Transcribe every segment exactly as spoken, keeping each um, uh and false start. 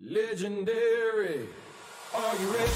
Legendary, are you ready?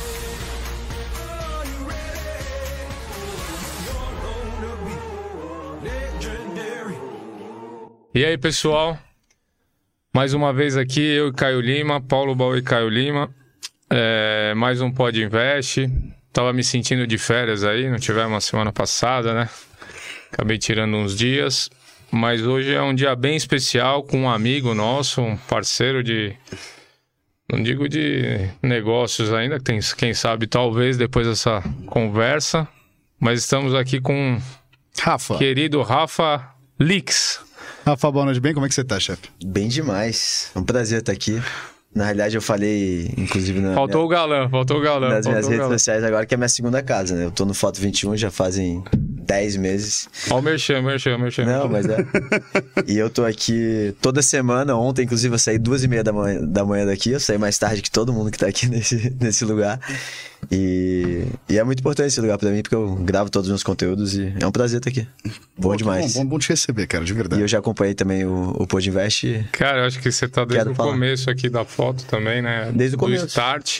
Are you ready? You're gonna be legendary. E aí, pessoal? Mais uma vez aqui, eu e Caio Lima, Paulo Baú e Caio Lima. É, mais um Pod Invest. Tava me sentindo de férias aí, não tivemos uma semana passada, né? Acabei tirando uns dias. Mas hoje é um dia bem especial com um amigo nosso, um parceiro de... Não digo de negócios ainda, que tem, quem sabe, talvez, depois dessa conversa. Mas estamos aqui com Rafa. Querido Rafa Lix. Rafa, boa noite. Bem, como é que você tá, chefe? Bem demais. É um prazer estar aqui. Na realidade, eu falei, inclusive... Na faltou minha, o galã, faltou o galã. nas faltou minhas o redes galã. sociais agora, que é a minha segunda casa, né? Eu tô no Foto vinte e um já fazem dez meses. Ó o merchan, merchan, merchan. Não, mas é... E eu tô aqui toda semana. Ontem, inclusive, eu saí duas e meia da manhã, da manhã daqui. Eu saí mais tarde que todo mundo que tá aqui nesse, nesse lugar. E... e é muito importante esse lugar pra mim, porque eu gravo todos os meus conteúdos e é um prazer estar aqui. Bom Pô, demais. Bom, bom, bom te receber, cara, de verdade. E eu já acompanhei também o, o Pod Invest. E... Cara, eu acho que você tá desde Quero o falar. começo aqui da foto também, né? Desde o Do começo. start.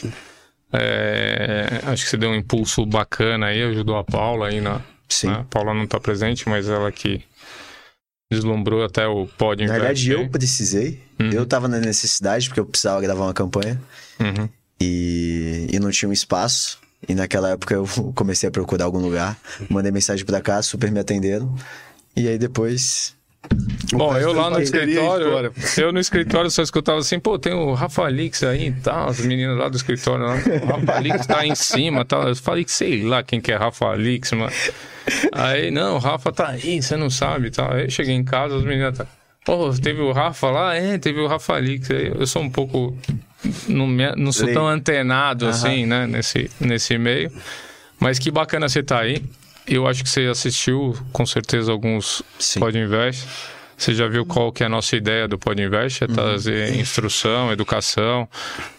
É, acho que você deu um impulso bacana aí, ajudou a Paula aí na... Sim. Né? A Paula não tá presente, mas ela que deslumbrou até o Pod Na Invest. verdade, eu aí. precisei. Uhum. Eu tava na necessidade, porque eu precisava gravar uma campanha. Uhum. E, e não tinha um espaço. E naquela época eu comecei a procurar algum lugar. Mandei mensagem pra cá, super me atenderam. E aí depois... Bom, eu lá no parceria, escritório, história. eu no escritório só escutava assim, pô, tem o Rafa Lix aí e tal, as meninas lá do escritório, lá, o Rafa Lix tá aí em cima e tal. Eu falei que sei lá quem que é Rafa Lix, mano. Aí, não, o Rafa tá aí, você não sabe e tal. Aí eu cheguei em casa, as meninas tá, pô, teve o Rafa lá? É, teve o Rafa Lix. Aí eu sou um pouco, não, me, não sou tão antenado Aham. assim, né, nesse, nesse meio. Mas que bacana você tá aí. Eu acho que você assistiu, com certeza, alguns Sim. Pod Invest. Você já viu qual que é a nossa ideia do Pod Invest? É trazer Uhum. instrução, educação,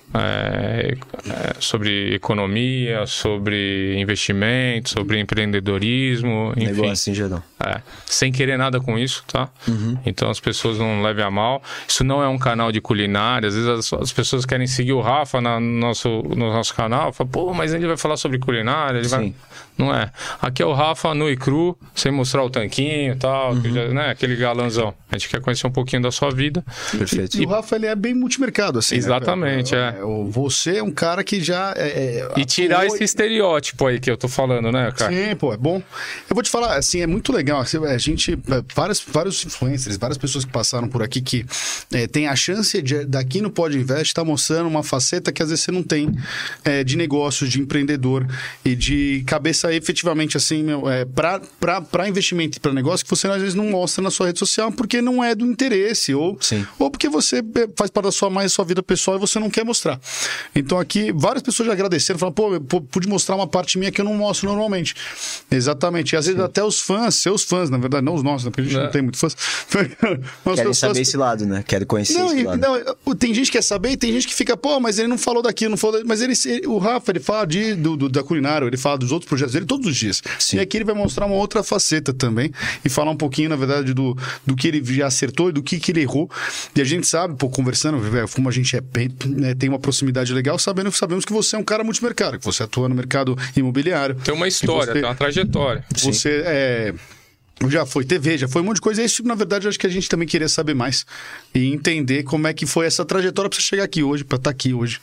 é, é, sobre economia, sobre investimento, sobre empreendedorismo, enfim. Negócio em geral. É, sem querer nada com isso, tá? Uhum. Então as pessoas não levem a mal. Isso não é um canal de culinária. Às vezes as, as pessoas querem seguir o Rafa na, no, nosso, no nosso canal. Fala, pô, mas ele vai falar sobre culinária. Ele vai... Sim. Não é. Aqui é o Rafa nu e cru, sem mostrar o tanquinho e tal, Uhum. que já, né? Aquele galanzão. A gente quer conhecer um pouquinho da sua vida. Perfeito. E o Rafa, ele é bem multimercado, assim. Exatamente, né? é. o- Você é um cara que já... É, é, E tirar atuou- esse estereótipo aí que eu tô falando, né, cara? Sim, pô, é bom. Eu vou te falar, assim, é muito legal. assim, A gente, vários, vários influencers, várias pessoas que passaram por aqui que é, tem a chance de, daqui no Pod Invest, estar mostrando uma faceta que às vezes você não tem é, de negócio, de empreendedor e de cabeça efetivamente, assim, meu, é, pra, pra, pra investimento e pra negócio que você às vezes não mostra na sua rede social porque não é do interesse ou, Sim. ou porque você é, faz parte da sua mais da sua vida pessoal e você não quer mostrar. Então aqui, várias pessoas já agradeceram, falaram, pô, eu p- pude mostrar uma parte minha que eu não mostro normalmente. Exatamente. E às vezes até os fãs, seus fãs, na verdade, não os nossos, né? Porque a gente É. não tem muito fãs. Mas Querem pessoas- saber esse lado, né? Querem conhecer não, esse e- lado. não, tem gente que quer saber e tem gente que fica, pô, mas ele não falou daqui, não falou. da-" Mas ele, ele- o Rafa, ele fala de, do, do- da culinária, ele fala dos outros projetos dele todos os dias. Sim. E aqui ele vai mostrar uma outra faceta também e falar um pouquinho, na verdade, do, do que ele já acertou e do que, que ele errou. E a gente sabe, pô, conversando, velho, como a gente é bem, né, tem uma proximidade legal, sabendo, sabemos que você é um cara multimercado, que você atua no mercado imobiliário. Tem uma história, você- tem uma trajetória. Você é. Já foi T V, já foi um monte de coisa. Isso, na verdade, eu acho que a gente também queria saber mais e entender como é que foi essa trajetória para você chegar aqui hoje, para estar aqui hoje.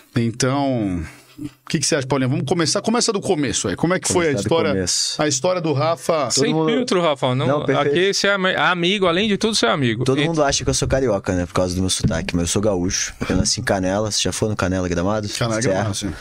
Então, o que, que você acha, Paulinho? Vamos começar. Começa do começo aí. Como é que foi a Começar do história? começo. A história do Rafa. Sem mundo- filtro, Rafa. Não, Não, perfeito. aqui você é ami- amigo, além de tudo, você é amigo. Todo E- mundo acha que eu sou carioca, né? Por causa do meu sotaque. Mas eu sou gaúcho. Eu nasci em Canela. Você já foi no Canela Gramado? Canal Serra. Gramado, assim.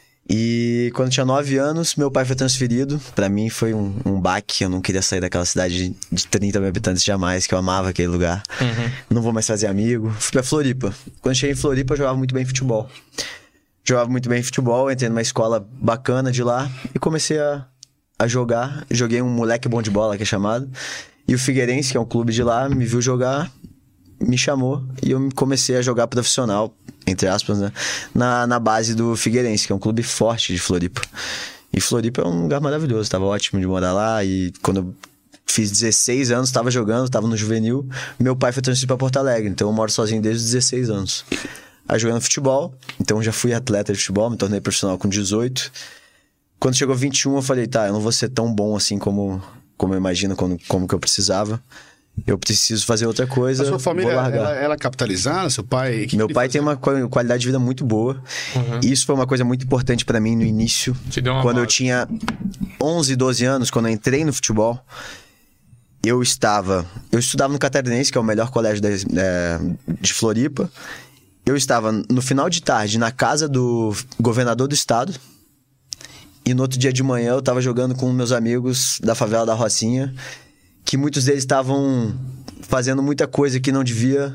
E quando eu tinha nove anos, meu pai foi transferido. Pra mim foi um, um baque. Eu não queria sair daquela cidade de trinta mil habitantes jamais, que eu amava aquele lugar. Uhum. Não vou mais fazer amigo. Fui pra Floripa. Quando eu cheguei em Floripa, eu jogava muito bem futebol. Jogava muito bem futebol, entrei numa escola bacana de lá e comecei a, a jogar. Joguei um moleque bom de bola, que é chamado. E o Figueirense, que é um clube de lá, me viu jogar, me chamou e eu comecei a jogar profissional, entre aspas, né? Na, na base do Figueirense, que é um clube forte de Floripa. E Floripa é um lugar maravilhoso, tava ótimo de morar lá. E quando eu fiz dezesseis anos, tava jogando, tava no juvenil, meu pai foi transferido pra Porto Alegre, então eu moro sozinho desde os dezesseis anos. Aí jogando futebol, então já fui atleta de futebol, me tornei profissional com dezoito. Quando chegou vinte e um, eu falei, tá, eu não vou ser tão bom assim como, como eu imagino, como, como que eu precisava. Eu preciso fazer outra coisa. A sua família, vou largar. ela, ela é capitalizada? Seu pai... que Meu que pai ele tem fazia? uma qualidade de vida muito boa. Uhum. E isso foi uma coisa muito importante pra mim no início. Te deu uma Quando eu base. tinha onze, doze anos, quando eu entrei no futebol, eu estava... Eu estudava no Catarinense, que é o melhor colégio de, é, de Floripa. Eu estava no final de tarde na casa do governador do estado. E no outro dia de manhã eu estava jogando com meus amigos da favela da Rocinha, que muitos deles estavam fazendo muita coisa que não devia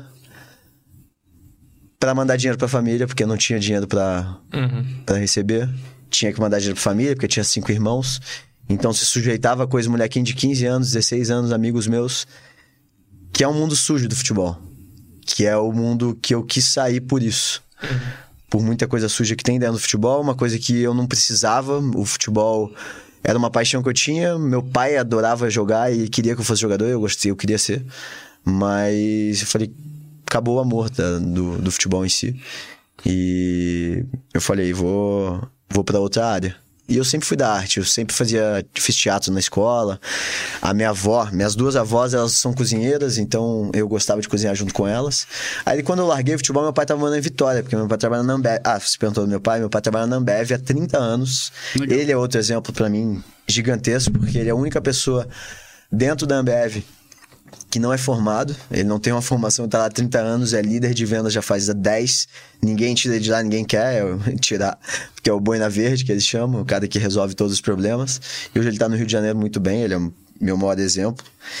para mandar dinheiro pra família, porque não tinha dinheiro pra Uhum. para receber. Tinha que mandar dinheiro pra família, porque tinha cinco irmãos. Então se sujeitava a coisa, molequinho de quinze anos, dezesseis anos, amigos meus, que é um mundo sujo do futebol. Que é o mundo que eu quis sair por isso. Uhum. Por muita coisa suja que tem dentro do futebol, uma coisa que eu não precisava. O futebol era uma paixão que eu tinha. Meu pai adorava jogar e queria que eu fosse jogador, eu gostei, eu queria ser. Mas eu falei, acabou o amor da, do, do futebol em si. E eu falei, vou, vou pra outra área. E eu sempre fui da arte, eu sempre fazia, fiz teatro na escola. A minha avó, minhas duas avós, elas são cozinheiras, então eu gostava de cozinhar junto com elas. Aí quando eu larguei o futebol, meu pai tava morando em Vitória, porque meu pai trabalha na Ambev. Ah, você perguntou do meu pai? Meu pai trabalha na Ambev há trinta anos. Legal. Ele é outro exemplo pra mim gigantesco, porque ele é a única pessoa dentro da Ambev que não é formado, ele não tem uma formação, tá lá há trinta anos, é líder de vendas já faz dez, ninguém tira de lá, ninguém quer tirar, porque é o boi na verde que eles chamam, o cara que resolve todos os problemas. E hoje ele tá no Rio de Janeiro muito bem, ele é o meu maior exemplo.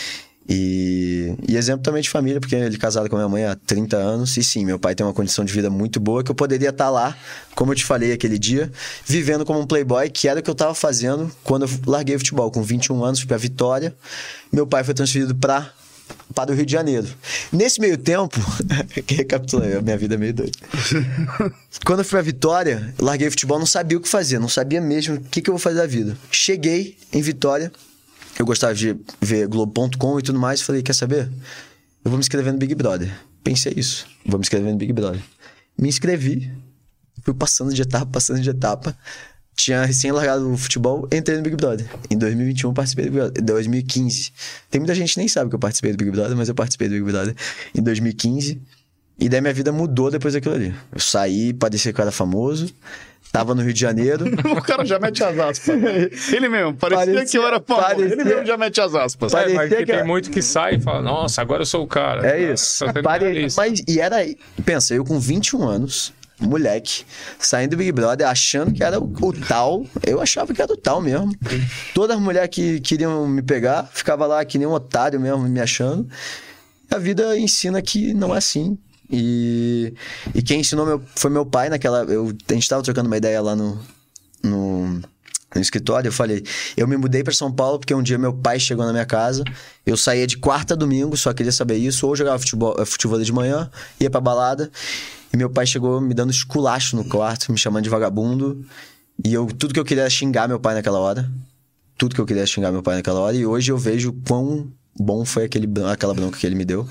E, e exemplo também de família, porque ele é casado com a minha mãe há trinta anos, e sim, meu pai tem uma condição de vida muito boa, que eu poderia estar lá, como eu te falei aquele dia, vivendo como um playboy, que era o que eu tava fazendo quando eu larguei o futebol. Com vinte e um anos, fui pra Vitória, meu pai foi transferido pra para o Rio de Janeiro. Nesse meio tempo, recapitulando, a minha vida é meio doida. Quando eu fui pra Vitória, larguei o futebol, não sabia o que fazer, não sabia mesmo o que, que eu vou fazer da vida. Cheguei em Vitória, eu gostava de ver Globo ponto com e tudo mais, falei, quer saber? Eu vou me inscrever no Big Brother. Pensei isso, vou me inscrever no Big Brother. Me inscrevi, fui passando de etapa, passando de etapa. Tinha recém largado o futebol, entrei no Big Brother. Em dois mil e vinte e um, participei do Big Brother. Em dois mil e quinze. Tem muita gente que nem sabe que eu participei do Big Brother, mas eu participei do Big Brother em dois mil e quinze. E daí minha vida mudou depois daquilo ali. Eu saí, parecia que eu era famoso. Tava no Rio de Janeiro. O cara já mete as aspas. Ele mesmo, parecia, parecia que eu era famoso. Parecia... Ele mesmo já mete as aspas. É, mas que tem eu... muito que sai e fala, nossa, agora eu sou o cara. É isso. Pare... Mas, e era... Pensa, eu com vinte e um anos... moleque, saindo do Big Brother, achando que era o, o tal. Eu achava que era o tal mesmo. Todas as mulheres que queriam me pegar, ficava lá que nem um otário mesmo, me achando. A vida ensina que não é assim. E, e quem ensinou meu, foi meu pai naquela... Eu, a gente tava trocando uma ideia lá no, no, no escritório. Eu falei, eu me mudei pra São Paulo porque um dia meu pai chegou na minha casa. Eu saía de quarta a domingo, só queria saber isso. Ou jogava futebol, futebol de manhã, ia pra balada. E meu pai chegou me dando esculacho no quarto, me chamando de vagabundo. E eu, tudo que eu queria era xingar meu pai naquela hora. Tudo que eu queria era xingar meu pai naquela hora. E hoje eu vejo quão bom foi aquele, aquela bronca que ele me deu.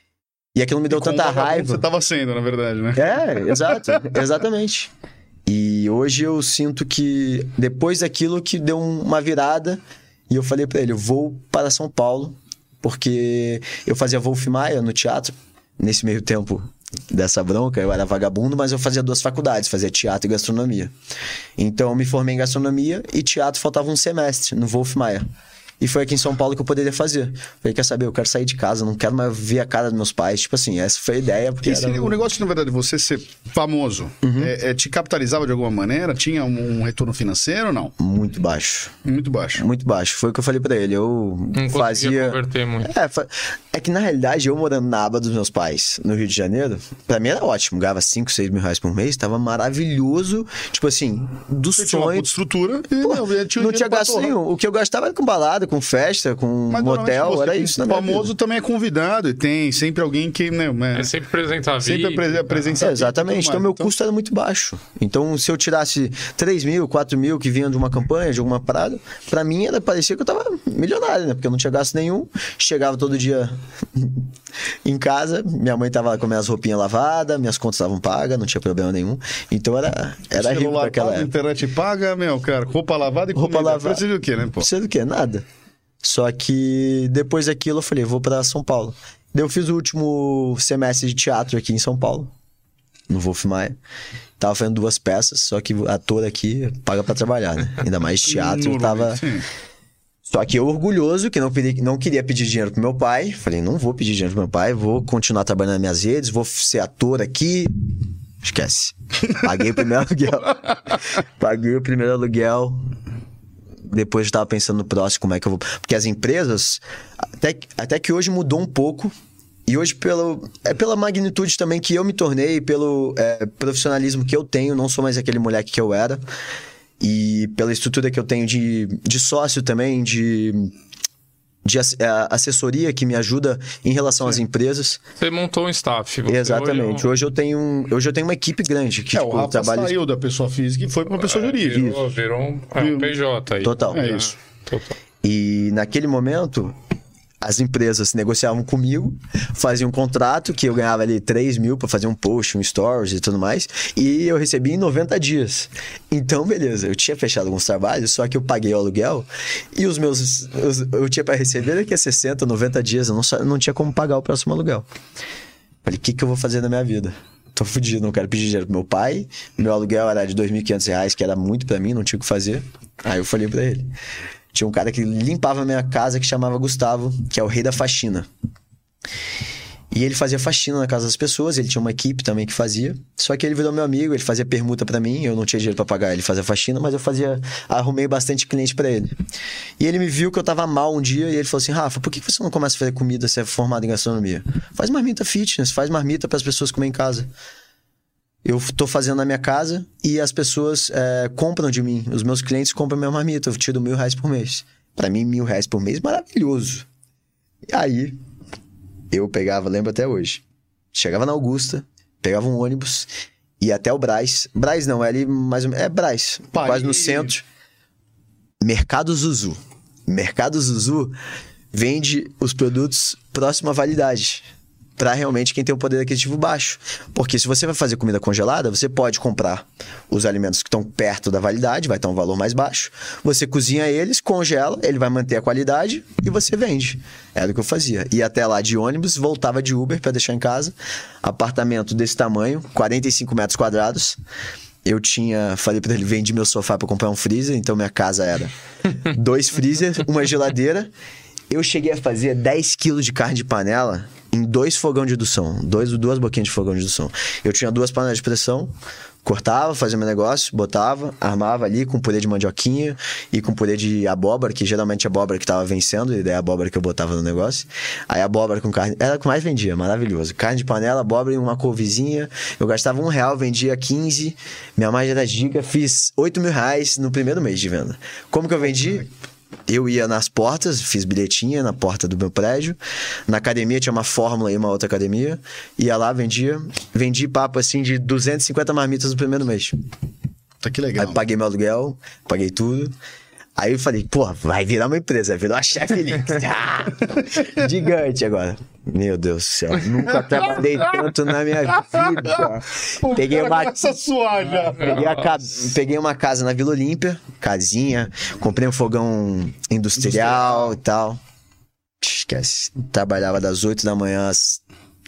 E aquilo me deu tanta raiva. Você tava sendo, na verdade, né? É, exato. Exatamente. E hoje eu sinto que depois daquilo que deu uma virada. E eu falei pra ele, eu vou para São Paulo. Porque eu fazia Wolf Maia no teatro. Nesse meio tempo dessa bronca, eu era vagabundo, mas eu fazia duas faculdades, fazia teatro e gastronomia. Então eu me formei em gastronomia e teatro faltava um semestre no Wolf Maia. E foi aqui em São Paulo que eu poderia fazer. Falei, quer saber, eu quero sair de casa, não quero mais ver a cara dos meus pais. Tipo assim, essa foi a ideia. Porque Esse, era... O negócio, na verdade, você ser famoso, uhum. é, é, te capitalizava de alguma maneira? Tinha um, um retorno financeiro ou não? Muito baixo. Muito baixo. Muito baixo. Foi o que eu falei pra ele. Eu não fazia... converter muito. É, fa... é que na realidade, eu morando na aba dos meus pais, no Rio de Janeiro, pra mim era ótimo. Ganhava cinco, seis mil reais por mês, tava maravilhoso. Tipo assim, do você sonho... Tinha uma puta estrutura e Pô, não, tinha não tinha gasto nenhum. O que eu gastava era com balada, com festa, com Mas, motel, era isso. O famoso também é convidado e tem sempre alguém que... Né, é, é sempre apresentar sempre vídeo. Sempre presença. É, exatamente. Então, meu então... custo era muito baixo. Então, se eu tirasse três mil, quatro mil que vinham de uma campanha, de alguma parada, pra mim era parecia que eu tava milionário, né? Porque eu não tinha gasto nenhum. Chegava todo dia em casa, minha mãe tava com minhas roupinhas lavadas, minhas contas estavam pagas, não tinha problema nenhum. Então era, era rico Celular naquela pago, época. internet paga, meu, cara, roupa lavada e Roupa comida. lavada. Precisa do quê, né, pô? Precisa do quê? Nada. Só que depois daquilo eu falei, vou pra São Paulo. Daí eu fiz o último semestre de teatro aqui em São Paulo, no Wolf Maia. Tava fazendo duas peças, só que ator aqui paga pra trabalhar, né? Ainda mais teatro, eu tava... Sim. Só que eu orgulhoso, que não, pedi, não queria pedir dinheiro pro meu pai. Falei, não vou pedir dinheiro pro meu pai, vou continuar trabalhando nas minhas redes, vou ser ator aqui. Esquece. Paguei o primeiro aluguel. Paguei o primeiro aluguel. Depois eu tava pensando no próximo, como é que eu vou... Porque as empresas, até, até que hoje mudou um pouco. E hoje, pelo, é pela magnitude também que eu me tornei, pelo é, profissionalismo que eu tenho, não sou mais aquele moleque que eu era. E pela estrutura que eu tenho de, de sócio também, de, de assessoria que me ajuda em relação Sim. às empresas. Você montou um staff. Você Exatamente. Hoje, hoje, eu tenho, hoje eu tenho uma equipe grande. Que, é, tipo, o Rafa trabalha... saiu da pessoa física e foi para uma pessoa é, jurídica. Virou, virou um, é, um P J aí. Total. É isso. Total. E naquele momento... As empresas negociavam comigo, faziam um contrato que eu ganhava ali três mil para fazer um post, um stories e tudo mais, e eu recebia em noventa dias. Então, beleza, eu tinha fechado alguns trabalhos, só que eu paguei o aluguel e os meus... Os, eu tinha para receber daqui a sessenta, noventa dias, eu não, não tinha como pagar o próximo aluguel. Falei, o que, que eu vou fazer na minha vida? Tô fudido, não quero pedir dinheiro pro meu pai, meu aluguel era de dois mil e quinhentos reais, que era muito para mim, não tinha o que fazer. Aí eu falei para ele... Tinha um cara que limpava a minha casa que chamava Gustavo, que é o rei da faxina. E ele fazia faxina na casa das pessoas, ele tinha uma equipe também que fazia. Só que ele virou meu amigo, ele fazia permuta pra mim, eu não tinha dinheiro pra pagar, ele fazia faxina, mas eu fazia, arrumei bastante cliente pra ele. E ele me viu que eu tava mal um dia e ele falou assim, Rafa, por que você não começa a fazer comida se é formado em gastronomia? Faz marmita fitness, faz marmita para as pessoas comer em casa. Eu tô fazendo na minha casa e as pessoas é, compram de mim. Os meus clientes compram minha marmita. Eu tiro mil reais por mês. Pra mim, mil reais por mês, maravilhoso. E aí, eu pegava, lembro até hoje. Chegava na Augusta, pegava um ônibus, ia até o Brás. Brás não, é ali mais ou menos... É Brás, Pai. quase no centro. Mercado Zuzu. Mercado Zuzu vende os produtos próximo à validade. Para realmente quem tem o poder aquisitivo baixo. Porque se você vai fazer comida congelada, você pode comprar os alimentos que estão perto da validade, vai estar um valor mais baixo. Você cozinha eles, congela, ele vai manter a qualidade e você vende. Era o que eu fazia. Ia até lá de ônibus, voltava de Uber para deixar em casa. Apartamento desse tamanho, quarenta e cinco metros quadrados. Eu tinha, falei para ele, vendi meu sofá para comprar um freezer, então minha casa era dois freezers, uma geladeira. Eu cheguei a fazer dez quilos de carne de panela em dois fogão de indução, dois, duas boquinhas de fogão de indução. Eu tinha duas panelas de pressão, cortava, fazia meu negócio, botava, armava ali com purê de mandioquinha e com purê de abóbora, que geralmente a abóbora que tava vencendo, e daí a abóbora que eu botava no negócio. Aí a abóbora com carne, era o que mais vendia, maravilhoso. Carne de panela, abóbora e uma couvezinha. Eu gastava um real, vendia quinze. Minha margem era giga, fiz oito mil reais no primeiro mês de venda. Como que eu vendi? Eu ia nas portas, fiz bilhetinha na porta do meu prédio. Na academia tinha uma fórmula e uma outra academia. Ia lá, vendia. Vendi papo assim de duzentas e cinquenta marmitas no primeiro mês. Tá que legal. Aí paguei meu aluguel, paguei tudo. Aí eu falei, pô, vai virar uma empresa, virou a Chef Links. Ah, gigante agora. Meu Deus do céu, nunca trabalhei tanto na minha vida. O Peguei cara uma... começa a suar já. Peguei, a ca... Peguei uma casa na Vila Olímpia, casinha, comprei um fogão industrial, industrial. e tal. Esquece. Trabalhava das oito da manhã às...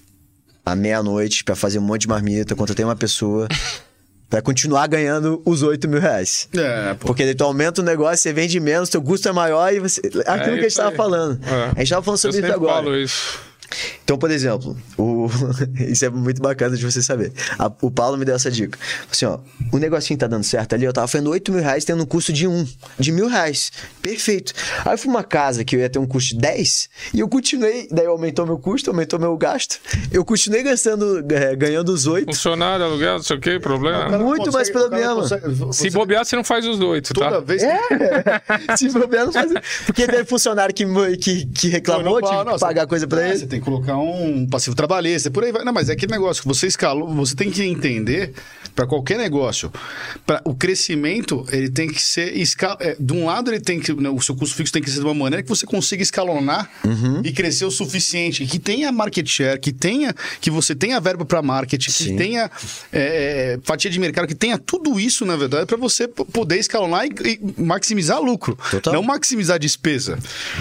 à meia-noite pra fazer um monte de marmita, contratei uma pessoa... Pra continuar ganhando os oito mil reais. É, pô. Porque daí tu aumenta o negócio, você vende menos, teu custo é maior e você... Aquilo é que a gente tava aí. falando. É. A gente tava falando sobre eu isso agora. Eu falo isso. Então, por exemplo, o... isso é muito bacana de você saber. A... O Paulo me deu essa dica. Assim, ó, o negocinho tá dando certo ali, eu tava fazendo oito mil reais tendo um custo de um, de mil reais. Perfeito. Aí eu fui uma casa que eu ia ter um custo de dez e eu continuei, daí aumentou meu custo, aumentou meu gasto. Eu continuei gastando, é, ganhando os oito. Funcionário, aluguel, não sei o que, problema. O cara Muito consegue- mais problema. o cara consegue- você- Se bobear, você não faz os oito, tá? Toda vez que... É, se bobear, não faz... Porque teve funcionário que, que, que reclamou, Não, não, tive não, que pagar você- coisa pra é, ele. Você tem que colocar um passivo trabalhista, por aí vai. Não, mas é aquele negócio que você escalou, você tem que entender para qualquer negócio, pra, o crescimento ele tem que ser escal... é, de um lado ele tem que, né, o seu custo fixo tem que ser de uma maneira que você consiga escalonar uhum. e crescer o suficiente, que tenha market share, que tenha que você tenha verba para marketing, Sim. que tenha é, fatia de mercado, que tenha tudo isso na verdade para você poder escalonar e, e maximizar lucro, Total. não maximizar despesa.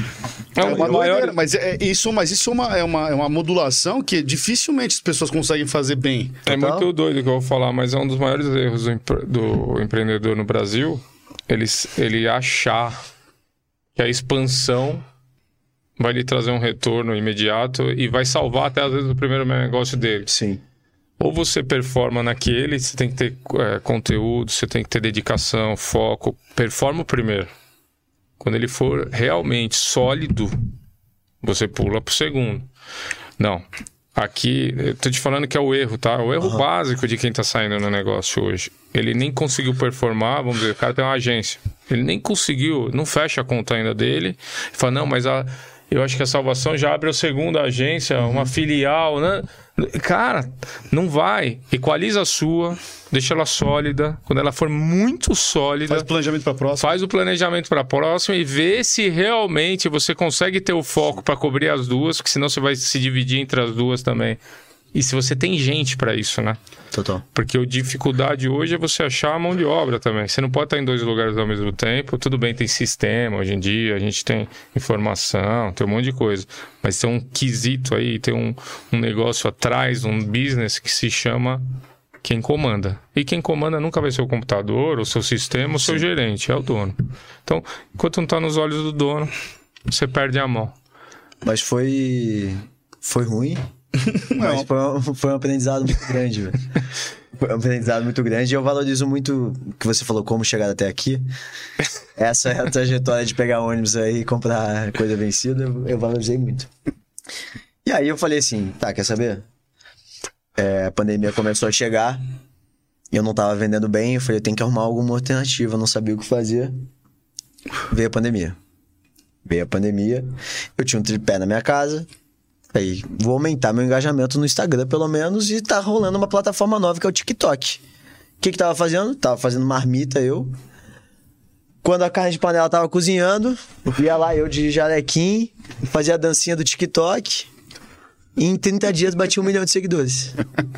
É uma maior... mas é isso, mas isso é uma, é uma, é uma modulação que dificilmente as pessoas conseguem fazer bem. É Total. muito doido que eu vou falar, mas é um dos maiores erros do, empre... do empreendedor no Brasil, ele, ele achar que a expansão vai lhe trazer um retorno imediato e vai salvar até às vezes o primeiro negócio dele. Sim. Ou você performa naquele, você tem que ter é, conteúdo, você tem que ter dedicação, foco. Performa o primeiro. Quando ele for realmente sólido, você pula pro segundo. Não. Aqui, eu tô te falando que é o erro, tá? O erro uhum. básico de quem tá saindo no negócio hoje. Ele nem conseguiu performar, vamos dizer, o cara tem uma agência. Ele nem conseguiu, não fecha a conta ainda dele. Ele fala, não, mas a, eu acho que a salvação já abre a segunda agência, uhum. uma filial, né? Cara, não vai. Equaliza a sua, deixa ela sólida. Quando ela for muito sólida, faz o planejamento para a próxima. Faz o planejamento para a próxima e vê se realmente você consegue ter o foco para cobrir as duas, porque senão você vai se dividir entre as duas também. E se você tem gente para isso, né? Total. Porque a dificuldade hoje é você achar a mão de obra também. Você não pode estar em dois lugares ao mesmo tempo. Tudo bem, tem sistema hoje em dia, a gente tem informação, tem um monte de coisa. Mas tem um quesito aí, tem um, um negócio atrás, um business que se chama quem comanda. E quem comanda nunca vai ser o computador, o seu sistema, o seu Sim. gerente, é o dono. Então, enquanto não está nos olhos do dono, você perde a mão. Mas foi, foi ruim. Mas foi um, foi um aprendizado muito grande, velho. Foi um aprendizado muito grande. E eu valorizo muito o que você falou, como chegar até aqui. Essa é a trajetória de pegar ônibus aí e comprar coisa vencida. Eu valorizei muito. E aí eu falei assim, tá, quer saber? É, a pandemia começou a chegar. Eu não tava vendendo bem. Eu falei, eu tenho que arrumar alguma alternativa. Eu não sabia o que fazer. Veio a pandemia. Veio a pandemia. Eu tinha um tripé na minha casa. Aí, vou aumentar meu engajamento no Instagram, pelo menos, e tá rolando uma plataforma nova que é o TikTok. O que que tava fazendo? Tava fazendo marmita, eu. Quando a carne de panela tava cozinhando, ia lá eu de jalequim, fazia a dancinha do TikTok. E em trinta dias bati um milhão de seguidores.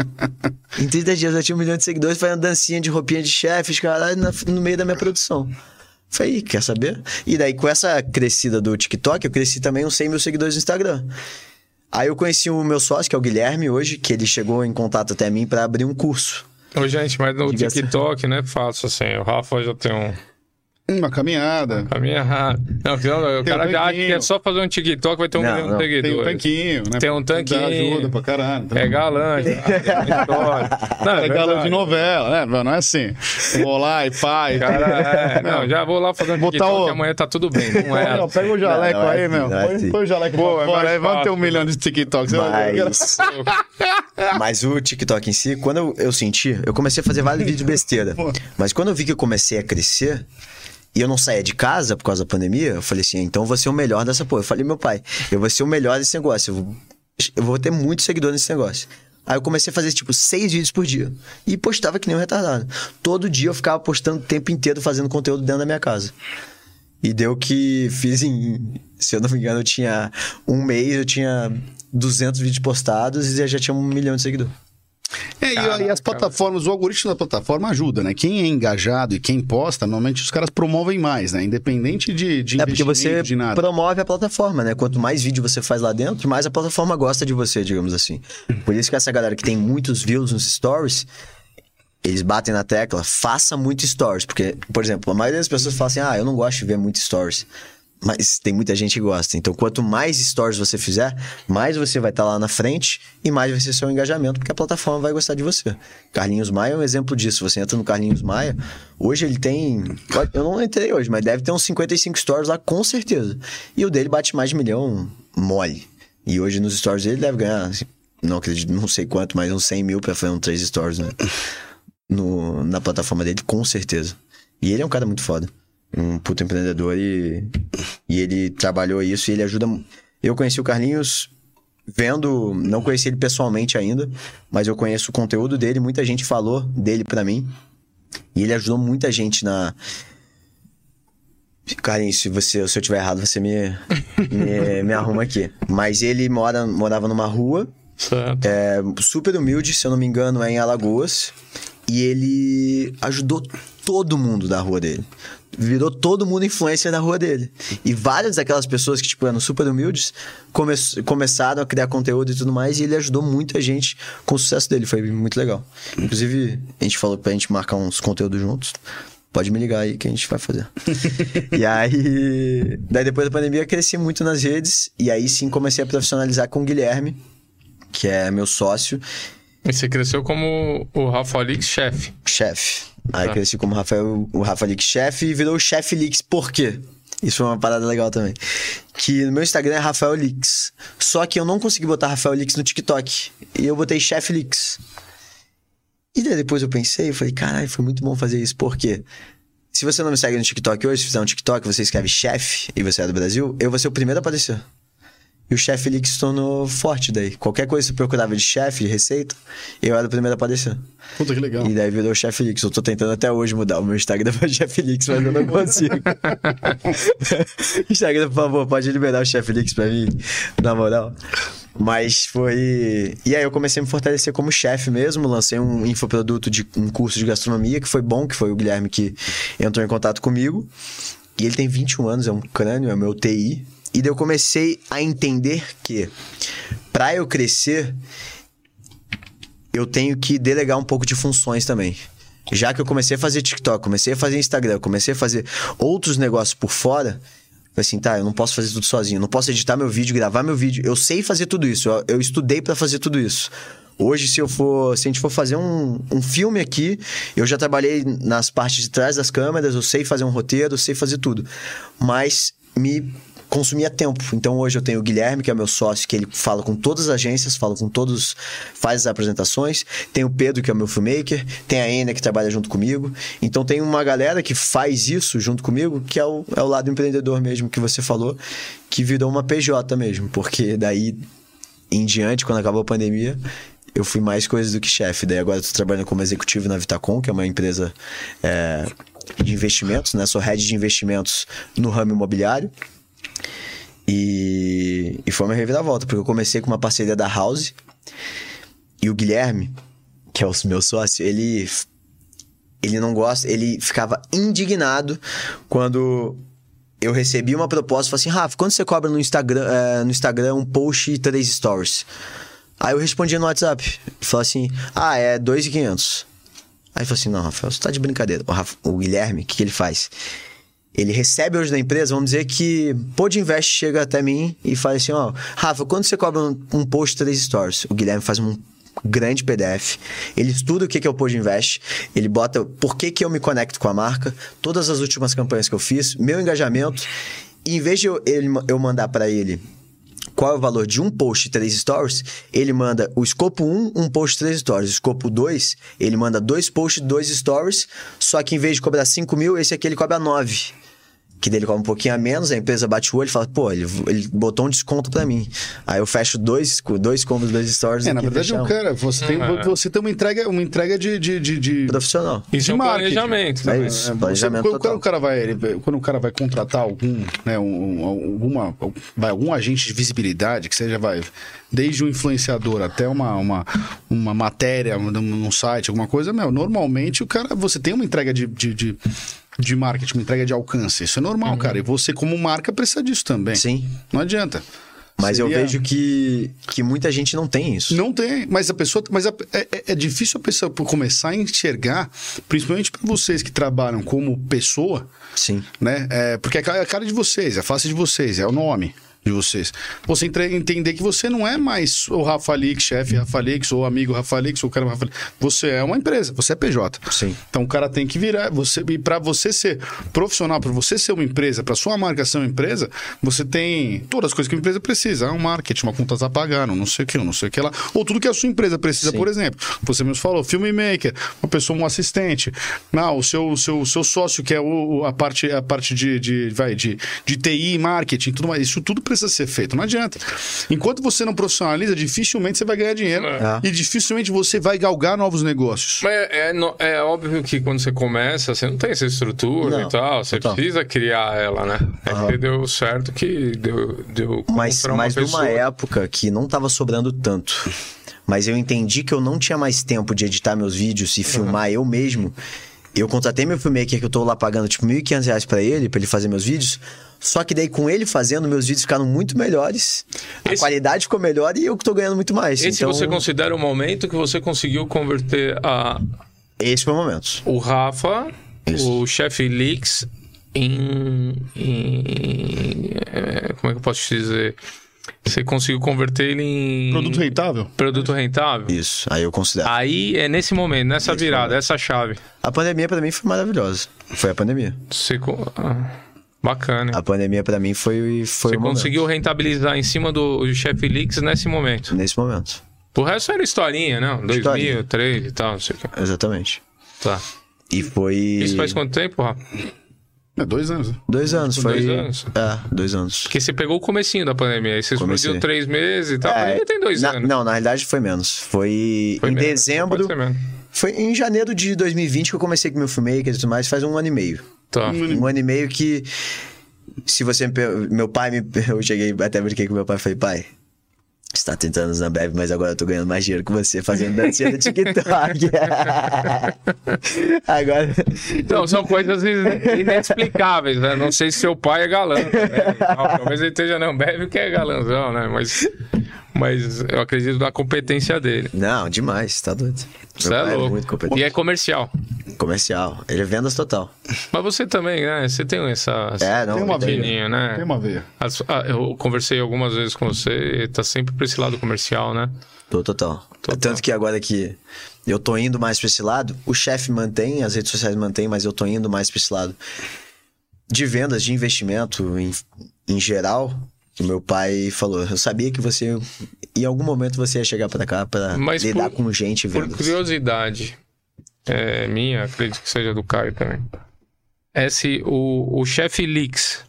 Em trinta dias bati um milhão de seguidores, fazendo dancinha de roupinha de chefes, caralho, no meio da minha produção. Falei, quer saber? E daí, com essa crescida do TikTok, eu cresci também uns cem mil seguidores no Instagram. Aí eu conheci o meu sócio, que é o Guilherme, hoje, que ele chegou em contato até mim para abrir um curso. Ô, gente, mas no Diga TikTok assim. Não é fácil assim. O Rafa já tem um... Uma caminhada. Uma caminhada. Não, não, o cara um já acha que é só fazer um TikTok, vai ter um não, milhão não. de seguidores. Tem um tanquinho, né? Tem um tanquinho. Dá ajuda pra caralho. É galã. Não, é, é galã de novela, né? Não é assim. Vou lá e pai. Cara, é, não, já vou lá fazer um Botar TikTok o... que amanhã tá tudo bem. Não é não, assim. Pega o jaleco não, não aí, é meu. assim, Põe, é põe o jaleco Pô, pra fora aí, vamos ter um milhão de TikToks. Mas... Mas o TikTok em si, quando eu, eu senti, eu comecei a fazer vários vídeos besteira. Mas quando eu vi que eu comecei a crescer... E eu não saía de casa por causa da pandemia, eu falei assim, então eu vou ser o melhor dessa porra. Eu falei, meu pai, eu vou ser o melhor desse negócio. Eu vou, eu vou ter muito seguidor nesse negócio. Aí eu comecei a fazer, tipo, seis vídeos por dia. E postava que nem um retardado. Todo dia eu ficava postando o tempo inteiro, fazendo conteúdo dentro da minha casa. E deu que fiz em... Se eu não me engano, eu tinha um mês, eu tinha duzentos vídeos postados e já tinha um milhão de seguidores. É, Caraca, e as plataformas, o algoritmo da plataforma ajuda, né? Quem é engajado e quem posta, normalmente os caras promovem mais, né? Independente de, de é porque você de nada. promove a plataforma, né? Quanto mais vídeo você faz lá dentro, mais a plataforma gosta de você, digamos assim. Por isso que essa galera que tem muitos views nos stories, eles batem na tecla, faça muito stories. Porque, por exemplo, a maioria das pessoas fala assim, ah, eu não gosto de ver muito stories. Mas tem muita gente que gosta. Então, quanto mais stories você fizer, mais você vai estar lá na frente e mais vai ser seu engajamento, porque a plataforma vai gostar de você. Carlinhos Maia é um exemplo disso. Você entra no Carlinhos Maia, hoje ele tem... Eu não entrei hoje, mas deve ter uns cinquenta e cinco stories lá, com certeza. E o dele bate mais de milhão mole. E hoje nos stories ele deve ganhar, não acredito, não sei quanto, mas uns cem mil pra fazer um três stories, né? no, na plataforma dele, com certeza. E ele é um cara muito foda. Um puto empreendedor e, e ele trabalhou isso e ele ajuda... Eu conheci o Carlinhos vendo, não conheci ele pessoalmente ainda, mas eu conheço o conteúdo dele, muita gente falou dele pra mim. E ele ajudou muita gente na... Carinho, se, você, se eu tiver errado, você me, me, me arruma aqui. Mas ele mora, morava numa rua, Certo. é, super humilde, se eu não me engano, é em Alagoas. E ele ajudou todo mundo da rua dele. Virou todo mundo influencer da rua dele. E várias daquelas pessoas que, tipo, eram super humildes, come começaram a criar conteúdo e tudo mais, e ele ajudou muita gente com o sucesso dele. Foi muito legal. Inclusive, a gente falou pra gente marcar uns conteúdos juntos. Pode me ligar aí que a gente vai fazer. E aí... Daí, depois da pandemia, eu cresci muito nas redes. E aí, sim, comecei a profissionalizar com o Guilherme, que é meu sócio. E você cresceu como o Rafa Leaks chefe. Chefe. Aí Ah. cresci como Rafael, o Rafa Leaks chefe e virou o chefe Leaks. Por quê? Isso foi uma parada legal também. Que no meu Instagram é Rafael Leaks. Só que eu não consegui botar Rafael Leaks no TikTok. E eu botei chefe Leaks. E daí depois eu pensei, eu falei, caralho, foi muito bom fazer isso. Por quê? Se você não me segue no TikTok hoje, se fizer um TikTok, você escreve chefe e você é do Brasil, eu vou ser o primeiro a aparecer. E o chefe Leaks se tornou forte daí. Qualquer coisa que você procurava de chefe, de receita, eu era o primeiro a aparecer. Puta que legal. E daí virou chefe Leaks. Eu tô tentando até hoje mudar o meu Instagram pra chefe Leaks, mas eu não consigo. Instagram, por favor, pode liberar o chefe Leaks pra mim, na moral. Mas foi... E aí eu comecei a me fortalecer como chefe mesmo. Lancei um infoproduto de um curso de gastronomia, que foi bom, que foi o Guilherme que entrou em contato comigo. E ele tem vinte e um anos, é um crânio, é o meu T I. E daí eu comecei a entender que pra eu crescer, eu tenho que delegar um pouco de funções também. Já que eu comecei a fazer TikTok, comecei a fazer Instagram, comecei a fazer outros negócios por fora, falei assim, tá, eu não posso fazer tudo sozinho, não posso editar meu vídeo, gravar meu vídeo. Eu sei fazer tudo isso, eu, eu estudei pra fazer tudo isso. Hoje, se eu for, se a gente for fazer um, um filme aqui, eu já trabalhei nas partes de trás das câmeras, eu sei fazer um roteiro, eu sei fazer tudo. Mas me consumia tempo. Então hoje eu tenho o Guilherme, que é meu sócio, que ele fala com todas as agências, fala com todos, faz as apresentações. Tem o Pedro, que é o meu filmmaker. Tem a Enia, que trabalha junto comigo. Então tem uma galera que faz isso junto comigo, que é o, é o lado empreendedor mesmo que você falou, que virou uma P J mesmo. Porque daí em diante, quando acabou a pandemia, eu fui mais coisas do que chefe. Daí agora eu tô trabalhando como executivo na Vitacom, que é uma empresa é, de investimentos, né? Sou head de investimentos no ramo imobiliário. E, e foi uma reviravolta, porque eu comecei com uma parceria da House. E o Guilherme, que é o meu sócio, ele, ele não gosta, ele ficava indignado quando eu recebi uma proposta e falei assim, Rafa, quanto você cobra no Instagram, é, no Instagram um post e três stories? Aí eu respondia no WhatsApp, e falava assim, ah, é dois mil e quinhentos. Aí ele falou assim, não, Rafael, você tá de brincadeira. O, Rafa, o Guilherme, o que, que ele faz? Ele recebe hoje da empresa, vamos dizer que Podinvest chega até mim e fala assim, ó, Rafa, quando você cobra um, um post três stories? O Guilherme faz um grande P D F, ele estuda o que é o Podinvest, ele bota por que que eu me conecto com a marca, todas as últimas campanhas que eu fiz, meu engajamento, e em vez de eu, ele, eu mandar para ele qual é o valor de um post e três stories, ele manda o escopo um, um post e três stories. O escopo dois, ele manda dois posts, dois stories, só que em vez de cobrar cinco mil, esse aqui ele cobra nove. Que dele cobra um pouquinho a menos, a empresa bate o olho e fala, pô, ele, ele botou um desconto pra mim. Aí eu fecho dois, dois combos, dois stories. É, na aqui, verdade, o fechamos. cara, você tem, Uhum. você tem uma entrega, uma entrega de, de, de, de, Profissional. Isso de é um marketing. planejamento É também. isso. É, Planejamento você- quando, total. quando o cara vai, ele- quando o cara vai contratar algum, né, um, um- alguma, vai, algum agente de visibilidade, que seja, vai, desde um influenciador até uma, uma, uma matéria num, num site, alguma coisa, meu, normalmente o cara, você tem uma entrega de, de, de, de marketing, uma entrega de alcance. Isso é normal, cara. E você, como marca, precisa disso também. Sim. Não adianta. Mas eu Seria- vejo que, que muita gente não tem isso. Não tem, mas a pessoa. Mas a- é, é- é difícil a pessoa começar a enxergar, principalmente para vocês que trabalham como pessoa, Sim. né? É, porque é a cara de vocês, é a face de vocês, é o nome de vocês. Você entre- entender que você não é mais o Rafa Leaks, chefe Rafa Leaks, ou amigo Rafa Leaks, ou o cara Rafa Leaks. Você é uma empresa, você é P J. Sim. Então o cara tem que virar. Você, e para você ser profissional, para você ser uma empresa, para sua marca ser uma empresa, você tem todas as coisas que uma empresa precisa. Um marketing, uma conta a pagar, não sei o que, não sei o que lá. Ou tudo que a sua empresa precisa, Sim. por exemplo. Você mesmo falou, filmmaker, uma pessoa, um assistente. Não, o seu, o seu, o seu sócio, que é o, a parte, a parte de, de, vai, de, de T I, marketing, tudo mais. Isso tudo precisa ser feito. Não adianta. Enquanto você não profissionaliza, dificilmente você vai ganhar dinheiro. É. E dificilmente você vai galgar novos negócios. Mas é, é, no- é óbvio que quando você começa, você não tem essa estrutura Não, e tal. Você total. precisa criar ela, né? É que deu certo que deu, deu Mas, comprar uma mas numa pessoa. época que não tava sobrando tanto. Mas eu entendi que eu não tinha mais tempo de editar meus vídeos e filmar eu mesmo. Eu contratei meu filmmaker, que eu tô lá pagando tipo mil e quinhentos reais pra ele, pra ele fazer meus vídeos. Só que daí com ele fazendo, meus vídeos ficaram muito melhores. A Esse- qualidade ficou melhor e eu que tô ganhando muito mais. Esse então, você considera o momento que você conseguiu converter a, esse foi o momento. o Rafa, Isso. o Chef Leaks, em, em- é, como é que eu posso te dizer? Você conseguiu converter ele em Produto rentável? produto rentável? Isso, aí eu considero. Aí é nesse momento, nessa virada, essa chave. A pandemia pra mim foi maravilhosa. Foi a pandemia. Você, co- ah, bacana. A pandemia pra mim foi, foi Você o momento. conseguiu rentabilizar em cima do Chef Leaks nesse momento. Nesse momento. O resto era historinha, né? dois mil, Historinha. três e tal, não sei o que. Exatamente. Tá. E foi... Isso faz quanto tempo, Rafa? É dois anos. né? Dois anos. Com Foi... dois anos? É, dois anos. Porque você pegou o comecinho da pandemia, aí você Comecei. explodiu três meses e tal. É, Ainda tem dois na- anos. Não, na realidade foi menos. Foi, Foi em menos, dezembro. pode ser menos. Foi em janeiro de dois mil e vinte que eu comecei com meu filmmaker e tudo mais, faz um ano e meio. Tá. Um ano e meio que. Se você me. per- Meu pai me. Eu cheguei, até brinquei com meu pai e falei, pai. Você tá trinta anos na Bev, mas agora eu tô ganhando mais dinheiro que você fazendo dancinha no TikTok. Agora. Não, são coisas in- inexplicáveis, né? Não sei se seu pai é galã. Né? Talvez ele esteja não bebe que é galãzão, né? Mas, mas eu acredito na competência dele. Não, demais, tá doido. Você Meu é pai louco. muito competente. E é comercial. Comercial. Ele é vendas total. Mas você também, né? Você tem essa... É, não. Tem uma ele tem- fininha, né? Tem uma veia. As- ah, eu conversei algumas vezes com você, tá sempre pra esse lado comercial, né? Tô total. Total. Tanto que agora que eu tô indo mais pra esse lado, o chefe mantém, as redes sociais mantêm, mas eu tô indo mais pra esse lado de vendas, de investimento em, em geral. O meu pai falou, eu sabia que você, em algum momento você ia chegar pra cá pra Mas lidar por- com gente e Por vendas. curiosidade é, minha, acredito que seja do Caio também. Esse, o, o Chef Leaks,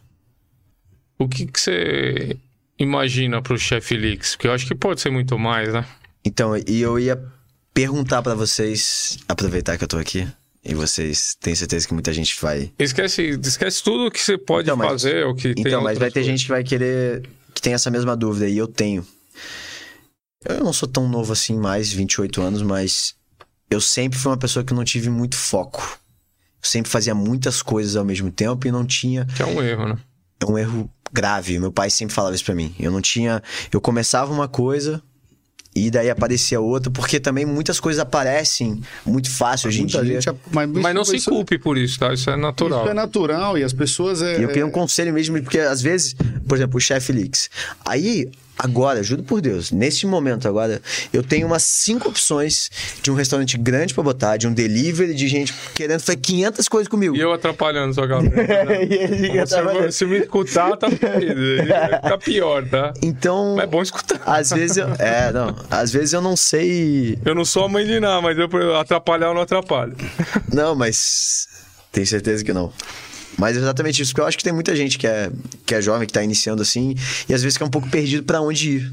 o que, que você imagina pro Chef Leaks? Porque eu acho que pode ser muito mais, né? Então, e eu ia perguntar pra vocês, aproveitar que eu tô aqui, e vocês têm certeza que muita gente vai... Esquece, esquece tudo que você pode Então, mas- fazer, ou que tem Então, mas vai outras ter coisas. gente que vai querer, que tem essa mesma dúvida, e eu tenho. Eu não sou tão novo assim mais, vinte e oito anos, mas eu sempre fui uma pessoa que não tive muito foco. Eu sempre fazia muitas coisas ao mesmo tempo e não tinha... Que é um erro, né? É um erro grave, meu pai sempre falava isso pra mim. Eu não tinha... Eu começava uma coisa... E daí aparecia outra, porque também muitas coisas aparecem muito fácil hoje em Muita dia. gente... Mas, Mas não se isso- culpe por isso, tá? Isso é natural. Isso é natural e as pessoas... É, E eu queria um conselho mesmo, porque às vezes, por exemplo, o Chef Leaks. Aí, agora, juro por Deus, nesse momento agora, eu tenho umas cinco opções de um restaurante grande pra botar, de um delivery, de gente querendo fazer quinhentas coisas comigo. E eu atrapalhando sua cabeça. Né? E ele fica Se, trabalhando. eu- se me escutar, tá fodido. Vai ficar pior, tá? Então, Mas é bom escutar. às vezes eu... É, não. Às vezes eu não sei... Eu não sou a mãe de nada, mas eu eu atrapalhar eu não atrapalho. Não, mas... Tenho certeza que não. Mas é exatamente isso, porque eu acho que tem muita gente que é, que é jovem, que tá iniciando assim, e às vezes fica um pouco perdido pra onde ir.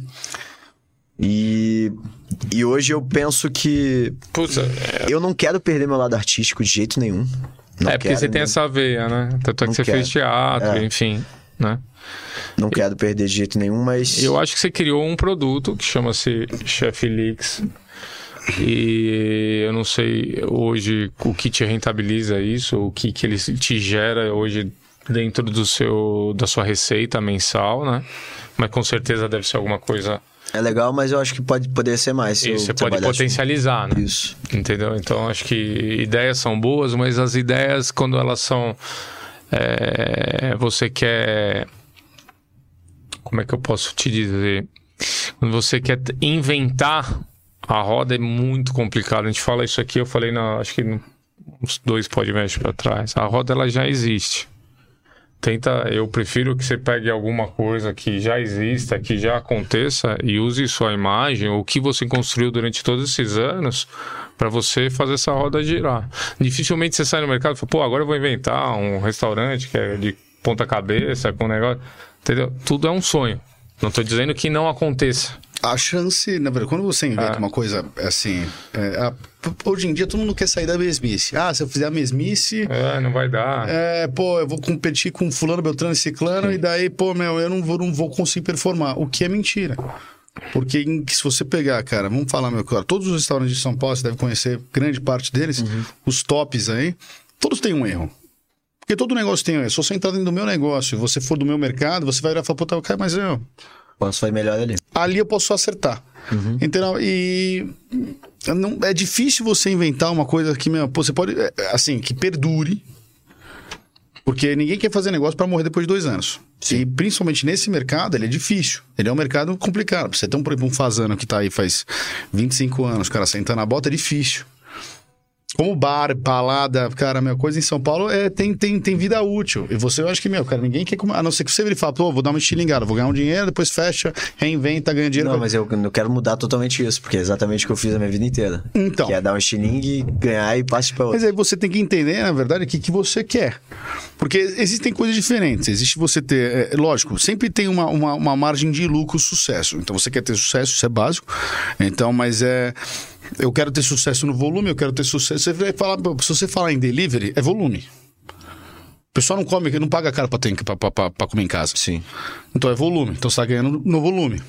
E, e hoje eu penso que Putz, é, eu não quero perder meu lado artístico de jeito nenhum. Não é porque quero, você tem né? essa veia, né? Tanto é que Não você quero. fez teatro, É. enfim, né? Não quero perder de jeito nenhum, mas... Eu acho que você criou um produto que chama-se Chef Leaks. E eu não sei hoje o que te rentabiliza isso, o que, que ele te gera hoje dentro do seu, da sua receita mensal, né? Mas com certeza deve ser alguma coisa É legal, mas eu acho que pode poder ser mais. se que eu você pode trabalhasse potencializar, né? com Isso. Entendeu? Então acho que ideias são boas, mas as ideias, quando elas são. é, você quer. Como é que eu posso te dizer? Quando você quer t- inventar a roda é muito complicado. A gente fala isso aqui, eu falei na, acho que no- uns dois podcasts para trás. A roda ela já existe. Tenta, eu prefiro que você pegue alguma coisa que já exista, que já aconteça e use sua imagem, ou o que você construiu durante todos esses anos, para você fazer essa roda girar. Dificilmente você sai no mercado e fala, pô, agora eu vou inventar um restaurante que é de ponta cabeça, com um negócio. Entendeu? Tudo é um sonho. Não tô dizendo que não aconteça. A chance, na verdade, quando você inventa Ah. uma coisa assim... é, a- hoje em dia todo mundo quer sair da mesmice. Ah, se eu fizer a mesmice... É, não vai dar. É, pô, eu vou competir com fulano, beltrano e ciclano, e daí, pô, meu, eu não vou, não vou conseguir performar. O que é mentira. Porque em- se você pegar, cara, vamos falar, meu cara, todos os restaurantes de São Paulo, você deve conhecer grande parte deles, os tops aí, todos têm um erro. Porque todo negócio tem um erro. Se você entrar dentro do meu negócio e você for do meu mercado, você vai virar e falar, puta, cara, mas eu... Posso foi melhor ali. ali eu posso acertar. Entendeu? E não, é difícil você inventar uma coisa que, meu, pô, você pode, é, assim, que perdure. Porque ninguém quer fazer negócio para morrer depois de dois anos. E principalmente nesse mercado, ele é difícil. Ele é um mercado complicado. Pra você ter um, por exemplo, um fazano que tá aí faz vinte e cinco anos, cara, sentando na bota, é difícil. Como bar, balada, cara, meu, coisa em São Paulo é, tem, tem, tem vida útil. E você, eu acho que, meu, cara, ninguém quer... comer- A não ser que você vire e fale, pô, vou dar uma estilingada, vou ganhar um dinheiro, depois fecha, reinventa, ganha dinheiro. Não, vai- mas eu, eu quero mudar totalmente isso, porque é exatamente o que eu fiz a minha vida inteira. Então. Que é dar um estilingue, ganhar e passe pra outro. Mas aí você tem que entender, na verdade, o que, que você quer. Porque existem coisas diferentes. Existe você ter... É, lógico, sempre tem uma, uma, uma margem de lucro, sucesso. Então você quer ter sucesso, isso é básico. Então, mas é... Eu quero ter sucesso no volume, eu quero ter sucesso... Você vai falar, se você falar em delivery, é volume. O pessoal não come, não paga caro pra, ter, pra, pra, pra, pra comer em casa. Sim. Então é volume. Então você tá ganhando no volume.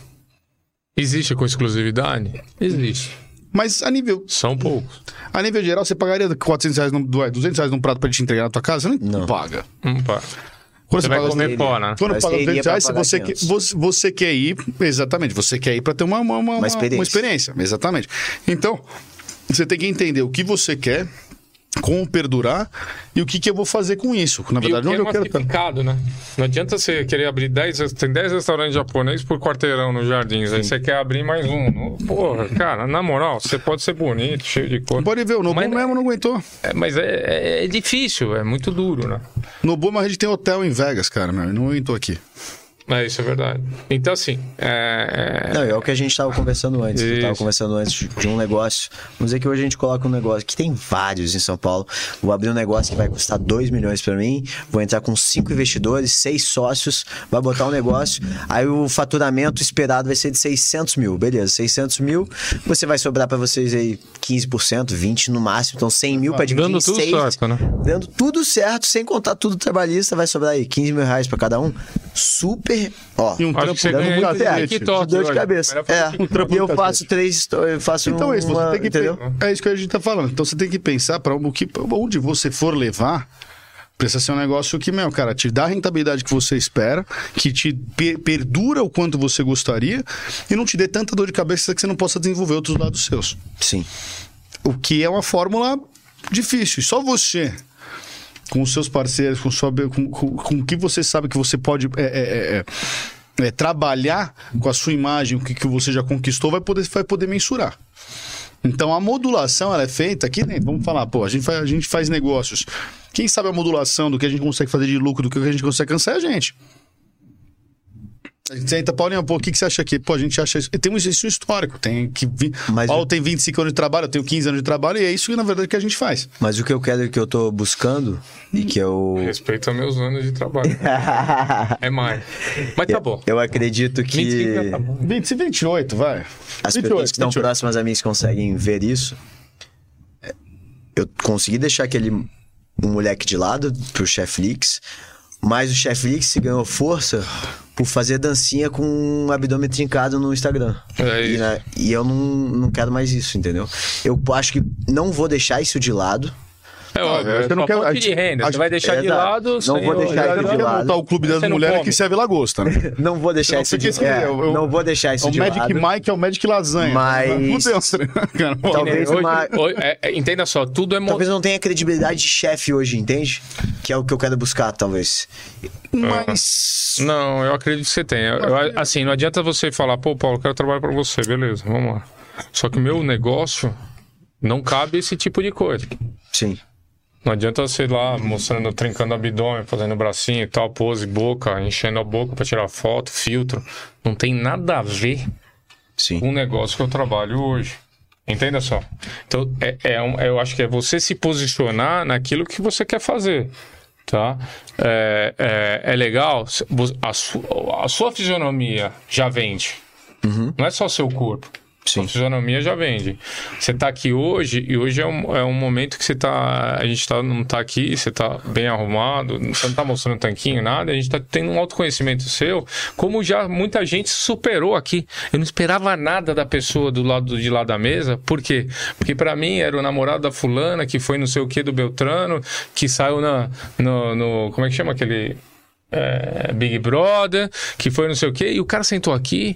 Existe com exclusividade? Existe. Mas a nível... São poucos. A nível geral, você pagaria quatrocentos reais, num, duzentos reais num prato pra ele te entregar na tua casa? Você não, Não. paga. Não paga. Quando Você vai paga- comer fora, né? Quando Mas paga você iria duzentos reais, pra pagar você, quer, quinhentos. você, você quer ir... Exatamente. Você quer ir pra ter uma, uma, uma, uma experiência. experiência. Exatamente. Então, você tem que entender o que você quer, como perdurar e o que, que eu vou fazer com isso. Na E o verdade, que onde é eu quero estar. massificado, né? Não adianta você querer abrir dez... Tem dez restaurantes japoneses por quarteirão nos jardins. Aí você quer abrir mais um. Porra, cara, na moral, você pode ser bonito, cheio de cor. Pode ver, o Nobu Mas- mesmo não aguentou. É, mas é, é- é difícil, é muito duro, né? Nobu, mas a gente tem hotel em Vegas, cara, meu. e Não aguentou aqui. É, isso é verdade. Então, assim, é... é- Não, é o que a gente tava conversando antes. Eu tava Isso. conversando antes de de um negócio. Vamos dizer que hoje a gente coloca um negócio, que tem vários em São Paulo. Vou abrir um negócio que vai custar dois milhões pra mim. Vou entrar com cinco investidores, seis sócios. Vai botar um negócio. Aí o faturamento esperado vai ser de seiscentos mil. Beleza, seiscentos mil. Você vai sobrar pra vocês aí quinze por cento, vinte por cento no máximo. Então cem mil pra dividir Dando em tudo seis. certo, né? Dando tudo certo, sem contar tudo trabalhista. Vai sobrar aí quinze mil reais pra cada um. Super. Ó, E um Acho trampo que você dando ganha muito isso de cacete. TikTok. de dor de hoje. cabeça. Melhor fazer É, TikTok. trampo e eu do faço três, eu faço Então é isso, uma, você tem que entendeu? pe- é isso que a gente tá falando. Então você tem que pensar para o que onde você for levar, precisa ser um negócio que, meu, cara, te dá a rentabilidade que você espera, que te pe- perdura o quanto você gostaria e não te dê tanta dor de cabeça que você não possa desenvolver outros lados seus. Sim. O que é uma fórmula difícil. E só você, com os seus parceiros, com, sua, com, com, com o que você sabe que você pode é, é, é, é, trabalhar com a sua imagem, o que, que você já conquistou, vai poder, vai poder mensurar. Então a modulação ela é feita aqui dentro. Vamos falar, pô, a gente, faz, a gente faz negócios. Quem sabe a modulação do que a gente consegue fazer de lucro, do que a gente consegue cansar é a gente. A gente senta, Paulinho, pô, o que, que você acha aqui? Pô, a gente acha isso. E temos isso histórico. Tem que vi... Mas Paulo eu- tem vinte e cinco anos de trabalho, eu tenho quinze anos de trabalho, e é isso que, na verdade, que a gente faz. Mas o que eu quero, que eu tô buscando, e que eu... Respeita meus anos de trabalho. É mais. Mas tá bom. Eu acredito que vinte e cinco já tá bom. vinte e vinte e oito, vai. as vinte e oito, pessoas que estão vinte e oito. próximas a mim que conseguem ver isso, é, eu consegui deixar aquele um moleque de lado pro Cheflix, mas o Cheflix se ganhou força por fazer dancinha com um abdômen trincado no Instagram. É e, isso. na- e eu não, não quero mais isso, entendeu? Eu acho que não vou deixar isso de lado. É óbvio, eu é não só quero- fonte a de gente- renda. acho- Você vai deixar de Exato. lado... Não sem vou o- deixar Eu isso de quero lado. montar o clube das Você não mulheres come. que serve lagosta, né? Não vou deixar Não, isso você de, quer é, escrever, eu- não vou deixar isso É o de Magic lado. Mike, é o Magic Lasanha. Mas- Fudeu, você- cara. Pô, Talvez Hoje- uma- hoje- é- é- entenda só, tudo é... mo- Talvez eu não tenha credibilidade de chefe hoje, entende? Que é o que eu quero buscar, talvez. Mas... Não, eu acredito que você tem. Eu- eu- assim, não adianta você falar, pô, Paulo, eu quero trabalhar pra você, beleza, vamos lá. Só que o meu negócio não cabe esse tipo de coisa. Sim. Não adianta você ir lá mostrando, trincando abdômen, fazendo bracinho e tal, pose, boca, enchendo a boca pra tirar foto, filtro. Não tem nada a ver Sim. com o negócio que eu trabalho hoje. Entenda só. Então, é, é um- eu acho que é você se posicionar naquilo que você quer fazer. tá? É, é, é legal, a, su, a sua fisionomia já vende. Uhum. Não é só seu corpo. Sim. A fisionomia já vende. Você tá aqui hoje, e hoje é um, é um momento que você tá... A gente tá, não tá aqui, você tá bem arrumado, você não tá mostrando tanquinho, nada, a gente tá tendo um autoconhecimento seu, como já muita gente superou aqui. Eu não esperava nada da pessoa do lado de lá da mesa, por quê? Porque pra mim era o namorado da fulana, que foi não sei o que do Beltrano, que saiu na, no, no... Como é que chama aquele... É, Big Brother, que foi não sei o que, e o cara sentou aqui...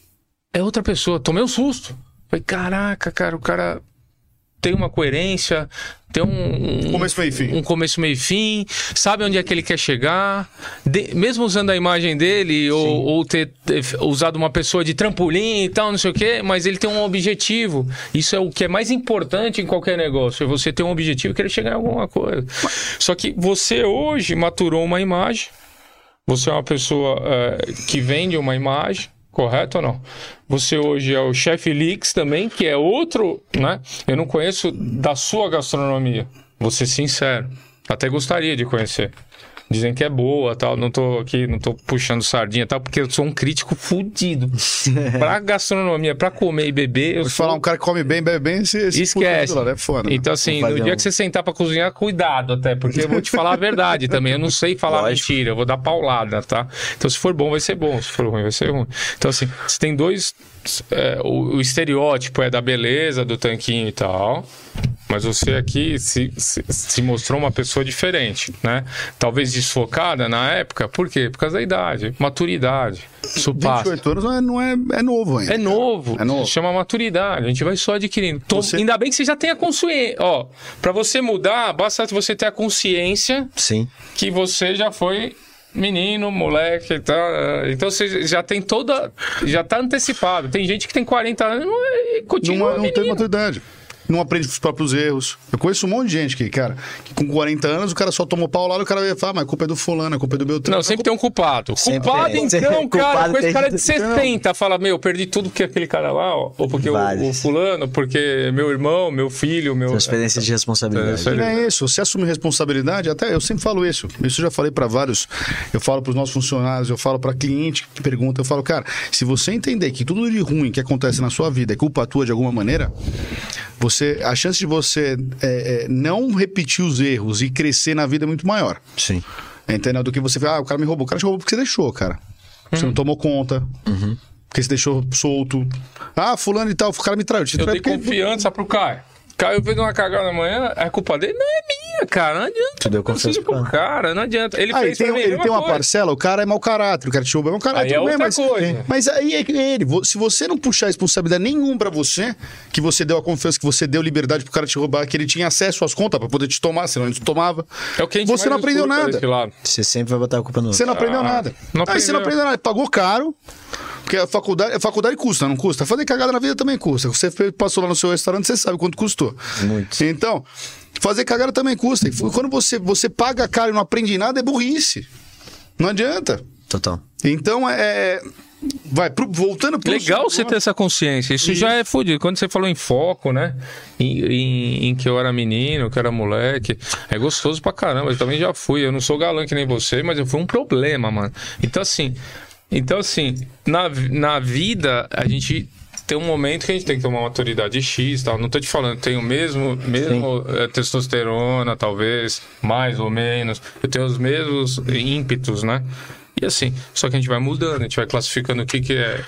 É outra pessoa. Tomei um susto. Falei, caraca, cara, o cara tem uma coerência, tem um... um começo, meio e fim. Um começo, meio e fim. Sabe onde é que ele quer chegar. De, mesmo usando a imagem dele, ou, ou ter, ter usado uma pessoa de trampolim e tal, não sei o quê, mas ele tem um objetivo. Isso é o que é mais importante em qualquer negócio. É você ter um objetivo e querer chegar em alguma coisa. Só que você hoje maturou uma imagem. Você é uma pessoa é, que vende uma imagem. Correto ou não? Você hoje é o Chef Leaks também, que é outro, né? Eu não conheço da sua gastronomia, vou ser sincero. Até gostaria de conhecer. Dizem que é boa, tal. Não tô aqui, não tô puxando sardinha, tal, porque eu sou um crítico fudido. Pra gastronomia, pra comer e beber, eu Vou sou... falar um cara que come bem, bebe bem, você esquece. Lá, é foda, né? Então, assim, no dia um... que você sentar pra cozinhar, cuidado até, porque eu vou te falar a verdade também. Eu não sei falar Lógico. mentira, eu vou dar paulada, tá? Então, se for bom, vai ser bom. Se for ruim, vai ser ruim. Então, assim, você tem dois... É, o, o estereótipo é da beleza, do tanquinho e tal... Mas você aqui se, se, se mostrou uma pessoa diferente, né? Talvez desfocada na época. Por quê? Por causa da idade, maturidade. Isso passa. vinte e oito anos não é, não é, é novo ainda. É novo. É novo. Chama maturidade. A gente vai só adquirindo. Você... Ainda bem que você já tem a consciência. Ó, pra você mudar, basta você ter a consciência Sim. que você já foi... menino, moleque, tá? Então você já tem toda... Já tá antecipado. Tem gente que tem quarenta anos e continua Não, não tem maturidade. Não aprende os próprios erros. Eu conheço um monte de gente que, cara, que com quarenta anos o cara só tomou pau lá e o cara vai falar, mas a culpa é do fulano, a culpa é do Beltrano. Não, sempre tem um culpado. Sempre culpado, tem. então, Sempre cara, culpado com esse tem. cara de setenta, fala, meu, perdi tudo porque aquele cara lá, ó, ou porque o, o fulano, porque meu irmão, meu filho, meu... Transferência de responsabilidade. Não é isso, você assume responsabilidade, até eu sempre falo isso, isso eu já falei para vários, eu falo para os nossos funcionários, eu falo para cliente que pergunta, eu falo, cara, se você entender que tudo de ruim que acontece na sua vida é culpa tua de alguma maneira, você, a chance de você é, é, não repetir os erros e crescer na vida é muito maior. Sim. Entendeu? Do que você fala, ah, o cara me roubou. O cara te roubou porque você deixou, cara. Você uhum. não tomou conta. Uhum. Porque você deixou solto. Ah, fulano e tal, o cara me traiu. Te Eu traiu dei porque... confiança pro Caio. Caio fez uma cagada amanhã, a culpa dele não é minha, cara. Não adianta. Tu deu confiança pro cara, não adianta. Ele Ah, fez ele tem, pra mim, ele tem uma coisa. parcela, o cara é mau caráter, o cara te roubou, é mau caráter. Aí é tudo bem, outra mas, coisa. mas aí é que ele, se você não puxar responsabilidade nenhuma pra você, que você deu a confiança, que você deu liberdade pro cara te roubar, que ele tinha acesso às contas pra poder te tomar, senão ele te tomava. É o que a gente você não mais aprendeu escuta nada. desse lado. Você sempre vai botar a culpa no outro. Você não aprendeu Ah, nada. não Aí você não aprendeu. aprendeu nada. Pagou caro. Porque a faculdade, a faculdade custa, não custa? Fazer cagada na vida também custa. Você passou lá no seu restaurante, você sabe quanto custou. Muito. Então, fazer cagada também custa. E quando você, você paga caro e não aprende nada, é burrice. Não adianta. Total. Então, é... Vai, pro, voltando pro... Legal você ter essa consciência. Isso, Isso já é fodido. Quando você falou em foco, né? Em, em, em que eu era menino, que eu era moleque. É gostoso pra caramba. Eu também já fui. Eu não sou galã que nem você, mas eu fui um problema, mano. Então, assim... Então, assim, na, na vida, a gente tem um momento que a gente tem que tomar uma maturidade X, tal. Não tô te falando, tenho o mesmo, mesmo é, testosterona, talvez, mais ou menos. Eu tenho os mesmos ímpetos, né? E assim, só que a gente vai mudando, a gente vai classificando o que, que é,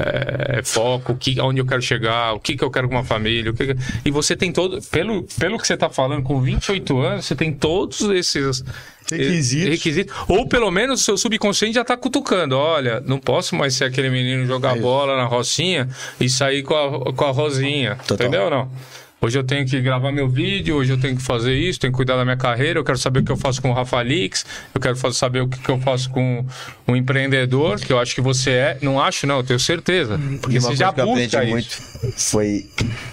é, é foco, o que, onde eu quero chegar, o que, que eu quero com uma família. O que que... E você tem todo, pelo, pelo que você tá falando, com vinte e oito anos, você tem todos esses requisitos. requisitos. Ou pelo menos o seu subconsciente já tá cutucando. Olha, não posso mais ser aquele menino jogar é bola na Rocinha e sair com a, com a Rosinha. Total. Entendeu ou não? Hoje eu tenho que gravar meu vídeo, hoje eu tenho que fazer isso, tenho que cuidar da minha carreira, eu quero saber o que eu faço com o Rafa Lix, eu quero saber o que eu faço com um empreendedor, que eu acho que você é. Não acho, não, eu tenho certeza. Porque você já busca que eu aprendi isso. muito foi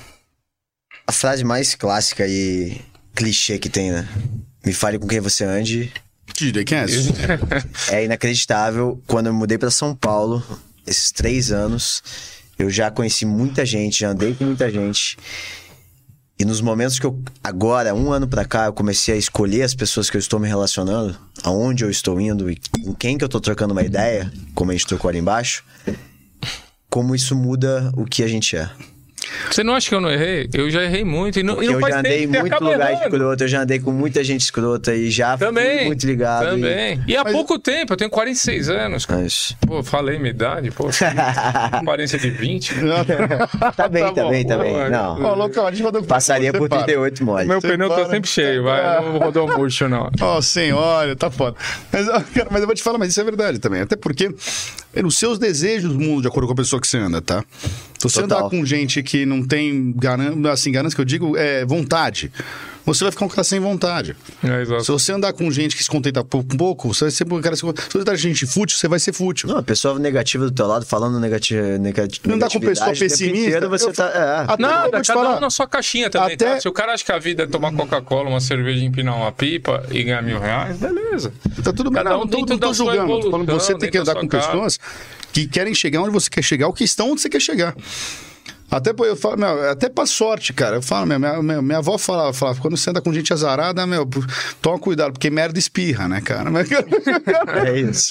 a frase mais clássica e clichê que tem, né? Me fale com quem você ande. Diria quem é isso? É inacreditável. Quando eu mudei pra São Paulo, esses três anos, eu já conheci muita gente, já andei com muita gente. E nos momentos que eu, agora, um ano pra cá, eu comecei a escolher as pessoas que eu estou me relacionando, aonde eu estou indo e com quem que eu tô trocando uma ideia, como a gente trocou ali embaixo, como isso muda o que a gente é. Você não acha que eu não errei? Eu já errei muito. E não, e não Eu faz já andei em tempo que muito acaba lugar errando. escroto, eu já andei com muita gente escrota e já Também. fui muito ligado. Também. E há Mas- pouco tempo, eu tenho quarenta e seis anos. E... Cara. Mas... Pô, falei minha idade, pô. Aparência de vinte. Tá bem, Tá tá bom, bem, tá pô, bem. é. Não, Ó, louco, a gente rodou... passaria Você por para. trinta e oito mole. Meu Você pneu tá para. sempre cheio, vai. Não rodou murcho, não. Ó, senhora, tá foda. Mas, ó, cara, mas eu vou te falar, mas isso é verdade também. Até porque é nos seus desejos mudam de acordo com a pessoa que você anda, tá? Se você Total. andar com gente que não tem ganância, assim, ganância que eu digo é vontade, você vai ficar um cara sem vontade. É, exato. Se você andar com gente que se contenta com pouco, você vai ser um cara... Se você andar com gente fútil, você vai ser fútil. Não, a pessoa negativa do teu lado, falando negati negati Não dá com pessoa negatividade o tempo pessimista. inteiro, você Eu- tá... É. Até- Nada, eu vou te cada falar. um na sua caixinha também, Até- tá? Se o cara acha que a vida é tomar Coca-Cola, uma cerveja, empinar uma pipa e ganhar mil reais, beleza. Tá tudo bem, Cada não, um não, dentro não tô da sua julgando. Tô falando que você evolução, tem que dentro andar da com sua casa. pessoas que querem chegar onde você quer chegar ou que estão onde você quer chegar. Até, pô, eu falo, meu, até pra sorte, cara. Eu falo, meu, minha, minha, minha avó falava, falava, quando você anda com gente azarada, meu, toma cuidado, porque merda espirra, né, cara? Mas, É isso.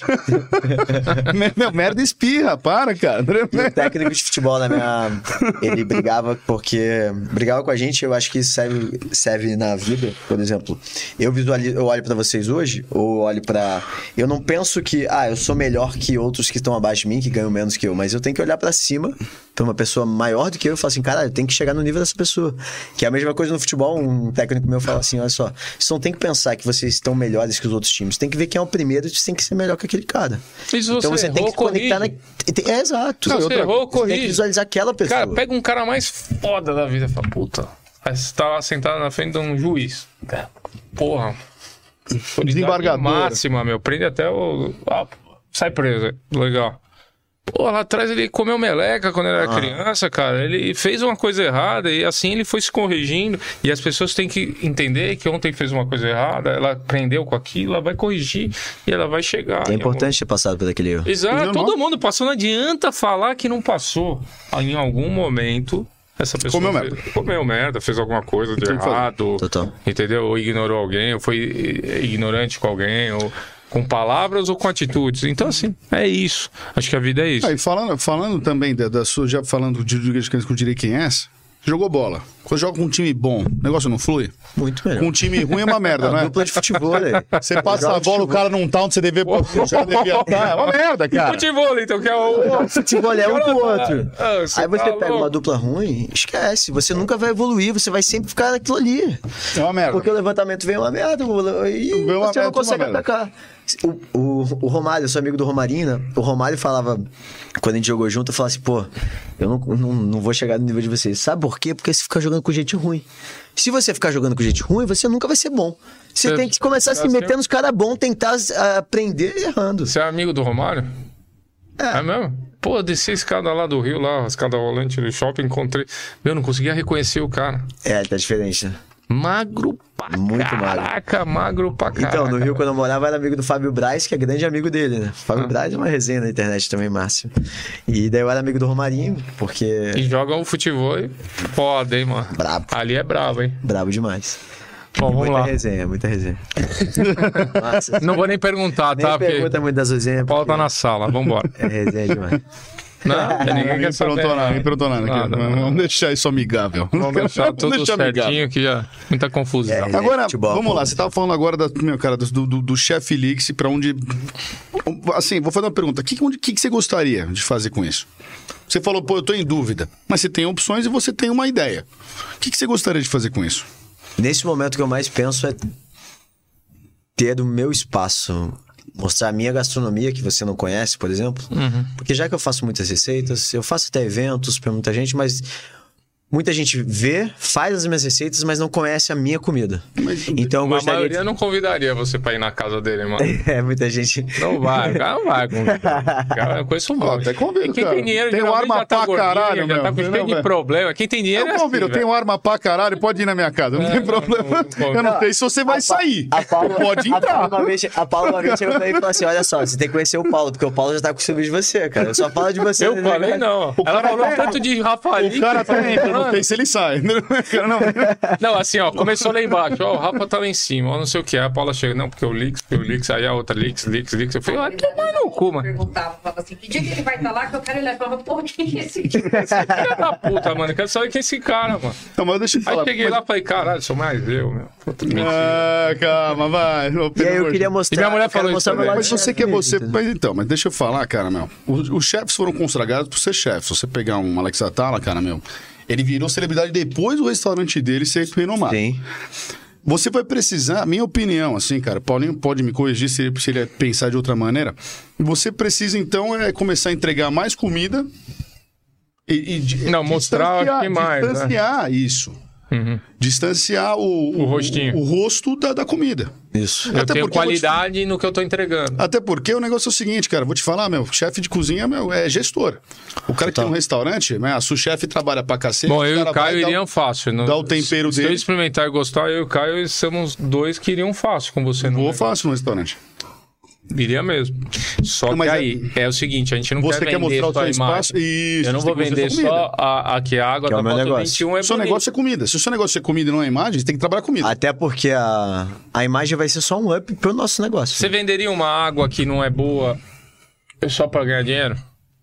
meu, merda espirra, para, cara. E o técnico de futebol na minha... Ele brigava porque... Brigava com a gente, eu acho que isso serve, serve na vida. Por exemplo, eu visualizo, eu olho pra vocês hoje, ou olho pra... Eu não penso que, ah, eu sou melhor que outros que estão abaixo de mim, que ganham menos que eu, mas eu tenho que olhar pra cima, pra uma pessoa maior do que eu, e falar assim, caralho, eu tenho que chegar no nível dessa pessoa. Que é a mesma coisa no futebol, um técnico meu fala assim, olha só, você não tem que pensar que vocês estão melhores que os outros times, tem que ver quem é o primeiro e você tem que ser melhor que aquele cara. E se Então você você tem errou, que conectar na... corrige. É, exato. Se você Outra- errou, você tem que corrige. visualizar aquela pessoa. Cara, pega um cara mais foda da vida e fala, puta, aí você tá lá sentado na frente de um juiz. Porra. Autoridade Desembargador. máxima, meu. Prende até o... Ah, sai preso. Legal. Pô, lá atrás ele comeu meleca quando ele era criança, cara. Ele fez uma coisa errada e assim ele foi se corrigindo. E as pessoas têm que entender que ontem fez uma coisa errada, ela aprendeu com aquilo, ela vai corrigir e ela vai chegar. É em importante ter passado por aquele erro. algum- Exato, Normal. todo mundo passou. Não adianta falar que não passou. Em algum momento, essa pessoa Comeu fez- merda. comeu merda, fez alguma coisa de Tem que fazer. errado. Total. Entendeu? Ou ignorou alguém, ou foi ignorante com alguém, ou com palavras ou com atitudes. Então, assim, é isso. Acho que a vida é isso. Aí, falando, falando também da, da sua, já falando de de que eu direi quem é, jogou bola. Quando joga com um time bom, o negócio não flui? Muito melhor. Com um time ruim é uma merda, não é? Dupla de futebol, né? Você passa a bola, o cara não tá onde você devia, você já devia estar. É uma merda, cara. Futebol, então, que é o... Futebol é um pro outro. Ah, você Aí você tá pega louco. uma dupla ruim, esquece. Você nunca vai evoluir, você vai sempre ficar naquilo ali. É uma merda. Porque o levantamento vem uma merda e Vem uma você merda, não consegue uma merda. atacar. O, o, o Romário, eu sou amigo do Romarinho, né? O Romário falava, quando a gente jogou junto, eu falava assim, pô, eu não, não, não vou chegar no nível de vocês. Sabe por quê? Porque você fica jogando com gente ruim. Se você ficar jogando com gente ruim, você nunca vai ser bom. Você Você- tem que começar a se você- meter nos caras bons, tentar ah, aprender errando. Você é amigo do Romário? É. É mesmo? Pô, eu desci a escada lá do Rio, lá, a escada rolante do shopping, encontrei... Meu, não conseguia reconhecer o cara. É, tá diferente, né? Magro pra Muito magro. caraca, magro pra caraca. Então, no Rio, quando eu morava, era amigo do Fábio Braz, que é grande amigo dele, né? Fábio Ah. Braz é uma resenha na internet também, Márcio. E daí eu era amigo do Romarinho, porque... E jogam o futebol e foda, hein, mano. Brabo. Ali é brabo, hein. Brabo demais. Bom, vamos Muita lá. resenha, muita resenha. Márcio, Não vou nem perguntar, nem tá? Porque pergunta muito das resenhas, o Paulo tá porque na sala, vambora. é resenha demais. Não, ninguém Ninguém quer saber. perguntou nada, ninguém perguntou nada. aqui. Nada, nada. Vamos deixar isso amigável. Vamos deixar tudo Deixar amigável. certinho, que já... Muita confusão. É. Agora, Futebol, vamos pô. lá, você tava falando agora da, meu cara, do, do, do chefe Felix, pra onde... Assim, vou fazer uma pergunta. O que, onde- que, que você gostaria de fazer com isso? Você falou, pô, eu tô em dúvida. Mas você tem opções e você tem uma ideia. O que, que você gostaria de fazer com isso? Nesse momento, o que eu mais penso é ter o meu espaço. Mostrar a minha gastronomia, que você não conhece, por exemplo. Uhum. Porque já que eu faço muitas receitas, eu faço até eventos pra muita gente, mas muita gente vê, faz as minhas receitas, mas não conhece a minha comida. Mas- Então eu A gostaria... maioria não convidaria você pra ir na casa dele, mano. É, muita gente... Não vai, o cara não vai. convidar. Cara, eu conheço um Ó, monte. até convido, E quem cara. tem dinheiro, Tenho geralmente arma já tá pra gordinho, caralho, já meu. tá com Não, cheio de velho. problema. Quem tem dinheiro Eu é convido, eu assim, tenho velho. arma pra caralho, pode ir na minha casa, não tem problema. não, não, Eu não sei se você vai sair. A Paula, Pode A entrar. Paula uma vez, a Paula uma vez chegou pra mim e falou assim, olha só, você tem que conhecer o Paulo, porque o Paulo já tá com ciúme de você, cara. Eu só falo de você. Eu falei não. Ela cara falou tem- tanto de Rafa O cara tem, namorando. não tem se ele sai. Não, Não, assim, ó, começou lá embaixo, ó, o Rafa tá lá em cima, ó, não sei o que. Aí a Paula chega, não, porque o Leaks, porque o Leaks, aí a outra Leaks, Leaks, Leaks. Eu falei, ah, toma no cu, mano. Perguntava, falava assim, que dia que ele vai estar lá que eu quero olhar e falava, pô, quem é esse aqui? Filha da puta, mano, eu quero saber quem é esse cara, mano. não, mas deixa eu falar. Aí cheguei mas... lá e falei, caralho, sou mais eu, meu. Puta, mentira. Ah, calma, vai. Ô, E pelo aí eu amor queria de- mostrar. E minha mulher eu quero falou mostrar isso meu também. lado Mas você que é chefe, você. entendeu? Mas então, mas deixa eu falar, cara, meu. Os, os chefes foram consagrados por ser chefes. Se você pegar um Alex Atala, cara, meu, ele virou celebridade depois do restaurante dele ser renomado. Sim. Você vai precisar, minha opinião, assim, cara, Paulinho pode me corrigir se ele, se ele pensar de outra maneira. Você precisa, então, é começar a entregar mais comida e... e de- Não, mostrar distanciar- que mais, né? Distanciar isso. Uhum. Distanciar o, O rostinho. o, rosto da, da comida. Isso. Eu Até tenho porque eu vou te- qualidade no que eu tô entregando. Até porque o negócio é o seguinte, cara, vou te falar, meu, chefe de cozinha, meu, é gestor. O cara que tem um restaurante, né, a sua chefe trabalha pra cacete. Bom, eu e cara o Caio vai dar iriam fácil. Não... dá o tempero se dele. eu experimentar e gostar, eu e o Caio somos dois que iriam fácil com você. um- No Vou negócio. fácil no restaurante. Iria mesmo. Só Não, que mas aí, é... o seguinte, a gente não Você quer quer vender mostrar o só a seu imagem. espaço? Isso. Eu não você vou tem que vender mostrar comida. só a, a que a água Que é da o meu Foto negócio. vinte e um é O seu bonito. negócio é comida. Se o seu negócio é comida e não é imagem, você tem que trabalhar comida. Até porque a, a imagem vai ser só um up pro nosso negócio. Você venderia uma água que não é boa só pra ganhar dinheiro?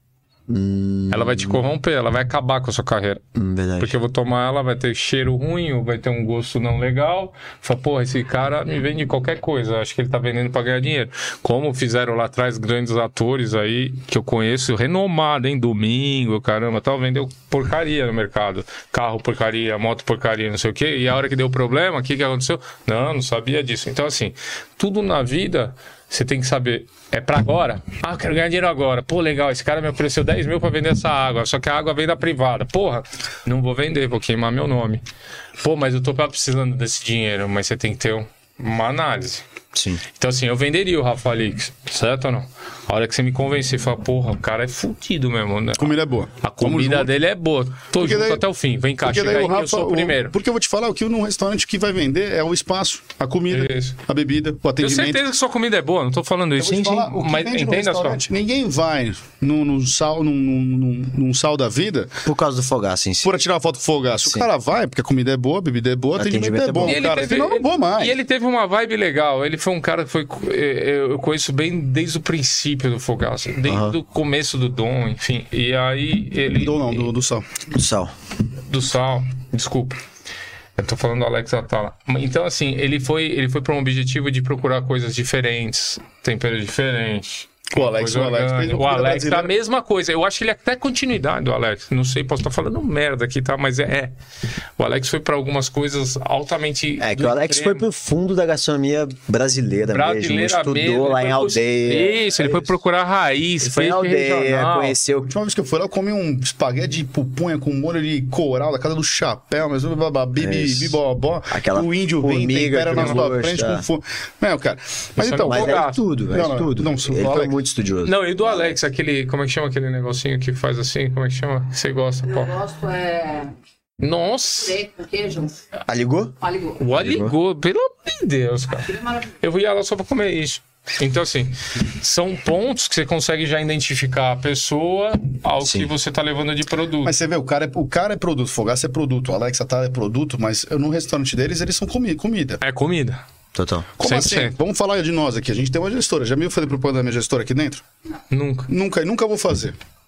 Hum, Ela vai te corromper, ela vai acabar com a sua carreira. hum, verdade. Porque eu vou tomar ela, vai ter cheiro ruim, ou vai ter um gosto não legal. Fala, porra, esse cara me vende qualquer coisa. Acho que ele tá vendendo pra ganhar dinheiro. Como fizeram lá atrás grandes atores aí, que eu conheço, renomado, hein? Domingo, caramba, tal, vendeu porcaria no mercado. Carro porcaria, moto porcaria, não sei o quê. E a hora que deu problema, o que que aconteceu? Não, não sabia disso. Então, assim, tudo na vida... Você tem que saber, é pra agora? Ah, eu quero ganhar dinheiro agora. Pô, legal, esse cara me ofereceu dez mil pra vender essa água, só que a água vem da privada. Porra, não vou vender, vou queimar meu nome. Pô, mas eu tô precisando desse dinheiro, mas você tem que ter um- uma análise. Sim. Então, assim, eu venderia o Rafa Leaks, certo ou não? A hora que você me convencer, fala, porra, o cara é fudido mesmo, né? A comida é boa. A Tamo comida junto. dele é boa. Tô Porque junto daí- até o fim. Vem cá, Porque chega daí aí o que eu Rafa, sou o o- primeiro. porque eu vou te falar, o que num restaurante que vai vender é o espaço, a comida, Isso. a bebida, o Tenho atendimento. certeza que sua comida é boa, não tô falando isso. Vou te falar, o que Mas vende no entenda só. restaurante, ninguém vai num, num sal, num, num, num sal da vida Por causa do fogaço em si. por tirar uma foto com fogaço. O Sim. cara vai porque a comida é boa, a bebida é boa, o atendimento, Atendimento é é bom. bom. E ele Cara, teve- senão eu não vou mais. E ele teve uma vibe legal. Ele foi um cara que foi. Eu eu conheço bem desde o princípio do Fogaça. Desde Aham. o começo do Dom, enfim. E aí ele. Do, não, do, do sal. Do sal. Do Sal. Desculpa. Eu tô falando do Alex Atala. Então, assim, ele foi, ele foi para um objetivo de procurar coisas diferentes, tempero diferente. O Alex, coisa o Alex orgânica. fez uma O comida Alex tá a brasileira. mesma coisa. Eu acho que ele é até continuidade do Alex. Não sei, posso estar falando merda aqui, tá? Mas é. é. O Alex foi para algumas coisas altamente. É que do o Alex extremo. foi pro fundo da gastronomia brasileira, mesmo. Brasileira Estudou mesmo, lá ele em foi aldeia. Isso, ele foi procurar raiz, Ele foi em fez aldeia, regional. conheceu. A última vez que eu fui lá, eu comi um espaguete de pupunha com molho de coral da casa do chapéu, mas bibi, É isso. bibobó. Aquela o índio vem, formiga tempera que na não sua gosta. frente com fome. Não, cara. Mas Isso então, não Mas Fogaço. é tudo, é Não, não, tudo. não, Ele o foi Alex- muito estudioso. Não, e do Alex, aquele. Como é que chama aquele negocinho que faz assim? Como é que chama? Você gosta, Eu pô? gosto é Nossa! purê com queijo. Ah, ligou? Aligou. O aligou, pelo amor de Deus, cara. Aquilo é maravilhoso. Eu ia lá só pra comer isso. Então, assim, são pontos que você consegue já identificar a pessoa ao Sim. que você tá levando de produto. Mas você vê, o cara é, o cara é produto, Fogaça é produto, o Alex Atala é produto, mas no restaurante deles eles são comi comida. É comida. Total. Como cem por assim? cento. Vamos falar de nós aqui. A gente tem uma gestora. Já me fazer propaganda da minha gestora aqui dentro? Nunca. Nunca, e nunca vou fazer.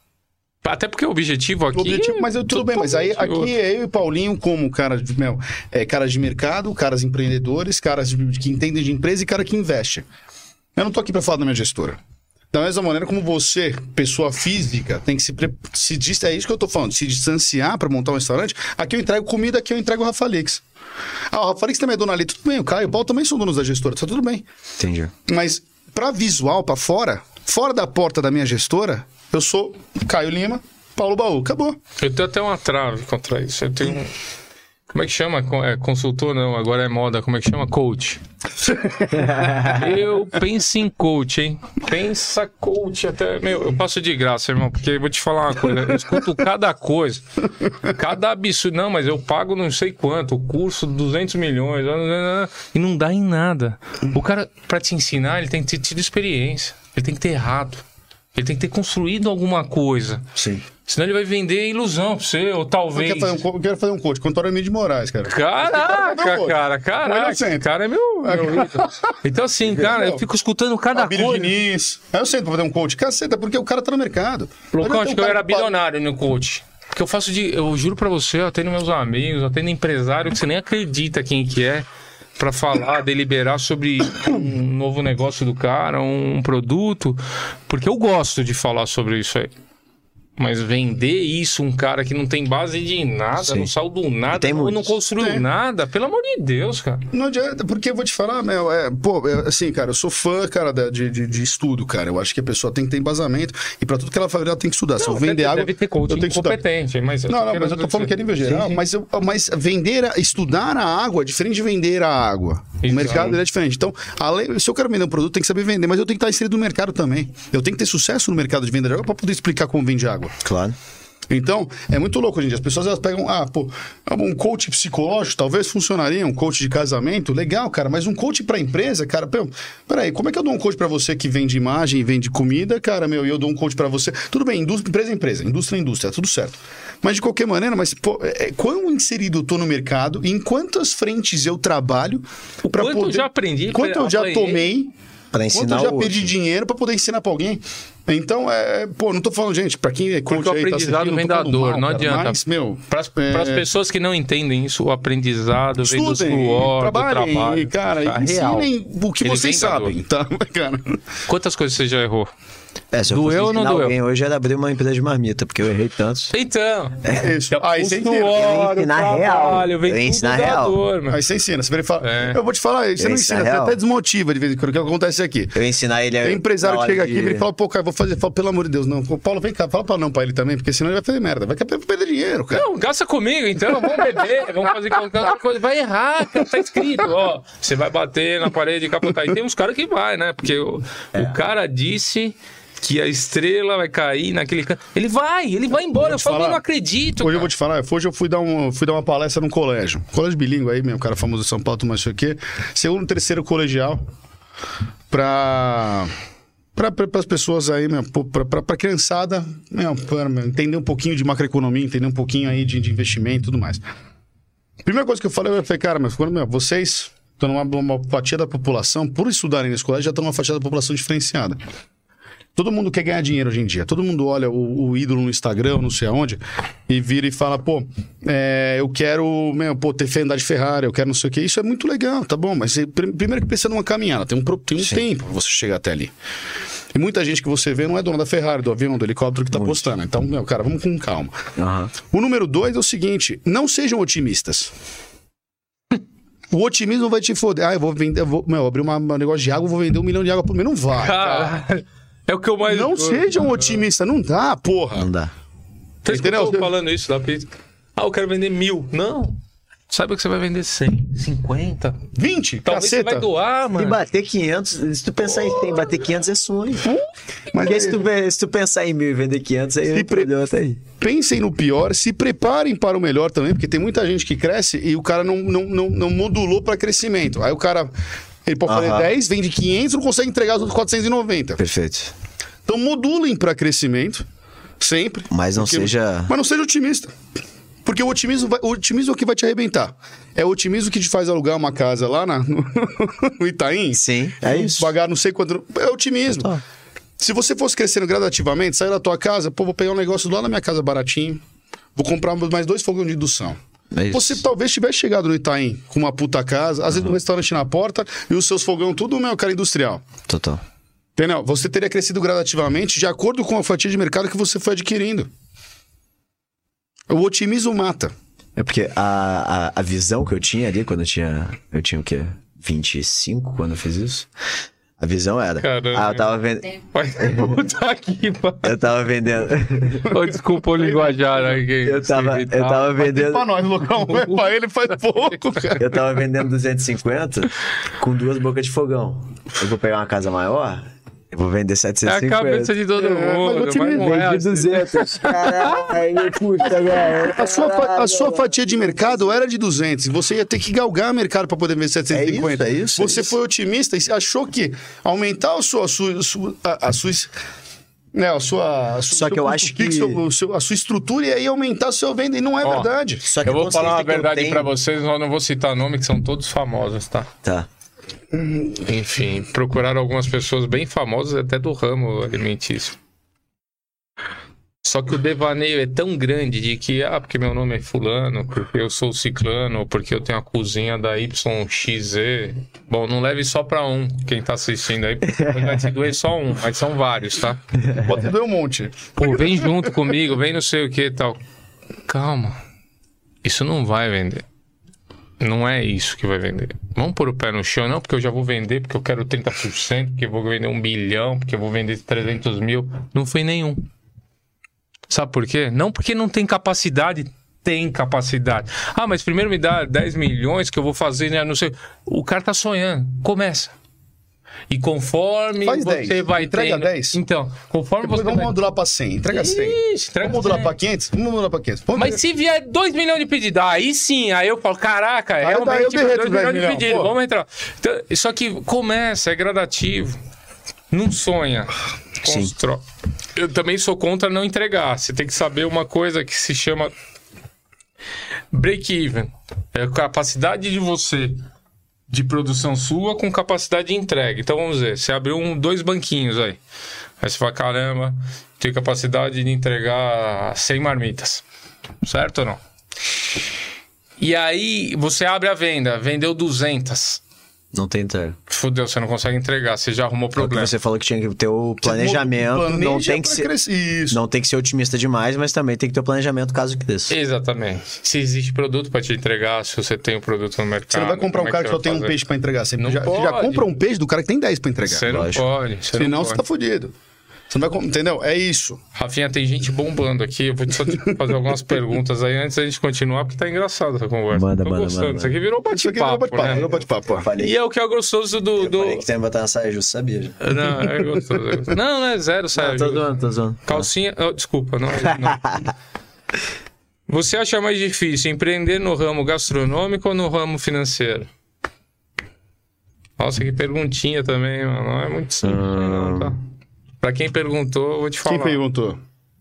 Até porque o objetivo aqui. O objetivo, mas eu, tudo bem, mas aí totalmente aqui outro. é eu e o Paulinho como cara de, meu, é, caras de mercado, caras empreendedores, caras de- que entendem de empresa e cara que investe. Eu não tô aqui para falar da minha gestora. Da mesma maneira como você, pessoa física, tem que se, pre- se dis- é isso que eu tô falando, se distanciar para montar um restaurante. Aqui eu entrego comida, aqui eu entrego o Rafa Leaks. Ah, o Rafa Leaks também é dono ali, tudo bem, o Caio, o Paulo também são donos da gestora, tá tudo bem. Entendi. Mas para visual, para fora, fora da porta da minha gestora, eu sou Caio Lima, Paulo Baú, acabou. Eu tenho até uma trave contra isso. Eu tenho um. Como é que chama? Co- É, consultor não, agora é moda. Como é que chama? Coach. Eu penso em coach, hein? Pensa coach até. Meu, eu passo de graça, irmão, porque eu vou te falar uma coisa. Eu escuto cada coisa. Cada absurdo. Não, mas eu pago não sei quanto. O curso, duzentos milhões. E não dá em nada. O cara, pra te ensinar, ele tem que ter tido experiência. Ele tem que ter errado. Ele tem que ter construído alguma coisa. Sim. Senão ele vai vender ilusão pra você, ou Eu talvez... quero fazer um, co- eu quero fazer um coach com o Antônio Emílio de Moraes, cara. Caraca, cara, Mas caraca. eu Esse sento. cara é meu, meu ídolo. Então, assim, cara, eu fico escutando cada Abílio coisa. Diniz. Aí eu sento pra fazer um coach. Caceta, porque o cara tá no mercado. Loucão, Não acho tem que um eu cara era que paga- bilionário no coach. Porque eu faço de... Eu juro pra você, eu atendo meus amigos, eu atendo empresário que você nem acredita quem que é, pra falar, deliberar sobre um novo negócio do cara, um produto. Porque eu gosto de falar sobre isso aí. Mas vender isso, um cara que não tem base de nada, Sim. não saiu do nada, Tem não, não muitos. construiu Tem. nada, pelo amor de Deus, cara. Não adianta, porque eu vou te falar, meu, é, pô, é, assim, cara, eu sou fã, cara, da- de, de, de estudo, cara. Eu acho que a pessoa tem que ter embasamento e pra tudo que ela faz, ela tem que estudar. Se eu Não, vender deve, água, deve ter eu coach tenho que estudar. incompetente, mas... Não, não, mas eu tô falando que é nível geral, mas, eu, mas vender, a- estudar a água é diferente de vender a água. O Exato. mercado ele é diferente. Então, além, se eu quero vender um produto, tem que saber vender, mas eu tenho que estar inserido no mercado também. Eu tenho que ter sucesso no mercado de venda de água pra poder explicar como vende água. Claro. Então, é muito louco hoje em dia. As pessoas elas pegam, ah, pô, um coach psicológico talvez funcionaria, um coach de casamento, legal, cara, mas um coach pra empresa, cara, pô, peraí, como é que eu dou um coach pra você que vende imagem e vende comida, cara, meu, e eu dou um coach pra você? Tudo bem, indústria, empresa é empresa, indústria é indústria, tudo certo. Mas de qualquer maneira, mas, pô, é, quão inserido eu tô no mercado, em quantas frentes eu trabalho pra quanto eu poder... já aprendi, Quanto eu já apanhei. tomei... Pra Quanto ensinar eu já o perdi outro. dinheiro pra poder ensinar pra alguém? Então, é, pô, não tô falando, gente, pra quem é coach Porque o aí, tá aprendizado assistindo, vem não tô da falando dor, mal, não cara, adianta. Mas, meu, Para as é, pessoas que não entendem isso, o aprendizado vem do estudem, suor, trabalhem, do trabalho. e, cara, Tá real. ensinem o que Ele vocês vem da sabem, tá, cara? Quantas coisas você já errou? É, se eu Doeu fosse ou não ensinar doeu? alguém hoje era abrir uma empresa de marmita, porque eu errei tantos. Então, Isso. o Aí você ensina. Eu ia suor, o ensinar real. trabalho, vem Eu ia tudo ensinar da real. dor, mano. Aí você ensina, você vira e fala, É. eu vou te falar, você Eu não ia ensina, ensinar você real. até desmotiva de vez em quando, o que acontece aqui. Eu ia ensinar ele a. Tem empresário na que hora chega aqui e de- vira e fala, pô, cara, vou fazer, fala, pelo amor de Deus, não, pô, Paulo, vem cá, fala pra não pra ele também, porque senão ele vai fazer merda, vai perder dinheiro, cara. Não, gasta comigo, então. Vamos beber, vamos fazer qualquer outra coisa. Vai errar, cara, tá escrito, ó. Você vai bater na parede e capotar. E tem uns caras que vai, né? Porque o, o cara disse que a estrela vai cair naquele canto. Ele vai, ele vai embora. Eu te falo, falar. eu não acredito. Hoje eu cara. vou te falar, hoje eu fui dar, um, fui dar uma palestra num colégio. Colégio bilíngue aí, meu, cara famoso de São Paulo, mas isso aqui. Segundo, terceiro colegial. Pra. Para as pessoas aí, meu, para a criançada, meu, pra, meu, entender um pouquinho de macroeconomia, entender um pouquinho aí de, de investimento e tudo mais. Primeira coisa que eu falei, eu falei, cara, mas quando, meu, vocês estão numa uma fatia da população, por estudarem nesse colégio, já estão numa fatia da população diferenciada. Todo mundo quer ganhar dinheiro hoje em dia. Todo mundo olha o, o ídolo no Instagram, não sei aonde, e vira e fala, pô, é, eu quero, meu, pô, ter andar de Ferrari, eu quero não sei o quê. Isso é muito legal, tá bom, mas você, pr- primeiro que precisa de uma caminhada, tem um, pro- tem um tempo pra você chegar até ali. E muita gente que você vê não é dona da Ferrari, do avião, do helicóptero que tá postando. Então, meu, cara, vamos com calma. Aham. O número dois é o seguinte, não sejam otimistas. O otimismo vai te foder. Ah, eu vou vender, eu vou, meu, abrir uma- um negócio de água, eu vou vender um milhão de água por mês. Não vai, cara. Caralho. É o que eu mais. Não sejam otimistas, não dá, porra. Não dá. Você Entendeu? escutou falando isso da pizza? Ah, eu quero vender mil. Não. Saiba que você vai vender cem, cinquenta. vinte, Talvez você caceta. vai doar, E mano. bater quinhentos, se tu pensar em cem, bater quinhentos é sonho. Mas Porque se tu, ve- se tu pensar em mil e vender quinhentos, aí Se o pre- problema tá aí. pensem no pior, se preparem para o melhor também, porque tem muita gente que cresce e o cara não, não, não, não modulou para crescimento. Aí o cara, ele pode fazer Aham. dez, vende quinhentos, não consegue entregar os outros quatrocentos e noventa. Perfeito. Então modulem para crescimento, sempre. Mas não Porque- seja- Mas não seja otimista. Porque o otimismo, vai, o otimismo é o que vai te arrebentar. É o otimismo que te faz alugar uma casa lá na, no, no Itaim. Sim, é isso. Pagar não sei quanto. É otimismo. Total. Se você fosse crescendo gradativamente, sair da tua casa, pô, vou pegar um negócio lá na minha casa baratinho, vou comprar mais dois fogões de indução. É isso. Você talvez tivesse chegado no Itaim com uma puta casa, às vezes um restaurante na porta e os seus fogão tudo, meu, cara, industrial. Total. Entendeu? Você teria crescido gradativamente de acordo com a fatia de mercado que você foi adquirindo. O otimismo mata. É porque a, a, a visão que eu tinha ali, quando eu tinha. Eu tinha o quê? vinte e cinco quando eu fiz isso? A visão era. Caramba. Ah, eu tava vendendo. Vai puta aqui, mano. Eu tava vendendo. Ô, desculpa o linguajar aqui. Eu tava, eu tava vendendo. Pra nós, Lucão. Pra ele faz pouco, cara. Eu tava vendendo duzentos e cinquenta com duas bocas de fogão. Eu vou pegar uma casa maior, eu vou vender É setecentos e a cinquenta. cabeça de todo É, mas mundo. eu te mas não é Vendi assim. duzentos. Caralho, puta, velho. A sua, fa- a sua fatia de mercado era de duzentos. Você ia ter que galgar mercado para poder vender setecentos e cinquenta. É isso, é isso, Você é isso. foi otimista e achou que aumentar a sua, a sua, a sua, a- a sua É, a sua, a sua, Só que eu acho que- o seu- a sua estrutura ia aumentar o seu venda, e não é Ó, verdade. Só que Eu vou a consciência falar uma que eu verdade tenho- pra vocês, eu não vou citar nome, que são todos famosos, tá? Tá. Enfim, procuraram algumas pessoas bem famosas, até do ramo alimentício. Só que o devaneio é tão grande de que, ah, porque meu nome é fulano, porque eu sou ciclano, porque eu tenho a cozinha da Y X Z. Bom, não leve só pra um, quem tá assistindo aí, porque vai te doer só um, mas são vários, tá? Pode doer um monte. Pô, vem junto comigo, vem não sei o que e tal. Calma, isso não vai vender. Não é isso que vai vender. Vamos pôr o pé no chão, não, porque eu já vou vender, porque eu quero trinta por cento, porque eu vou vender um bilhão, porque eu vou vender trezentos mil. Não foi nenhum. Sabe por quê? Não porque não tem capacidade. Tem capacidade. Ah, mas primeiro me dá dez milhões que eu vou fazer, né? Não sei. O cara tá sonhando. Começa. E conforme Faz você dez. vai Entrega tendo... dez. Então, conforme Depois você vamos vai... modular pra cem. Entrega cem. Ixi, entrega Vamos modular cem. pra quinhentos? Vamos modular pra quinhentos. Vamos Mas se vier dois milhões de pedidos, aí sim, aí eu falo, caraca, é Aí daí eu realmente derreto dois dez milhões de milhões, pedidos, pô. vamos entrar. Então, só que começa, é gradativo. Não sonha. Sim. Constrói. Eu também sou contra não entregar. Você tem que saber uma coisa que se chama break-even. É a capacidade de você de produção sua com capacidade de entrega. Então vamos dizer, você abriu um, dois banquinhos aí. Aí você fala, caramba, tem capacidade de entregar cem marmitas. Certo ou não? E aí você abre a venda, vendeu duzentas. Não tem entrega. Fudeu, você não consegue entregar, você já arrumou É o que problema. você falou que tinha que ter o planejamento. Planeja Não tem que pra ser, crescer. Isso. não tem que ser otimista demais, mas também tem que ter o planejamento caso que desça. Exatamente. Se existe produto pra te entregar, se você tem o produto no mercado. Você não vai comprar um como é cara que só vai tem um fazer? peixe pra entregar. Você Não já, você já pode. compra um peixe do cara que tem dez pra entregar. Você não Lógico. pode. Você Senão não você pode. tá fudido. Você não vai... com- Entendeu? É isso. Rafinha, tem gente bombando aqui. Eu vou só te fazer algumas perguntas aí antes da gente continuar, porque tá engraçado essa conversa. Manda, Tô manda, gostando. manda, Isso aqui virou Isso aqui virou bate-papo, bate-papo. né? Virou bate-papo. ó. Falei, E é o que é gostoso do... eu do... falei que tem que botar na saia justa, sabia já. Não, é gostoso, é gostoso. Não, não é zero, saia Não, tô justa. zoando, tô zoando. Calcinha... oh, desculpa, não, não. Você acha mais difícil empreender no ramo gastronômico ou no ramo financeiro? Nossa, que perguntinha também, mano. Não é muito simples, não, tá? Pra quem perguntou, eu vou te falar. Quem perguntou?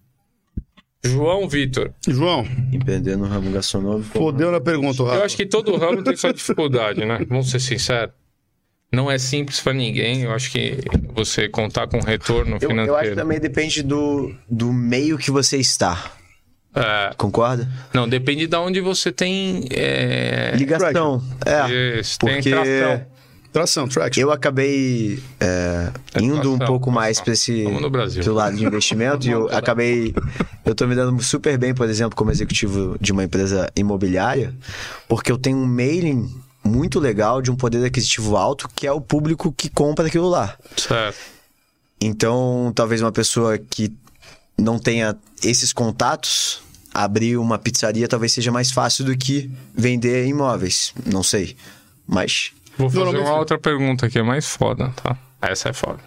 João Vitor. João, Empreender no ramo gastronômico. fodeu na pergunta, Rafa. Eu acho que todo ramo tem sua dificuldade, né? Vamos ser sinceros. Não é simples pra ninguém. Eu acho que você contar com retorno Eu, financeiro. eu acho que também depende do, do meio que você está. É, Concorda? não, depende de onde você tem. É... Ligação. É. Isso, tem Porque tração. Tração, traction. eu acabei é, indo um tração, pouco mais tração. para esse Vamos no Brasil. pro lado de investimento e eu acabei eu tô me dando super bem, por exemplo, como executivo de uma empresa imobiliária, porque eu tenho um mailing muito legal de um poder aquisitivo alto, que é o público que compra aquilo lá. Certo. Então, talvez uma pessoa que não tenha esses contatos, abrir uma pizzaria talvez seja mais fácil do que vender imóveis. Não sei. Mas Vou fazer Normalmente- uma outra pergunta que é mais foda, tá? Essa é foda.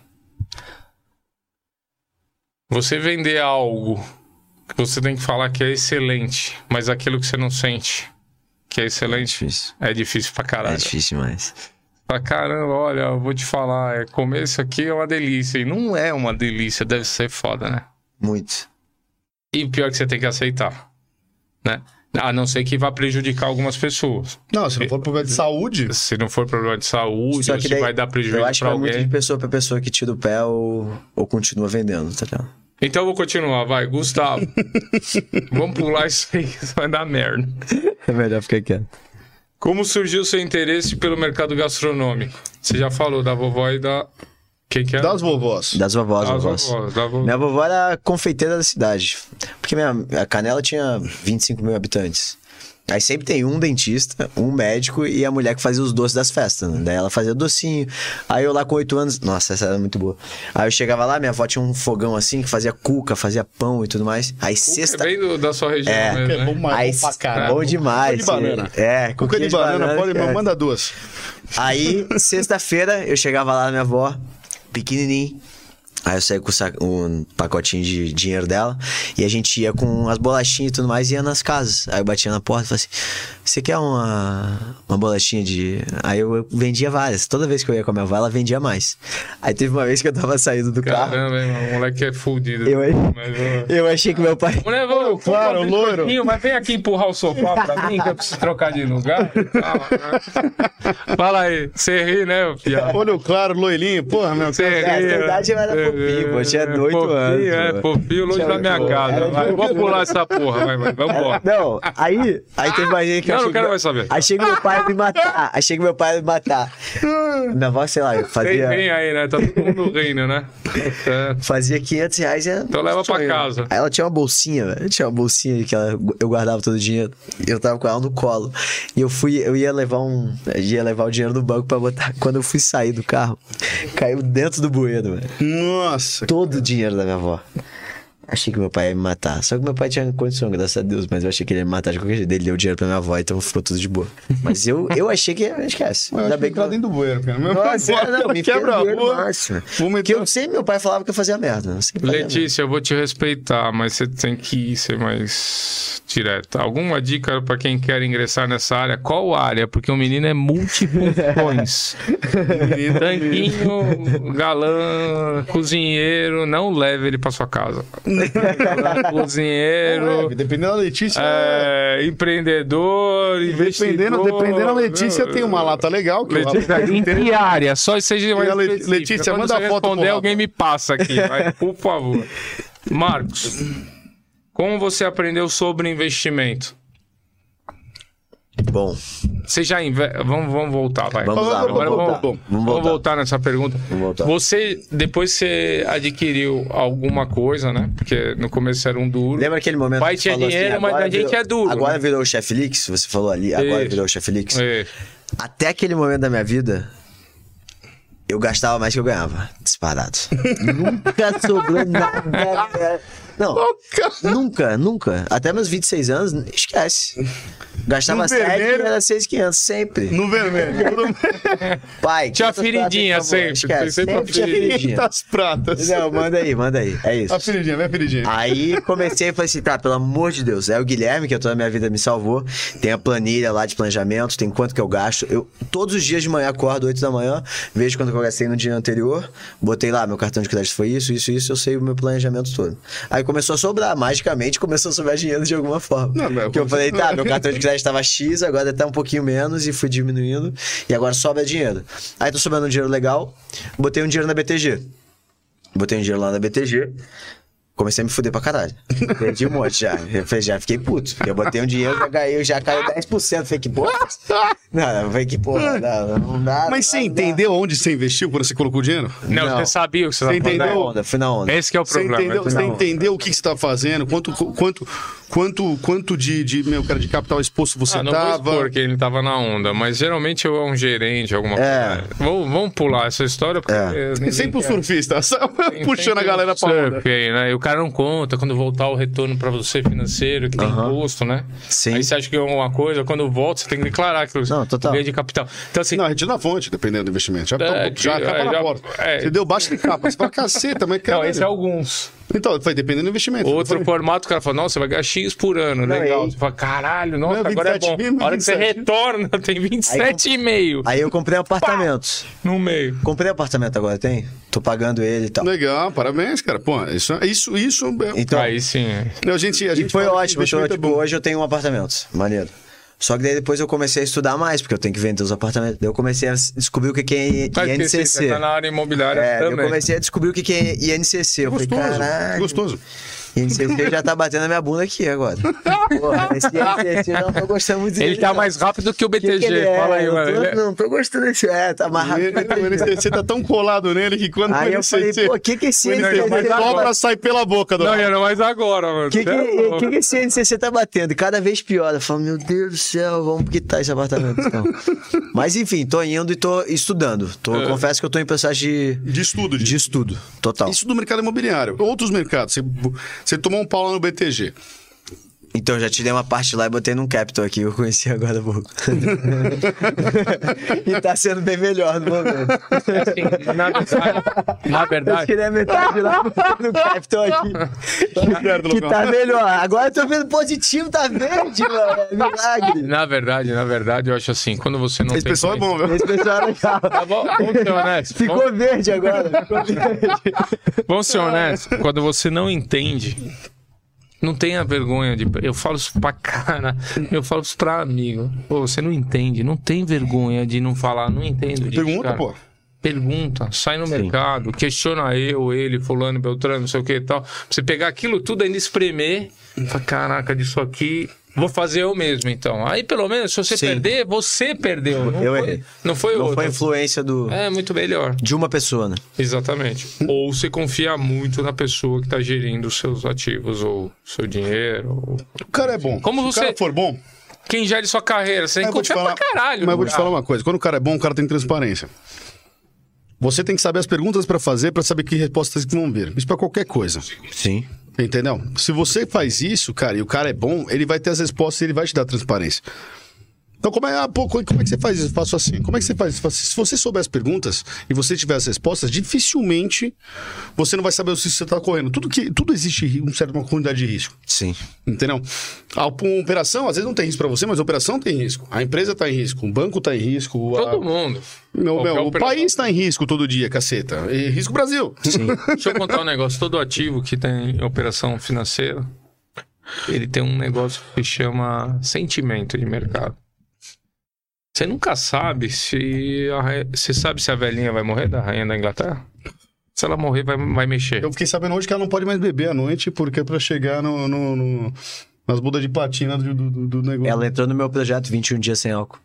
Você vender algo que você tem que falar que é excelente, mas aquilo que você não sente que é excelente, difícil. é difícil pra É caralho. difícil demais. Pra caramba, olha, eu vou te falar, é, comer isso aqui é uma delícia. E não é uma delícia, deve ser foda, né? Muito. E o pior é que você tem que aceitar, né? A não ser que vá prejudicar algumas pessoas. Não, se não for problema de saúde, Se não for problema de saúde, Só ou que se daí, vai dar prejuízo eu acho que pra vai muito alguém. de pessoa pra pessoa que tira o pé ou, ou continua vendendo, tá ligado? Então eu vou continuar, vai. Gustavo. Vamos pular isso aí, isso vai dar merda. É melhor ficar quieto. Como surgiu o seu interesse pelo mercado gastronômico? Você já falou da vovó e da... Quem que é? das vovós. Das vovós, Das vovós. vovós. Da vovó. Minha vovó era confeiteira da cidade. Porque minha, a Canela tinha vinte e cinco mil habitantes. Aí sempre tem um dentista, um médico e a mulher que fazia os doces das festas, né? Daí ela fazia docinho. Aí eu lá com oito anos... Nossa, essa era muito boa. Aí eu chegava lá, minha avó tinha um fogão assim, que fazia cuca, fazia pão e tudo mais. Aí sexta... É bem do- da sua região É. mesmo, É bom, né? mas Aí, bom pra caralho. bom demais. Cuca de banana. É, Cuca cuquinha de banana, pode, cara. manda duas. Aí, sexta-feira, eu chegava lá na minha avó, pequenininho. Aí eu saí com o sa- um pacotinho de dinheiro dela. E a gente ia com as bolachinhas e tudo mais e ia nas casas. Aí eu batia na porta e falei assim: você quer uma, uma bolachinha de. Aí eu, eu vendia várias. Toda vez que eu ia com a minha avó, ela vendia mais. Aí teve uma vez que eu tava saindo do carro. Caramba, hein, mano, o moleque é fudido. Eu, Mas, ó, eu achei que meu pai. mulher, vou, claro, vou loiro. Mas vem aqui empurrar o sofá pra mim, que eu preciso trocar de lugar. Fala aí, você ri, né, piada? Olho claro, loirinho. Porra, meu. Você É, ri. na verdade eu era fofinho, pô, eu tinha oito anos, É, pô. fofinho, longe da minha casa. era Vai, vamos pular essa porra, vai, vai, vamos embora. Não, aí, aí teve mais gente que eu Não, achei não quero que- mais saber. Achei que meu pai ia me matar. Achei que meu pai ia me matar. Minha avó, sei lá, Tem, fazia, tem aí, né? Tá todo mundo rindo, né? É. fazia quinhentos reais e era Então leva pra sonho. casa. Aí ela tinha uma bolsinha, velho. Tinha uma bolsinha que ela, eu guardava todo o dinheiro. E eu tava com ela no colo. E eu fui, eu ia levar um. Eu ia levar o dinheiro no banco pra botar. Quando eu fui sair do carro, caiu dentro do bueiro, velho. Nossa. Todo o dinheiro da minha avó. Achei que meu pai ia me matar. Só que meu pai tinha condição, graças a Deus. Mas eu achei que ele ia me matar de qualquer jeito. Ele deu dinheiro pra minha avó, então ficou tudo de boa. Mas eu, eu achei que ia. Esquece. Mas Ainda acho bem que que tá eu... dentro do bueiro, cara. Meu Nossa, pai, não, me quebra a fez doer no rua. máximo. Vou Porque meter... eu sempre meu pai falava que eu fazia merda. Eu sempre fazia Letícia, eu vou te respeitar, mas você tem que ser mais direta. Alguma dica pra quem quer ingressar nessa área? Qual área? Porque o menino é multifunções. Tanquinho, galã, cozinheiro, não leve ele pra sua casa. Cozinheiro, Dependendo da Letícia. é, empreendedor, investidor. Dependendo, dependendo da Letícia, tem uma lata legal. Que Letícia, eu... em que área? Só seja mais a Le- específica. Letícia, Quando manda você a foto pro responder, Rafa. alguém me passa aqui, vai, por favor. Marcos, como você aprendeu sobre investimento? Bom, Você já investe... Vamos, vamos voltar, vai. Vamos lá, Agora vamos vamos, voltar. vamos, Vamos voltar. voltar nessa pergunta. Vamos voltar. Você, depois você adquiriu alguma coisa, né? Porque no começo era um duro. lembra aquele momento Pai que tinha você falou dinheiro, mas agora a gente virou- é duro, Agora né? virou o Chef Lix, você falou ali, agora Isso. virou o Chef Lix. É. Até aquele momento da minha vida, eu gastava mais que eu ganhava, disparado. Nunca sobrou nada. Cara. Não, nunca, nunca. Até meus vinte e seis anos, esquece. Gastava No sete vermelho- e era seis mil e quinhentos, sempre. No vermelho. Pai, Tinha quantas feridinha pratas, por favor? sempre, Esquece, sempre a tinha feridinha. Das pratas. Não, manda aí, manda aí. É isso. A feridinha, vem a feridinha. Aí comecei e falei assim, tá, pelo amor de Deus. É o Guilherme, que toda a minha vida me salvou. Tem a planilha lá de planejamento, tem quanto que eu gasto. Eu, todos os dias de manhã, acordo oito da manhã, vejo quanto que eu gastei no dia anterior, botei lá, meu cartão de crédito foi isso, isso, isso, eu sei o meu planejamento todo. Aí começou a sobrar, magicamente começou a sobrar dinheiro de alguma forma. Não, mas- que eu falei, tá, meu cartão de crédito tava X, agora tá um pouquinho menos e fui diminuindo. E agora sobra dinheiro. Aí tô sobrando um dinheiro legal, botei um dinheiro na B T G. Botei um dinheiro lá na B T G. Comecei a me fuder pra caralho. Perdi um monte já. Eu falei, já fiquei puto. Eu botei um dinheiro, já caiu, já caiu dez por cento. Falei, que porra? Não, eu falei, que porra? Não, não dá. Mas você não dá. entendeu onde você investiu quando você colocou o dinheiro? Não, Não. você sabia o que você Você estava entendeu? Fui na fazendo. onda, fui na onda. Esse que é o Você problema. entendeu, né? você Não. entendeu o que, que você estava fazendo? Quanto, quanto, quanto, quanto de, de, meu, cara, de capital exposto você Ah, não vou tava? expor que ele tava na onda, mas geralmente eu é um gerente, alguma É. coisa. Vamos, vamos pular essa história, porque... É. ninguém Sempre o quer. surfista, só Tem puxando a sempre galera um pra onda. surf aí, né? E o cara não conta quando voltar o retorno pra você financeiro, que tem Aham. imposto, né? Sim. Aí você acha que é uma coisa, quando volta você tem que declarar aquilo. Não, total. Ganho de capital. Então assim, Não, a gente dá fonte, dependendo do investimento. Já, É, já que- capa é, na já- porta. é. Você deu baixa de capa. Você fala, caceta, mas não, cara. esse é alguns. Então, foi dependendo do investimento. Outro Foi- formato, o cara fala, nossa, você vai ganhar X por ano, Não, legal. e- Você fala, caralho, nossa, Não, agora é bom. vinte e sete mil, A hora que você vinte e sete. retorna, tem vinte e sete e meio Aí eu comprei um apartamento. no meio. Comprei um apartamento agora, tem? Tô pagando ele e tal. Legal, parabéns, cara. Pô, isso, isso, isso. é- Então, Aí sim. Não, a gente, a gente e foi fala que ótimo. Então, investimento é tipo, bom. hoje eu tenho um apartamento. Maneiro. Só que daí depois eu comecei a estudar mais, porque eu tenho que vender os apartamentos. Daí eu comecei a descobrir o que que é Tá I N C esqueci, C. você tá na área imobiliária É, eu também. comecei a descobrir o que que é I N C C. Eu falei, Gostoso, caralho. gostoso. I N C C já tá batendo na minha bunda aqui agora. Porra, esse I N C C eu não tô gostando muito Ele dele, tá não. mais rápido que o B Que T G. que ele é? Fala aí, Eu mano. tô- Ele é- Não, tô gostando desse. É, tá mais rápido. que o O N C C tá tão colado nele que quando Aí o eu N C C... falei, pô, o que que esse o N C C N C C tá dobra, sai pela boca do... Não, era mais agora, mano. Que que, Você é louco. que que esse N C C tá batendo? E cada vez pior. Eu falo, meu Deus do céu, vamos quitar esse apartamento então. Mas enfim, tô indo e tô estudando. Tô, É. Confesso que eu tô em processo de, De estudo. de De... estudo. Total. Isso do mercado imobiliário. Outros mercados. Você, você tomou um pau lá no B T G. Então, eu já tirei uma parte lá e botei num Capital aqui, eu conheci agora há pouco. E tá sendo bem melhor no momento. Assim, na verdade, na Eu verdade, tirei a metade lá e botei no Capital aqui. certo, Que Lucão. tá melhor. Agora eu tô vendo positivo, tá verde, mano. É milagre. na verdade, na verdade, eu acho assim, quando você não Esse tem pessoal é bom, viu? Esse pessoal é legal. Tá bom, vamos ser honestos. Ficou Vamos, verde agora. Ficou verde. vamos ser honestos. Quando você não entende, não tenha vergonha de. Eu falo isso pra cara. Eu falo isso pra amigo. Pô, você não entende. Não tem vergonha de não falar. Não entendo disso. Pergunta, cara. pô. Pergunta, sai no mercado, questiona eu, ele, fulano, Beltrano, não sei o que e tal. Pra você pegar aquilo tudo, ainda espremer. E falar, caraca, disso aqui. Vou fazer eu mesmo, então. Aí, pelo menos, se você Sim. perder, você perdeu. Não Eu foi, errei. não foi Não outro. foi influência do... É muito melhor. de uma pessoa, né? Exatamente. Ou você confia muito na pessoa que está gerindo os seus ativos, ou seu dinheiro. Ou... O cara é bom. Como Se você- o cara for bom, Quem gere sua carreira, você tem mas que eu vou te confiar falar, pra caralho. mas eu vou te cara. falar uma coisa. Quando o cara é bom, o cara tem transparência. Você tem que saber as perguntas pra fazer pra saber que respostas que vão vir. Isso pra qualquer coisa. Sim. Entendeu? Se você faz isso, cara, e o cara é bom, ele vai ter as respostas e ele vai te dar transparência. Então, como é, ah, pô, como é que você faz isso? Eu faço assim. Como é que você faz isso? Se você souber as perguntas e você tiver as respostas, dificilmente você não vai saber o risco que você está correndo. Tudo, que, tudo existe um certo, uma quantidade de risco. Sim. Entendeu? A uma operação, às vezes não tem risco para você, mas a operação tem risco. A empresa está em risco, o banco está em risco. a- Todo mundo. Meu, Qualquer meu, o operação. país está em risco todo dia, caceta. E risco Brasil. Sim. Deixa eu contar um negócio. Todo ativo que tem operação financeira, ele tem um negócio que chama sentimento de mercado. Você nunca sabe se... A... ra- Você sabe se a velhinha vai morrer da rainha da Inglaterra? Se ela morrer, vai, vai mexer. Eu fiquei sabendo hoje que ela não pode mais beber à noite, porque é para chegar no, no- no- nas bodas de platina do, do, do negócio. Ela entrou no meu projeto vinte e um dias sem álcool.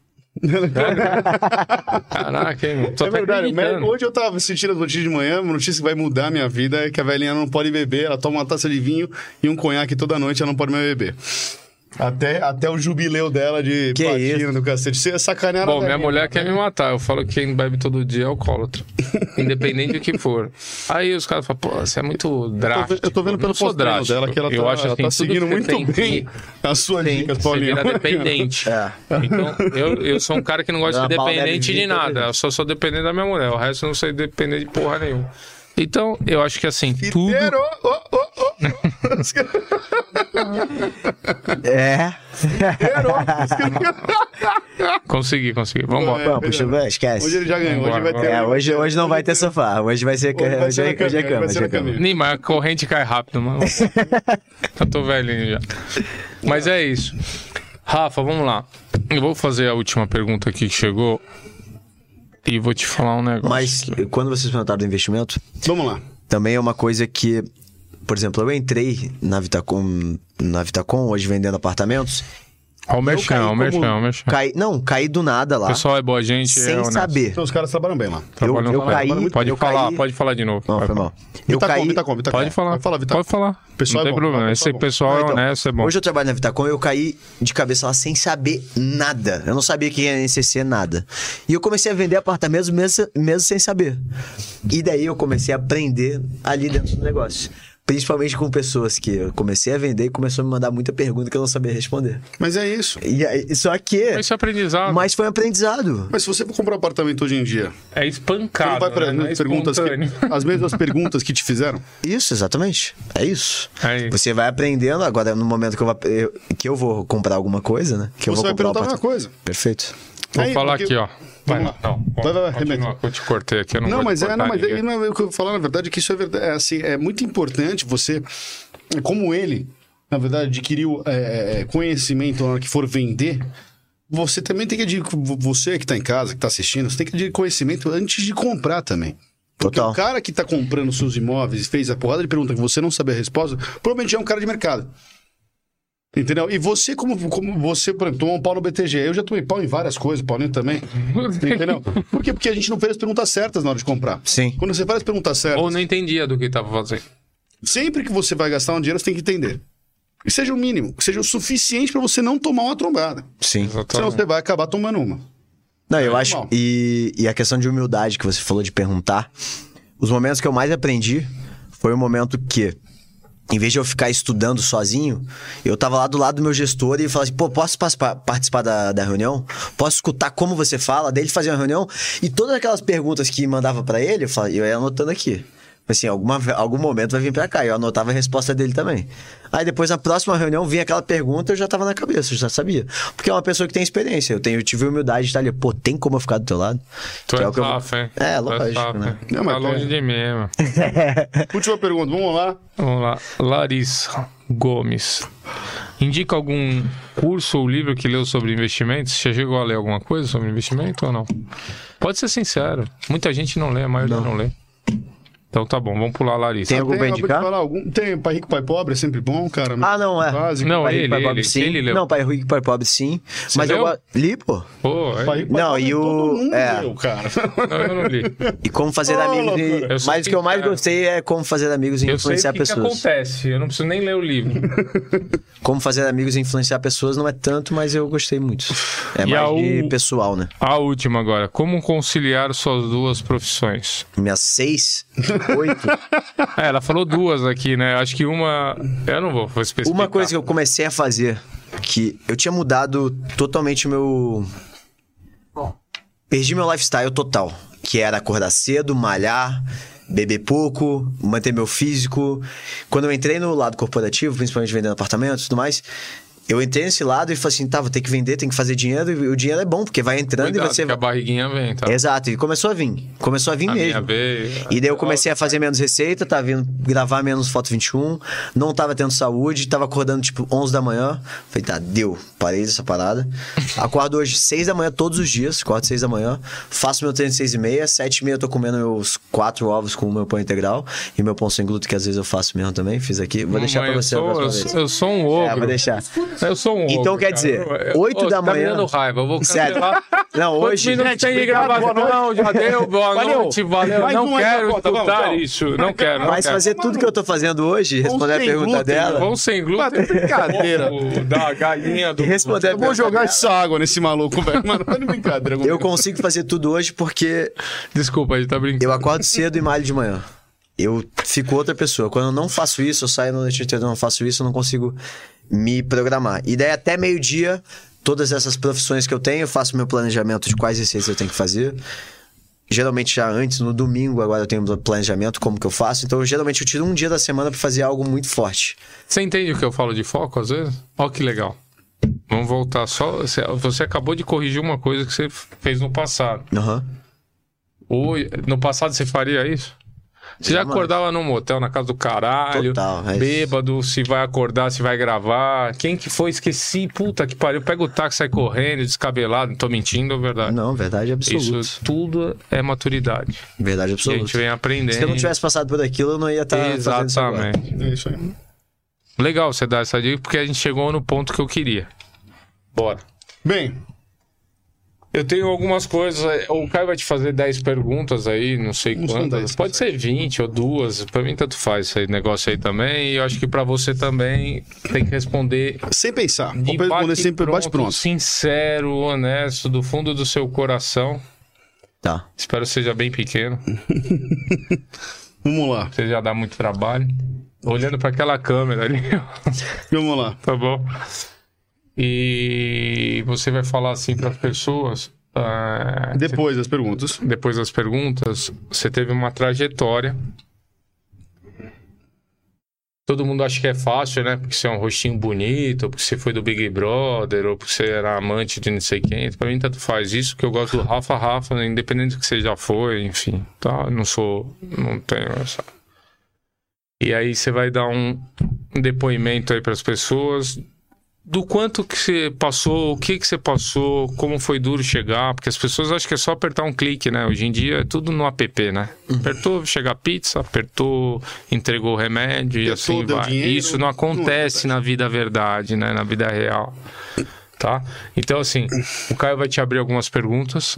Caraca, hein? Tô É até verdade, acreditando. mas hoje eu tava assistindo as notícias de manhã, uma notícia que vai mudar a minha vida é que a velhinha não pode beber, ela toma uma taça de vinho e um conhaque toda noite, ela não pode mais beber. Até, até o jubileu dela de Que platina isso? do cacete. Você sacanear Bom, minha mulher quer me matar. Eu falo que quem bebe todo dia é alcoólatra. Independente do que for. Aí os caras falam, pô, você é muito drástico. Eu tô vendo pelo não sou post drástico. dela que ela tá, eu acho ela assim, tá tudo seguindo que você muito tem bem que- as suas Sim, dicas, Você Paulinho. vira dependente. É. Então, eu, eu sou um cara que não gosta Dá de uma ser dependente paulezinha de nada. toda Eu só sou dependente da minha mulher. O resto eu não sei depender de porra nenhuma. Então, eu acho que assim, tudo... Inteiro, oh, oh, oh. É. Consegui, consegui. Vambora. Vamos, puxa, vai, esquece. Hoje ele já ganhou, hoje vai ter... É, hoje, hoje não vai ter sofá. Hoje vai ser, Hoje vai hoje ser é, na hoje é caminha, cama. vai Hoje ser é na cama. caminha. Nem, mas a corrente cai rápido, mano. Eu tô velhinho já. Mas é isso. Rafa, vamos lá. Eu vou fazer a última pergunta aqui que chegou. E vou te falar um negócio. Mas quando vocês perguntaram do investimento, Vamos lá. também é uma coisa que, por exemplo, eu entrei na Vitacom, na Vitacom hoje vendendo apartamentos. Ó o eu merchan, caí ó o como- merchan, ó o merchan. Caí, não, caí do nada lá, O pessoal é boa gente. é sem honesto. saber. Então, os caras trabalham bem lá. Trabalham eu com- caí- Pode eu falar, caí- pode falar de novo. Não, Vai foi falar. mal. Eu Vitacom, caí... Vitacom, Vitacom. Pode falar. Pode falar, Vitacom. Pode falar. Pessoal não é tem bom, problema. pessoal Esse é bom. pessoal Não, é então, honesto, é bom. Hoje eu trabalho na Vitacom e eu caí de cabeça lá sem saber nada. Eu não sabia que ia N C C, nada. E eu comecei a vender apartamentos mesmo, mesmo sem saber. E daí eu comecei a aprender ali dentro do negócio. Principalmente com pessoas que eu comecei a vender e começou a me mandar muita pergunta que eu não sabia responder. Mas é isso. E aí, só que... Esse é aprendizado. Mas foi um aprendizado. Mas se você for comprar um apartamento hoje em dia, É você espancado. não vai para né? Não é perguntas que, espontâneo. as mesmas perguntas que te fizeram? Isso, exatamente. É isso. É isso. Você vai aprendendo. Agora, no momento que eu, vou, eu- que eu vou comprar alguma coisa, né? Que eu Você vou vai comprar um perguntar a mesma apartamento. coisa. Perfeito. Vou Aí, falar porque- aqui, ó. Vai Vamos lá. lá. Não, Vai, vai, vai, continua. remete. Eu te cortei aqui, eu não, Não, vou mas te é, não, cortar mas ninguém. é, não, eu falar na verdade que isso é verdade, é, assim, é muito importante você, como ele, na verdade, adquiriu é, é, conhecimento na hora que for vender, você também tem que adquirir, você que está em casa, que está assistindo, você tem que adquirir conhecimento antes de comprar também. Porque Total. o cara que está comprando seus imóveis e fez a porrada de pergunta que você não sabia a resposta, provavelmente é um cara de mercado. Entendeu? E você, como, como você, por exemplo, tomou um pau no B T G. Eu já tomei pau em várias coisas, o Paulinho também. Entendeu? Por quê? Porque a gente não fez as perguntas certas na hora de comprar. Sim. Quando você faz as perguntas certas, Ou não entendia do que tava fazendo. sempre que você vai gastar um dinheiro, você tem que entender. Que seja o mínimo, que seja o suficiente para você não tomar uma trombada. Sim. Senão você vai acabar tomando uma. Não, eu É acho. normal. E, e a questão de humildade que você falou de perguntar. Os momentos que eu mais aprendi foi o momento que em vez de eu ficar estudando sozinho, eu tava lá do lado do meu gestor e falava assim, pô, posso participar, participar da, da reunião? Posso escutar como você fala? Daí ele fazia uma reunião e todas aquelas perguntas que mandava pra ele, eu, falava, eu ia anotando aqui. Assim, alguma, algum momento vai vir pra cá. Eu anotava a resposta dele também. Aí depois, na próxima reunião, vinha aquela pergunta, eu já tava na cabeça, eu já sabia. Porque é uma pessoa que tem experiência. Eu, tenho, eu tive a humildade de estar ali, pô, tem como eu ficar do teu lado? Tu Que é é o que eu- safo, hein? É, Tu lógico, safo, né? hein? Não, mas Tá tu é- longe de mim, mano. Última pergunta, vamos lá. Vamos lá. Larissa Gomes. Indica algum curso ou livro que leu sobre investimentos? Você chegou a ler alguma coisa sobre investimento ou não? Pode ser sincero. Muita gente não lê, a maioria não, lê. Então tá bom, vamos pular a Larissa. Tem algum Tem, pra acabei de indicar? falar, algum... Tem Pai Rico, Pai Pobre, é sempre bom, cara. Ah, não, é. Básico. Não, Pai ele, rico, pai pobre, ele, sim. ele leu. Não, pai rico, pai pobre, sim. Mas leu? eu gosto. Li, pô. Pô, é? Pai Rico, Pai Não, Pobre, e o- todo mundo é. leu, cara. Não, eu não li. E como fazer Ô, amigos. E... loucura. Eu sou Mas o que eu mais sincero. gostei é como fazer amigos e Eu sei o influenciar que, que pessoas. acontece, eu não preciso nem ler o livro. Como fazer amigos e influenciar pessoas não é tanto, mas eu gostei muito. É E mais a de u- pessoal, né? A última agora. Como conciliar suas duas profissões? Minhas seis, oito. É, ela falou duas aqui, né? Acho que uma... Eu não vou, vou especificar. Uma coisa que eu comecei a fazer, que eu tinha mudado totalmente o meu... Perdi meu lifestyle total, que era acordar cedo, malhar, beber pouco, manter meu físico. Quando eu entrei no lado corporativo, principalmente vendendo apartamentos e tudo mais, eu entrei nesse lado e falei assim, tá, vou ter que vender, tem que fazer dinheiro, e o dinheiro é bom, porque vai entrando Cuidado, e você... que a barriguinha vem, tá? Exato, e começou a vir, começou a vir A minha mesmo. veio. E daí eu comecei a fazer menos receita, tava vindo gravar menos Foto vinte e um, não tava tendo saúde, tava acordando tipo onze da manhã. Falei, tá, deu, parei dessa parada. Acordo hoje seis da manhã todos os dias, acordo seis da manhã, faço meu treino seis e meia, sete e meia eu tô comendo meus quatro ovos com o meu pão integral e meu pão sem glúten, que às vezes eu faço mesmo também, fiz aqui. Vou deixar Mamãe, pra você a eu sou, próxima eu, vez. sou, eu sou um ogro. É, vou deixar. Eu sou um ogro. Então, quer cara. dizer, Eu- oito Ô, da você tá manhã- me dando raiva, eu vou Sério. cancelar. Não, Quantos hoje... minutos tem de gravação? Já deu, boa Valeu. noite, valeu. Mais Não um aí quero na conta, vamos, escutar tchau. isso, não quero, não Mas quero. fazer tudo que eu tô fazendo hoje, responder a sem pergunta glúten, dela... Vamos sem glúten. Ah, brincadeira. O Da galinha do... E responder a Eu vou pergunta jogar dela. essa água nesse maluco, velho. Mano, tá de brincadeira. Eu consigo fazer tudo hoje porque Desculpa, a gente tá brincando. eu acordo cedo e malho de manhã. Eu fico outra pessoa. Quando eu não faço isso, eu saio no noite inteira, eu não faço isso, eu não consigo me programar. E daí até meio-dia, todas essas profissões que eu tenho, eu faço meu planejamento de quais receitas eu tenho que fazer. Geralmente já antes, no domingo, agora eu tenho um planejamento, como que eu faço. Então, geralmente eu tiro um dia da semana pra fazer algo muito forte. Você entende o que eu falo de foco, às vezes? Ó que legal. Vamos voltar só... Você, você acabou de corrigir uma coisa que você fez no passado. Aham. Ou no passado você faria isso? Você já Jamais. acordava num motel na casa do caralho, Total, é isso. bêbado, se vai acordar, se vai gravar. Quem que foi? Esqueci, puta que pariu. Pega o táxi, sai correndo, descabelado. Não tô mentindo, é verdade. Não, verdade absoluta. Isso tudo é maturidade. Verdade E a absoluta. gente vem aprendendo. Se eu não tivesse passado por aquilo, eu não ia estar fazendo isso agora. Exatamente. É isso aí. Legal você dar essa dica, porque a gente chegou no ponto que eu queria. Bora. Bem, Eu tenho algumas coisas. O Caio vai te fazer dez perguntas aí, não sei Não são quantas. dez, Pode ser vinte ou duas. Pra mim, tanto faz esse negócio aí também. E eu acho que pra você também tem que responder sem pensar. de Vou responder sempre bate pronto. sincero, honesto, do fundo do seu coração. Tá. Espero que seja bem pequeno. Vamos lá, Você já dá muito trabalho. Olhando pra aquela câmera ali. vamos lá. Tá bom? E você vai falar assim para as pessoas. ah, Depois das perguntas. depois das perguntas, você teve uma trajetória. Todo mundo acha que é fácil, né? Porque você é um rostinho bonito, ou porque você foi do Big Brother, ou porque você era amante de não sei quem. Pra mim, tanto faz isso, que eu gosto do Rafa Rafa, independente do que você já foi, enfim. Tá? Eu não sou. Não tenho essa. E aí você vai dar um depoimento aí para as pessoas do quanto que você passou, o que que você passou, como foi duro chegar, porque as pessoas acham que é só apertar um clique, né? Hoje em dia é tudo no app, né? Apertou, chega a pizza, apertou, entregou o remédio e Apertou, assim deu vai. dinheiro, Isso não acontece não na vida verdade, né? Na vida real, tá? Então assim, o Caio vai te abrir algumas perguntas.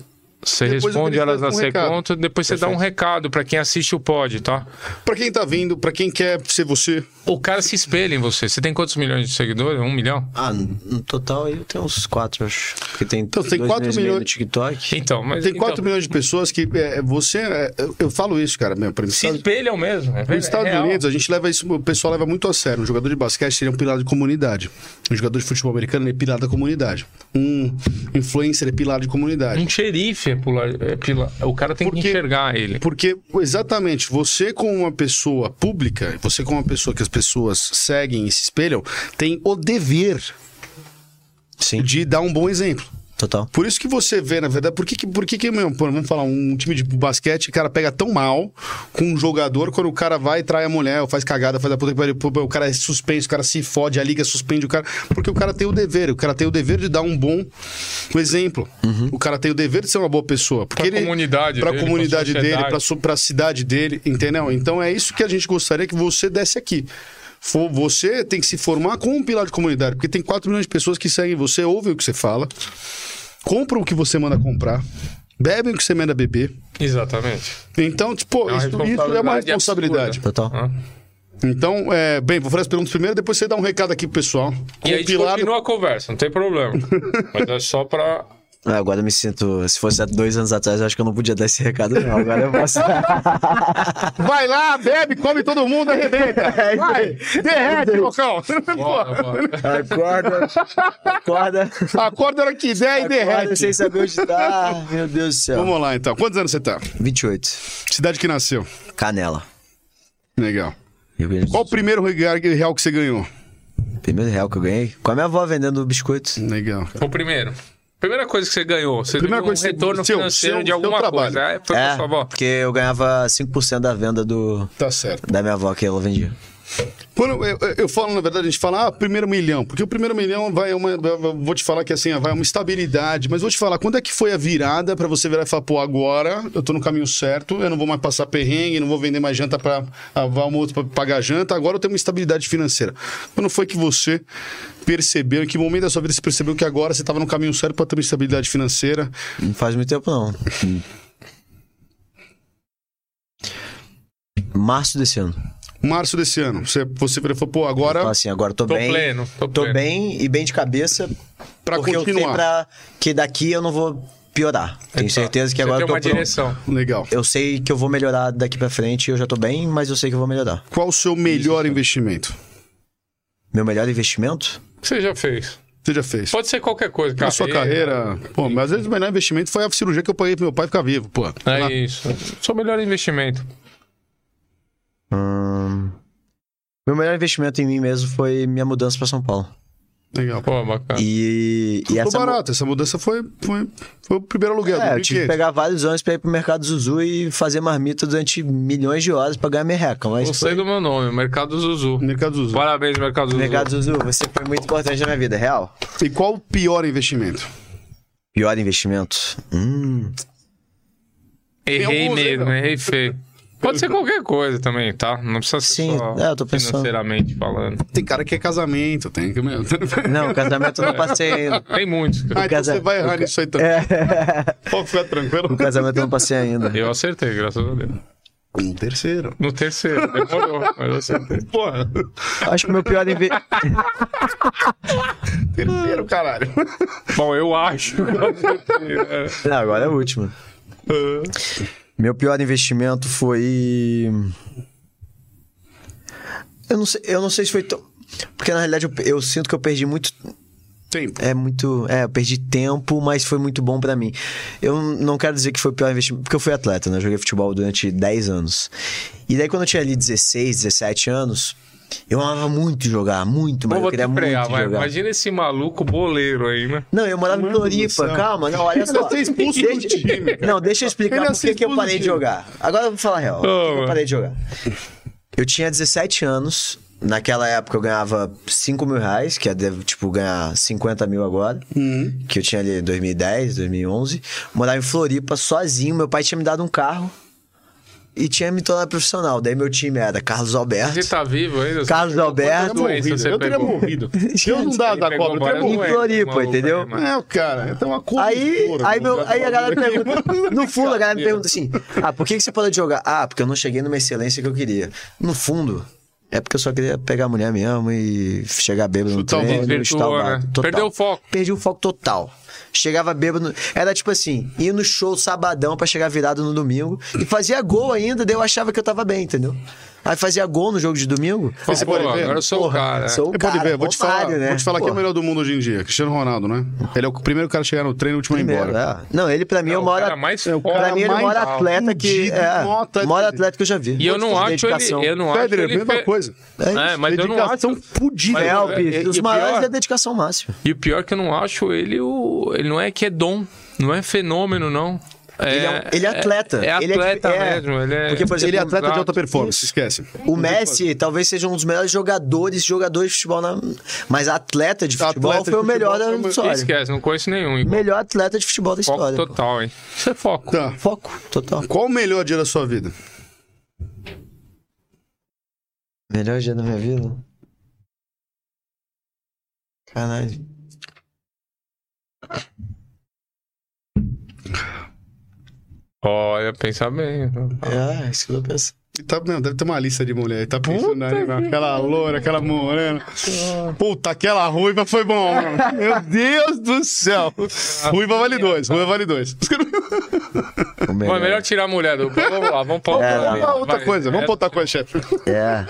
Você Depois responde eu elas queria na fazer um recado. sequência, depois você dá um recado pra quem assiste o pod, tá? Pra quem tá vindo, pra quem quer ser você. O cara se espelha em você. Você tem quantos milhões de seguidores? Um milhão? Ah, no total aí eu tenho uns quatro, acho. Porque tem, Então, tem dois quatro milhões e meio milhões- no TikTok. Então, mas... Tem então, quatro milhões de pessoas que é, você. É, eu, eu falo isso, cara, mesmo. Pra mim, Se Estados- espelham mesmo. É Nos verdade, Estados é real. Unidos, a gente leva isso, o pessoal leva muito a sério. Um jogador de basquete seria um pilar de comunidade. Um jogador de futebol americano é pilar da comunidade. Um influencer é pilar de comunidade. Um xerife é pular, é pilar. O cara tem Porque- que enxergar ele. Porque, exatamente, você como uma pessoa pública, você como uma pessoa que as pessoas seguem e se espelham, tem o dever Sim, de dar um bom exemplo. total. Por isso que você vê, na verdade, por que que, por que, que meu, pô, vamos falar, um time de basquete, o cara pega tão mal com um jogador quando o cara vai e trai a mulher, ou faz cagada, faz a puta que pariu, pô, o cara é suspenso, o cara se fode, a liga suspende o cara, porque o cara tem o dever, o cara tem o dever de dar um bom exemplo. O cara tem o dever de ser uma boa pessoa. Porque Pra ele, comunidade pra dele, comunidade pra dele, sociedade. pra, su- pra cidade dele, entendeu? Então é isso que a gente gostaria que você desse aqui. Fo- Você tem que se formar como um pilar de comunidade, porque tem quatro milhões de pessoas que seguem você, ouvem o que você fala, compram o que você manda comprar, bebem o que você manda beber. Exatamente. Então, tipo, É uma isso, isso é uma responsabilidade responsabilidade. Total. Hã? Então, é, bem, vou fazer as perguntas primeiro, depois você dá um recado aqui pro pessoal. E aí a gente Compilado- continua a conversa, não tem problema. Mas é só pra... Ah, agora eu me sinto. Se fosse há dois anos atrás, eu acho que eu não podia dar esse recado, não. Agora eu posso. Vai lá, bebe, come todo mundo, arrebenta. Vai, derrete, Cocão. Bora, bora. Acorda. Acorda. Acorda a hora que quiser e Acorda derrete. sem saber onde tá. Meu Deus do céu. Vamos lá, então. Quantos anos você tá? vinte e oito. Cidade que nasceu. Canela. Legal. Rio Grande do Qual o primeiro real real que você ganhou? Sul. Primeiro real que eu ganhei. Com a minha avó vendendo biscoito. Legal. O primeiro. Primeira coisa que você ganhou. Você Primeira ganhou um coisa que você- retorno seu- financeiro seu- de alguma seu coisa. trabalho. É, foi pra É, sua avó. porque eu ganhava cinco por cento da venda do, Tá certo. da minha avó que ela vendia. Quando eu, eu- eu falo, na verdade, a gente fala, ah, primeiro milhão. Porque o primeiro milhão vai uma. vai- Vou te falar que assim, vai uma estabilidade. Mas vou te falar, quando é que foi a virada pra você virar e falar, pô, agora eu tô no caminho certo, eu não vou mais passar perrengue, não vou vender mais janta pra avar um outro pra pagar janta, agora eu tenho uma estabilidade financeira. Quando foi que você percebeu, em que momento da sua vida você percebeu que agora você tava no caminho certo pra ter uma estabilidade financeira? Não faz muito tempo, não. Março desse ano. Março desse ano, você, você virou e falou, pô, agora Fala assim, agora tô, Tô bem. pleno, tô Tô pleno. bem e bem de cabeça. Pra porque eu sei continuar. pra que daqui eu não vou piorar. Tenho certeza que Você agora tem eu tô uma pronto. direção. Legal. Eu sei que eu vou melhorar daqui pra frente, eu já tô bem, mas eu sei que eu vou melhorar. Qual o seu melhor investimento? Meu melhor investimento? O que você já fez? Você já fez? Pode ser qualquer coisa. Na sua carreira. Pô, mas às vezes o melhor investimento foi a cirurgia que eu paguei pro meu pai ficar vivo, pô. É isso. Seu melhor investimento. Hum... Meu melhor investimento em mim mesmo foi minha mudança pra São Paulo. Legal. Pô, bacana. E, e Ficou essa mu- barato. Essa mudança foi, foi, foi o primeiro aluguel. É, eu tive que dois mil e quinhentos. pegar vários anos pra ir pro Mercado Zuzu e fazer marmita durante milhões de horas pra ganhar merreca. Mas Gostei foi... do meu nome, Mercado Zuzu. Mercado Zuzu. Parabéns, Mercado Zuzu. Mercado Zuzu, você foi muito importante na minha vida, real. E qual o pior investimento? Pior investimento? Hum... Errei alguns aí, mesmo, não. errei feio. Pode ser qualquer coisa também, tá? Não precisa ser Sim, só é, eu tô pensando. financeiramente falando. Tem cara que é casamento, tem que... Não, casamento eu não passei ainda. Tem muitos. Ah, então casa- você vai errar o ca- nisso aí também. Pode ficar tranquilo. O casamento eu não passei ainda. Eu acertei, graças a Deus. Um terceiro. No terceiro, demorou, mas eu acertei. Porra. Acho que o meu pior investimento... Terceiro, caralho. Bom, eu acho. que eu acertei, né? Não, agora é o último. Meu pior investimento foi... Eu não sei, eu não sei se foi tão... Porque na realidade eu, eu sinto que eu perdi muito... Tempo. É muito... É, eu perdi tempo, mas foi muito bom pra mim. Eu não quero dizer que foi o pior investimento, porque eu fui atleta, né? Eu joguei futebol durante dez anos. E daí quando eu tinha ali dezesseis, dezessete anos, eu amava muito jogar, muito, mas Pô, eu vou queria te muito frear, mas jogar. imagina esse maluco boleiro aí, né? Não, eu morava em Mano do Floripa, céu. calma, não, olha Ele só. ia ser expulso do Deixa- time, cara. Não, deixa eu explicar Ele ia por ser que que eu expulso do parei de time. jogar. Agora eu vou falar a real. Por que que eu mano. parei de jogar? Eu tinha dezessete anos. Naquela época eu ganhava cinco mil reais, que é devo, tipo, ganhar cinquenta mil agora. Que eu tinha ali em dois mil e dez, dois mil e onze. Morava em Floripa sozinho. Meu pai tinha me dado um carro. e tinha me tornado profissional. Daí meu time era Carlos Alberto. Você tá vivo ainda? Carlos Alberto. doença você Eu teria pegou? morrido. Deus não dá Ele da pegou cobra, eu teria várias morrido. Em Floripa, maluco, entendeu? né, É, cara, tem uma coisa. Aí, aí, meu, aí a galera me pergunta, no fundo a galera me pergunta assim, ah, por que, que você parou de jogar? Ah, porque eu não cheguei numa excelência que eu queria. No fundo, é porque eu só queria pegar a mulher mesmo e chegar bêbado no Chutar o treino, desvirtuou, chutar o né? barco. Total. Perdeu o foco. Perdi o foco total. Chegava bêbado, era tipo assim, ir no show sabadão pra chegar virado no domingo e fazia gol ainda, daí eu achava que eu tava bem, entendeu? Aí fazia gol no jogo de domingo. Você pode ver? agora eu sou o Porra, cara. sou o Você cara, pode ver, vou te falar, Romário, né? vou te falar quem é o Pô, melhor do mundo hoje em dia. Cristiano Ronaldo, né? Ele é o primeiro cara a chegar no treino e o último a ir primeiro, embora. é. Não, ele pra mim é o o maior cara mais é o foda. cara Pra mim, ele é o maior mais atleta que. fudido, É, maior atleta maior que atleta que eu já vi. E eu não Outros, acho dedicação. ele... Eu não acho Federer, ele mesma fe- coisa. É, mas eu não Dedicação acho... fudida. Mas- Felps, e- e os pior- maiores é a dedicação máxima. E o pior é que eu não acho ele o... Ele não é que é dom. Não é fenômeno, não. Ele é, um- ele é atleta. É, é Ele atleta é- mesmo. Ele é... Porque, por exemplo, Ele é atleta de exato. alta performance, esquece. O Messi talvez seja um dos melhores jogadores, jogadores de futebol, na... mas atleta de futebol Atleta de foi o melhor futebol foi da o- história. Esquece, não conheço nenhum. Igual. Melhor atleta de futebol da Foco história. total, hein? Isso é foco. Tá. Foco total. Qual o melhor dia da sua vida? Melhor dia da minha vida? Caralho. Olha, pensa bem. É, isso que eu tô pensando. E tá, não, deve ter uma lista de mulher. Ele tá pensando ali, mano, aquela loura, aquela morena. Puta, aquela ruiva foi bom, mano. Meu Deus do céu. Ruiva vale dois, ruiva vale dois. O Pô, melhor. é melhor tirar a mulher do... Vamos lá, vamos pra É, outra. Vamos pra outra Vai. coisa, vamos pra outra coisa, chefe. É.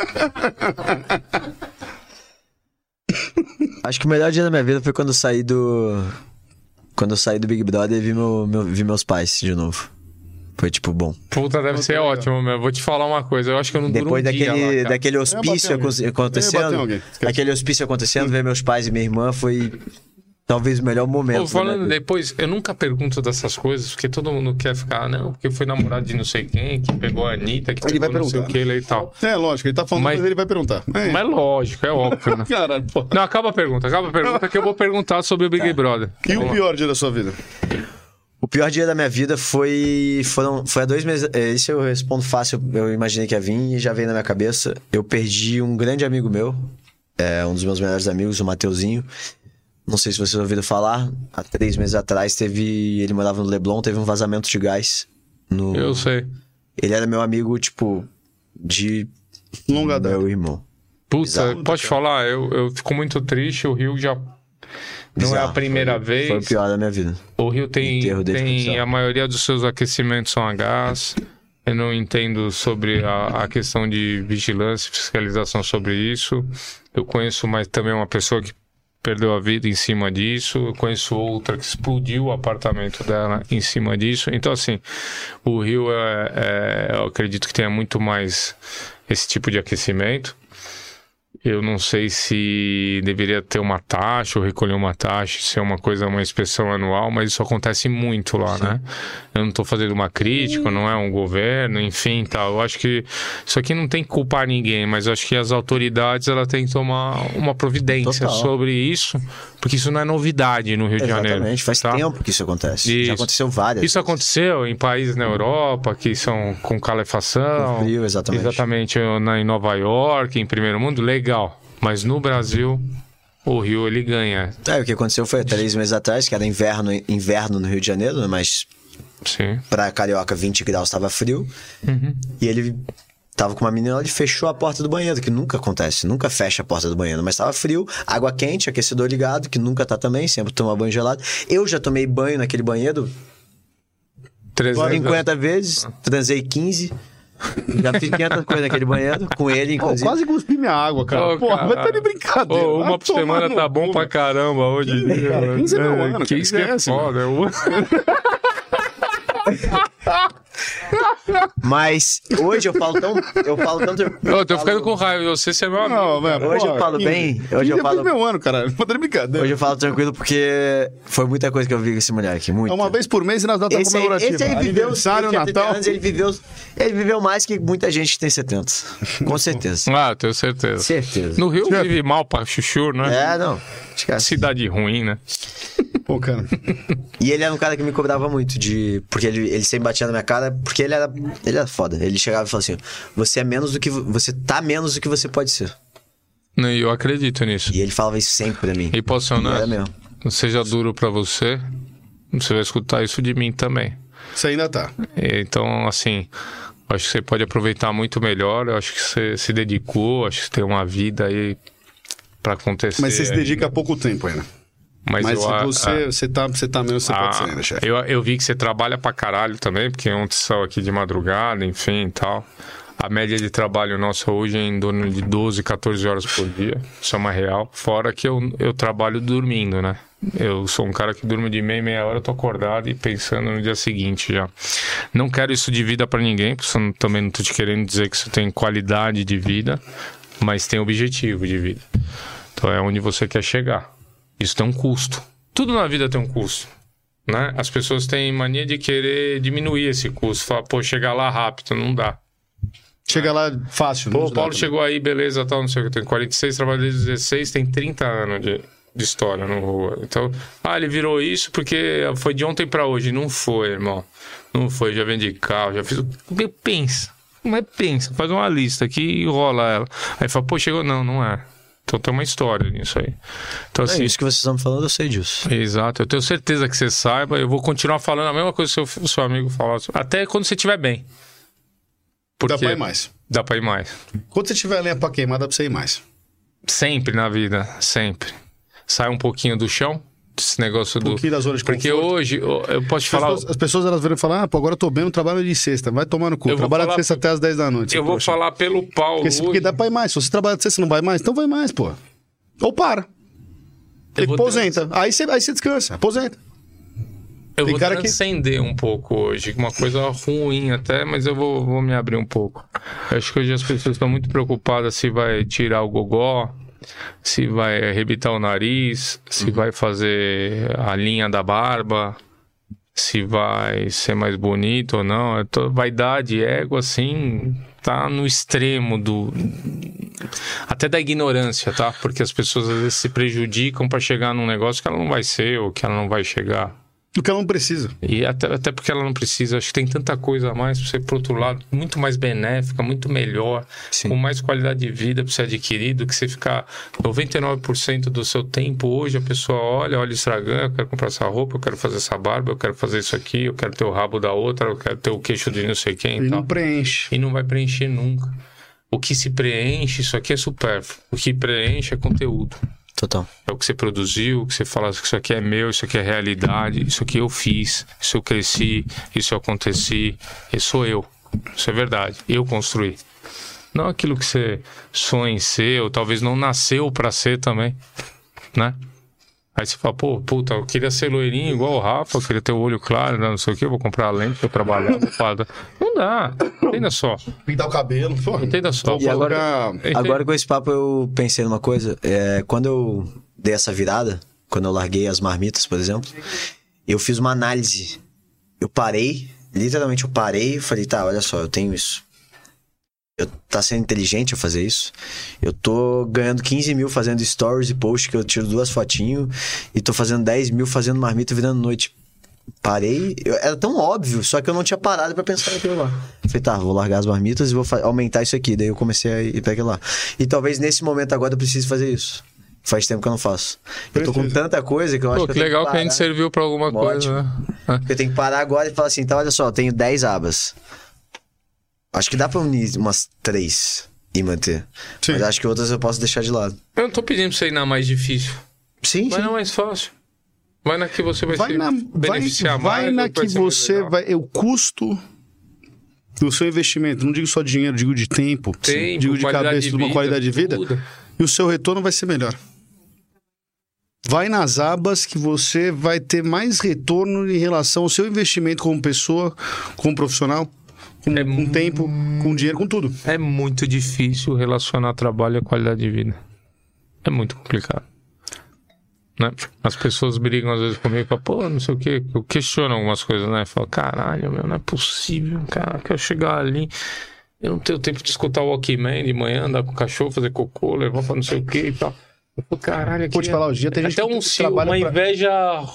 Acho que o melhor dia da minha vida foi quando eu saí do. Quando eu saí do Big Brother e vi, meu, meu- vi meus pais de novo. Foi tipo bom. Puta, deve ser ótimo, meu. Vou te falar uma coisa. Eu acho que eu não duro Depois um dia daquele, lá, cara. daquele Eu hospício ia bater aconte- alguém. Eu ia acontecendo. bater alguém. Esquece. Aquele hospício acontecendo, ver meus pais e minha irmã foi talvez o melhor momento. Pô, da falando minha vida. depois, eu nunca pergunto dessas coisas, porque todo mundo quer ficar, não, porque foi namorado de não sei quem, que pegou a Anitta, que Ele pegou vai não sei o perguntar. que lá e tal. É, lógico, ele tá falando, mas, Mas- ele vai perguntar. É. Mas lógico, é óbvio, né? Caralho, pô. Não, acaba a pergunta, acaba a pergunta que eu vou perguntar sobre o Big Brother. E o Vamos lá. pior dia da sua vida? O pior dia da minha vida foi. Foram, foi há dois meses. é, Isso eu respondo fácil, eu imaginei que ia vir e já veio na minha cabeça. Eu perdi um grande amigo meu, é, um dos meus melhores amigos, o Mateuzinho. Não sei se vocês ouviram falar. Há três meses atrás teve. Ele morava no Leblon, teve um vazamento de gás. No... Eu sei. Ele era meu amigo, tipo, de Longa data. meu irmão. Puta, Bizarro, posso te falar, eu, eu fico muito triste, o Rio já... Não é a Bizarro. primeira vez. Foi o pior da minha vida. O Rio tem, enterro dele foi tem bizarro. a maioria dos seus aquecimentos são a gás. Eu não entendo sobre a, a questão de vigilância e fiscalização sobre isso. Eu conheço mais também uma pessoa que perdeu a vida em cima disso. Eu conheço outra que explodiu o apartamento dela em cima disso. Então, assim, o Rio, é, é, eu acredito que tenha muito mais esse tipo de aquecimento. Eu não sei se deveria ter uma taxa ou recolher uma taxa, se é uma coisa, uma inspeção anual, mas isso acontece muito lá, né? Eu não estou fazendo uma crítica, não é um governo, enfim, tal. Eu acho que isso aqui não tem que culpar ninguém, mas eu acho que as autoridades ela têm que tomar uma providência Total. sobre isso, porque isso não é novidade no Rio de Janeiro. Exatamente, faz tá? tempo que isso acontece. Isso. Já aconteceu várias. Isso aconteceu em países na Europa que são com calefação. Com frio, exatamente. Exatamente, na, em Nova York, em primeiro mundo, legal. Mas no Brasil, o Rio ele ganha. É, o que aconteceu foi há três meses atrás, que era inverno, inverno no Rio de Janeiro, né, mas Sim. pra Carioca vinte graus tava frio. Uhum. E ele tava com uma menina, ele fechou a porta do banheiro, que nunca acontece, nunca fecha a porta do banheiro, mas tava frio, água quente, aquecedor ligado, que nunca tá também, sempre toma banho gelado. Eu já tomei banho naquele banheiro trezentos cinquenta vezes, transei quinze. Já fiz quinhentas coisas naquele banheiro, com ele, Pô, inclusive. quase cuspi minha água, cara. Ô, Porra, cara. vai tá de brincadeira. Ô, uma Vai por semana tomar tá no bom cu, pra caramba hoje. Cara, quinze é meu ano, cara, quinze que é esquece, foda. eu- Mas hoje eu falo tão. Eu falo tanto. Eu tô ficando com raiva de você, você é meu amigo. Não, velho, Hoje eu porra, falo quinze. bem, hoje quinze eu é falo- meu ano, cara. Não tá de brincadeira. Hoje eu falo tranquilo porque foi muita coisa que eu vi com esse moleque. Muito. É uma vez por mês e nas datas Esse aí, comemorativas. esse aí viveu. Aniversário, ele tinha trinta Natal. anos, ele, viveu, ele viveu mais que muita gente que tem setenta. Com certeza. Ah, tenho certeza. Certeza. No Rio vive mal pra chuchu, né? É, não. Esquece. Cidade ruim, né? Pô, cara. E ele era um cara que me cobrava muito, de porque ele, ele sempre batia na minha cara, porque ele era, ele era foda. Ele chegava e falava assim, você é menos do que... Você tá menos do que você pode ser. Não, eu acredito nisso. E ele falava isso sempre pra mim. E posso ser E era honesto? mesmo. Seja duro pra você, você vai escutar isso de mim também. Você ainda tá. Então, assim, acho que você pode aproveitar muito melhor. Eu acho que você se dedicou, acho que você tem uma vida aí pra acontecer. Mas você se ainda. dedica há pouco tempo ainda. Mas, Mas eu, se a- você, a- você, tá, você tá menos, você a- pode ser ainda, chefe. eu, eu vi que você trabalha pra caralho também, porque ontem saiu aqui de madrugada, enfim e tal. A média de trabalho nossa hoje é em torno de doze, catorze horas por dia. Isso é uma real. Fora que eu, eu trabalho dormindo, né? Eu sou um cara que durmo de meia, meia hora, eu tô acordado e pensando no dia seguinte já. Não quero isso de vida pra ninguém, porque eu não- também não tô te querendo dizer que você tem qualidade de vida, mas tem objetivo de vida. Então é onde você quer chegar. Isso tem um custo. Tudo na vida tem um custo, né? As pessoas têm mania de querer diminuir esse custo. Falar, pô, chegar lá rápido, não dá. Chega lá fácil. Pô, não o Paulo dá chegou aí, beleza, tal, não sei o que. Tem quarenta e seis, trabalha desde dezesseis, tem trinta anos de, de história no rua. Então, ah, ele virou isso porque foi de ontem pra hoje. Não foi, irmão. Não foi, já vendi carro, já fiz... o- Pensa, mas pensa, faz uma lista aqui e rola ela. Aí fala, pô, chegou... Não, não é. Então tem uma história nisso aí. Então, É assim, isso que vocês estão me falando, eu sei disso. exato, eu tenho certeza que você saiba. Eu vou continuar falando a mesma coisa que o seu, o seu amigo falar. Até quando você estiver bem. Dá pra ir mais. Dá pra ir mais. Quando você tiver lenha pra queimar, dá pra você ir mais. Sempre na vida, sempre. Sai um pouquinho do chão, desse negócio Um do... pouquinho da zona de Porque conforto. hoje, eu eu posso te As falar... pessoas, as pessoas elas viram falar, ah, pô, agora eu tô bem, eu trabalho de sexta. Vai tomar no cu. Eu vou Trabalha de falar- sexta até as dez da noite. seu Eu vou trouxa. falar pelo Paulo Porque, se- porque hoje. dá pra ir mais. Se você trabalha de sexta e não vai mais, então vai mais, pô. Ou para. Eu vou Aposenta. Aí você, aí você descansa. Aposenta. Eu Tem vou cara que- transcender um pouco hoje, uma coisa ruim até, mas eu vou, vou me abrir um pouco. Eu acho que hoje as pessoas estão muito preocupadas se vai tirar o gogó, se vai arrebitar o nariz, se vai fazer a linha da barba, se vai ser mais bonito ou não. É to- Vaidade, ego, assim, tá no extremo do... Até da ignorância, tá? Porque as pessoas às vezes se prejudicam pra chegar num negócio que ela não vai ser ou que ela não vai chegar. Do que ela não precisa. E até, até porque ela não precisa, acho que tem tanta coisa a mais pra você, por outro lado, muito mais benéfica, muito melhor, Sim. com mais qualidade de vida pra você adquirir, do que você ficar noventa e nove por cento do seu tempo. Hoje a pessoa olha, olha o Instagram, eu quero comprar essa roupa, eu quero fazer essa barba, eu quero fazer isso aqui, eu quero ter o rabo da outra, eu quero ter o queixo de não sei quem E e tal. não preenche. E não vai preencher nunca. O que se preenche, isso aqui é supérfluo. O que preenche é conteúdo. Total. É o que você produziu, o que você fala que isso aqui é meu, isso aqui é realidade, isso aqui eu fiz, isso eu cresci, isso eu aconteci, isso sou eu. Isso é verdade. Eu construí. Não aquilo que você sonha em ser, ou talvez não nasceu pra ser também, né? Aí você fala, pô, puta, eu queria ser loirinho igual o Rafa, eu queria ter o olho claro, não sei o que, eu vou comprar a lente pra eu trabalhar. Vou falar. Não dá, entenda só, Pintar o cabelo. Pô. entenda só. E agora- Colocar- Agora com esse papo eu pensei numa coisa. É, quando eu dei essa virada, quando eu larguei as marmitas, por exemplo, eu fiz uma análise. Eu parei, literalmente eu parei e falei, tá, olha só, eu tenho isso. Eu tá sendo inteligente eu fazer isso. Eu tô ganhando quinze mil fazendo stories e posts que eu tiro duas fotinhos e tô fazendo dez mil fazendo marmita virando noite. Parei, eu- era tão óbvio, só que eu não tinha parado pra pensar naquilo lá. Falei, tá, vou largar as marmitas e vou fa- aumentar isso aqui. Daí eu comecei a ir pra aquilo lá. E talvez nesse momento agora eu precise fazer isso. Faz tempo que eu não faço. Eu tô com Precisa. tanta coisa que eu acho Pô, que eu que tenho legal que a gente parar. serviu pra alguma Ótimo. coisa, né? É. Eu tenho que parar agora e falar assim, tá, olha só, eu tenho dez abas. Acho que dá pra unir umas três e manter. Sim. Mas acho que outras eu posso deixar de lado. Eu não tô pedindo pra você ir na mais difícil. Sim, Vai sim. na mais fácil. Vai na que você vai, Vai se na, vai, beneficiar vai mais. na ou que vai ser mais você legal. vai. O custo do seu investimento, não digo só dinheiro, digo de tempo, Tempo, digo de qualidade cabeça, de de uma vida, qualidade de vida, tudo. e o seu retorno vai ser melhor. Vai nas abas que você vai ter mais retorno em relação ao seu investimento como pessoa, como profissional, com, É com tempo, com dinheiro, com tudo. É muito difícil relacionar trabalho e qualidade de vida. É muito complicado. Né? As pessoas brigam às vezes comigo e falam, pô, não sei o que, eu questiono algumas coisas, né? Falo, caralho, meu, não é possível, cara, quero chegar ali, eu não tenho tempo de escutar o Walkman de manhã, andar com o cachorro, fazer cocô, levar pra não sei o que e tal. Eu falo, caralho, Vou te falar, hoje em dia tem gente até que um ciúme, trabalha uma pra- inveja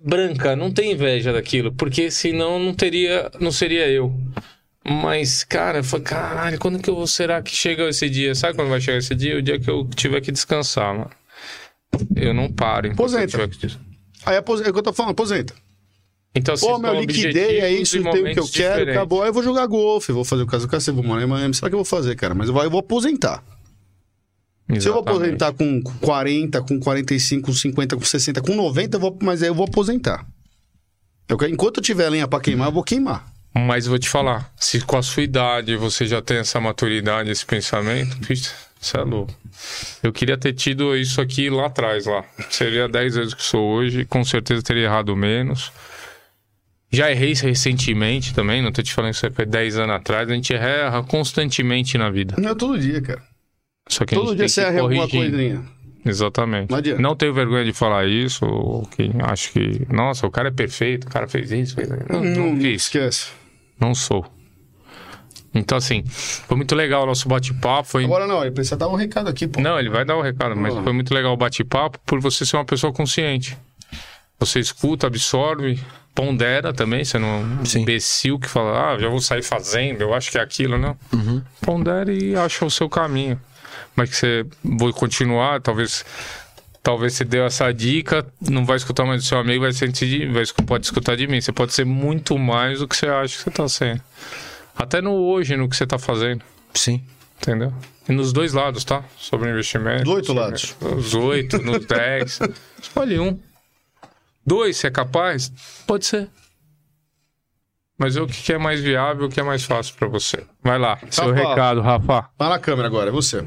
branca, não tem inveja daquilo, porque senão não teria, não seria eu. Mas, cara, eu falei, caralho, quando que eu será que chega esse dia? Sabe quando vai chegar esse dia? O dia que eu tiver que descansar, mano. Eu não paro. Aposenta. Eu que... Aí aposenta, é o que eu tô falando, aposenta. Então, Pô, meu, liquidei, é isso, tem o que eu quero, diferentes. acabou. Aí eu vou jogar golfe, vou fazer o caso do cacete, vou morar em Miami, sei lá o que eu vou fazer, cara. Mas eu vou, eu vou aposentar. Exatamente. Se eu vou aposentar com quarenta, com quarenta e cinco, com cinquenta, com sessenta, com noventa, eu vou, mas aí eu vou aposentar. Eu quero, enquanto eu tiver lenha pra queimar, eu vou queimar. Mas vou te falar, se com a sua idade você já tem essa maturidade, esse pensamento, isso é louco. Eu queria ter tido isso aqui lá atrás, lá. Seria dez vezes o que sou hoje, com certeza teria errado menos. Já errei recentemente também, não tô te falando que isso foi dez anos atrás, a gente erra constantemente na vida. Não é todo dia, cara. Só que Todo dia você erra alguma coisinha. Exatamente. Não adianta. Não tenho vergonha de falar isso, ou que acho que, nossa, o cara é perfeito, o cara fez isso, fez isso. Não, não, Não, fiz. esquece. Não sou. Então, assim, foi muito legal o nosso bate-papo. Foi... Agora não, ele precisa dar um recado aqui, pô. Não, ele vai dar o recado, mas Não. foi muito legal o bate-papo por você ser uma pessoa consciente. Você escuta, absorve, pondera também, você não é um Sim. imbecil que fala, ah, já vou sair fazendo, eu acho que é aquilo, não. Uhum. Pondera e acha o seu caminho. Mas que você vai continuar, talvez... Talvez você deu essa dica, não vai escutar mais do seu amigo, vai sentir, vai, pode escutar de mim. Você pode ser muito mais do que você acha que você está sendo. Até no hoje, no que você está fazendo. Sim. Entendeu? E nos dois lados, tá? Sobre investimento. Dos oito sobre- lados. Os oito, nos dez. Escolhe um. Dois, se é capaz? Pode ser. Mas o que é mais viável, o que é mais fácil para você? Vai lá, seu Rafa. recado, Rafa. Vai na câmera agora, é você.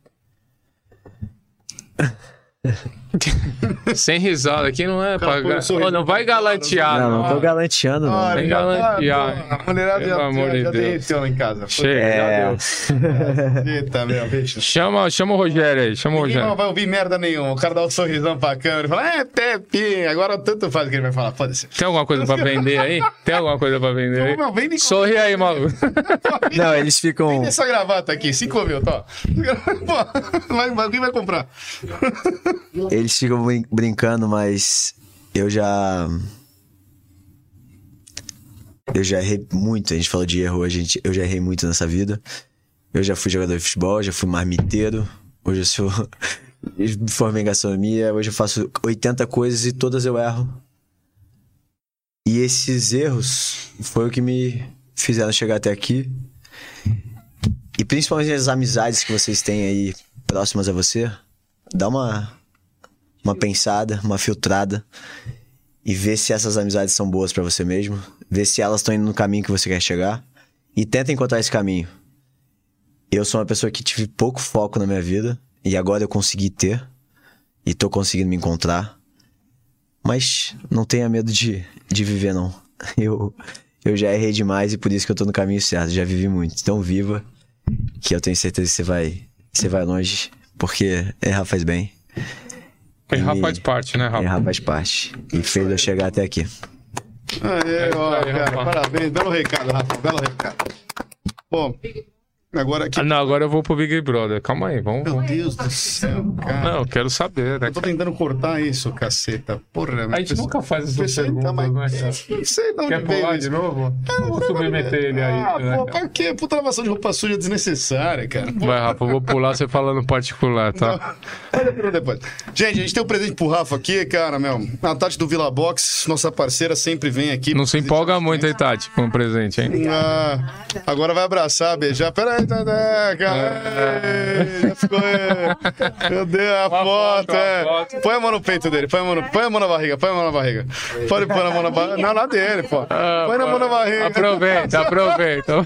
Sem risada, aqui não é Cara, pra... põe um sorriso. Ô, não vai galantear, Não, não tô galanteando, não. Olha, Tem já tá- galantear. pô, A mulherada Pelo já, amor já, de já Deus. derreteu lá em casa. Chega, É. já deu. Eita, meu, bicho. Chama, chama o Rogério aí, chama o Ninguém não Rogério. vai ouvir merda nenhuma. O cara dá um sorrisão pra câmera e fala, é, Pepe. Agora tanto faz o que ele vai falar, foda-se. Tem alguma coisa pra vender aí? Tem alguma coisa pra vender aí? Meu, vem nem Sorri aí, maluco. Não, eles ficam. Vem essa gravata aqui, cinco mil, tá? Pô, vai, vai, quem vai comprar? Eles ficam brin- brincando, mas eu já. Eu já errei muito. A gente falou de erro hoje, a gente- eu já errei muito nessa vida. Eu já fui jogador de futebol, já fui marmiteiro. Hoje eu sou. Me formei em gastronomia. Hoje eu faço oitenta coisas e todas eu erro. E esses erros foi o que me fizeram chegar até aqui. E principalmente as amizades que vocês têm aí próximas a você. Dá uma. Uma pensada, uma filtrada e ver se essas amizades são boas pra você mesmo, ver se elas estão indo no caminho que você quer chegar e tenta encontrar esse caminho. Eu sou uma pessoa que tive pouco foco na minha vida e agora eu consegui ter e tô conseguindo me encontrar, mas não tenha medo de, de viver não. Eu, eu já errei demais e por isso que eu tô no caminho certo, já vivi muito. Então viva, que eu tenho certeza que você vai, você vai longe, porque errar faz bem. Errar E- faz parte, né, Rafa? Errar faz parte. E fez eu chegar até aqui. Aê, ó, aí, cara, Rafa. parabéns. Belo recado, Rafa, belo recado. Bom, agora aqui... Ah, não, agora eu vou pro Big Brother. Calma aí, vamos. Meu vamos. Deus do céu, cara. Não, eu quero saber, né? Eu tô tentando cortar isso, caceta. Porra, A gente nunca faz essas Pessoa- perguntas, tá, mas- né? Não sei de onde Quer veio falar isso. de novo? Vou submeter ele aí. Ah, né, pô, cara? pra quê? Puta lavação de roupa suja desnecessária, cara. Pô, Vai, Rafa, eu vou pular você falando no particular, tá? olha pra depois. Gente, a gente tem um presente pro Rafa aqui, cara, meu. A Tati do Vila Box, nossa parceira, sempre vem aqui. Não se empolga muito, hein, Tati, com o presente, hein? Ah, agora vai abraçar, beijar. Pera aí, Tadá, cara. Ei, Já ficou. é. Meu Deus, a Uma foto, foto, uma é. foto. Põe a mão no peito dele, põe a mão, no... põe a mão na barriga, põe a mão na barriga. Pode pôr a mão na barriga. Não, na dele, pô. Ah, Põe na mão na barriga. Aproveita, aproveita.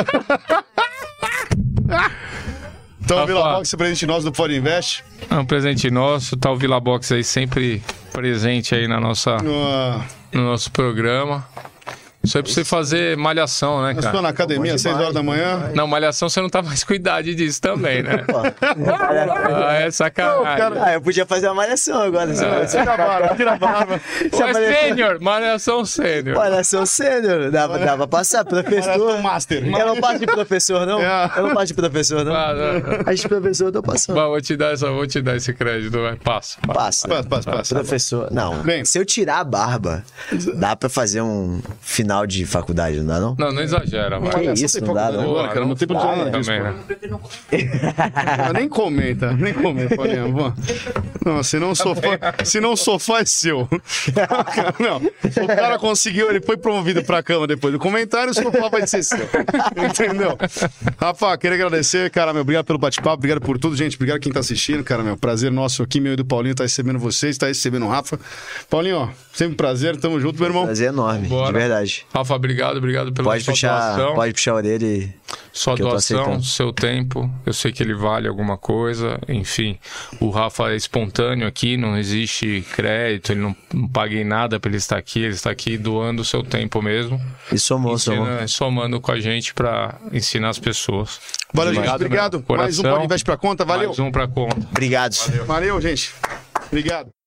Então, Vila Rafa. Box, presente nosso do Pode Invest. É um presente nosso, tá o Vila Box aí sempre presente aí na nossa, Ah, no nosso programa. Isso é pra você fazer malhação, né, Eu estou cara? na academia às seis horas da manhã. Não, malhação você não tá mais com idade disso também, né? Pô, Ah, é sacanagem. ah, eu podia fazer uma malhação agora. É. Tira a barba, tira a barba. Pô, é sênior, malhação sênior. Malhação sênior. Dava, dava pra passar, professor. Malhação master. Eu não passo de professor, não? É. Eu não passo de professor, não? Ah, não. A de professor eu tô passando. Bom, vou te dar essa, vou te dar esse crédito, vai. Passa. Passa. Passa, passa, passa. Professor, não. Bem. Se eu tirar a barba, dá pra fazer um final de faculdade, não dá, não? Não, não exagera, vai. Que Olha, isso, só tem não dá, faculdade não? agora, cara, não tem pra Dá dizer nada disso, também, pô. né? Nem comenta, nem comenta, Paulinho. Pô. Não, se não o sofá, se não o sofá é seu. Não, o cara conseguiu, ele foi promovido pra cama depois do comentário, o sofá vai ser seu. Entendeu? Rafa, queria agradecer, cara, meu, obrigado pelo bate-papo, obrigado por tudo, gente, obrigado quem tá assistindo, cara, meu, prazer nosso aqui, meu e do Paulinho, tá recebendo vocês, tá recebendo o Rafa. Paulinho, ó, sempre um prazer, tamo junto, meu irmão. Prazer enorme, Bora. de verdade. Rafa, obrigado, obrigado pela Pode sua puxar, doação. pode puxar a orelha e... Sua que eu tô doação, aceitando. seu tempo, eu sei que ele vale alguma coisa, enfim. O Rafa é espontâneo aqui, não existe crédito, ele não, não paguei nada pra ele estar aqui, ele está aqui doando o seu tempo mesmo, E somou, somou. ensina- somando com a gente pra ensinar as pessoas. Valeu, gente, Obrigado, obrigado. meu Mais um coração. Pode Investe pra conta, valeu. Mais um pra conta. Obrigado. Valeu, gente. Obrigado.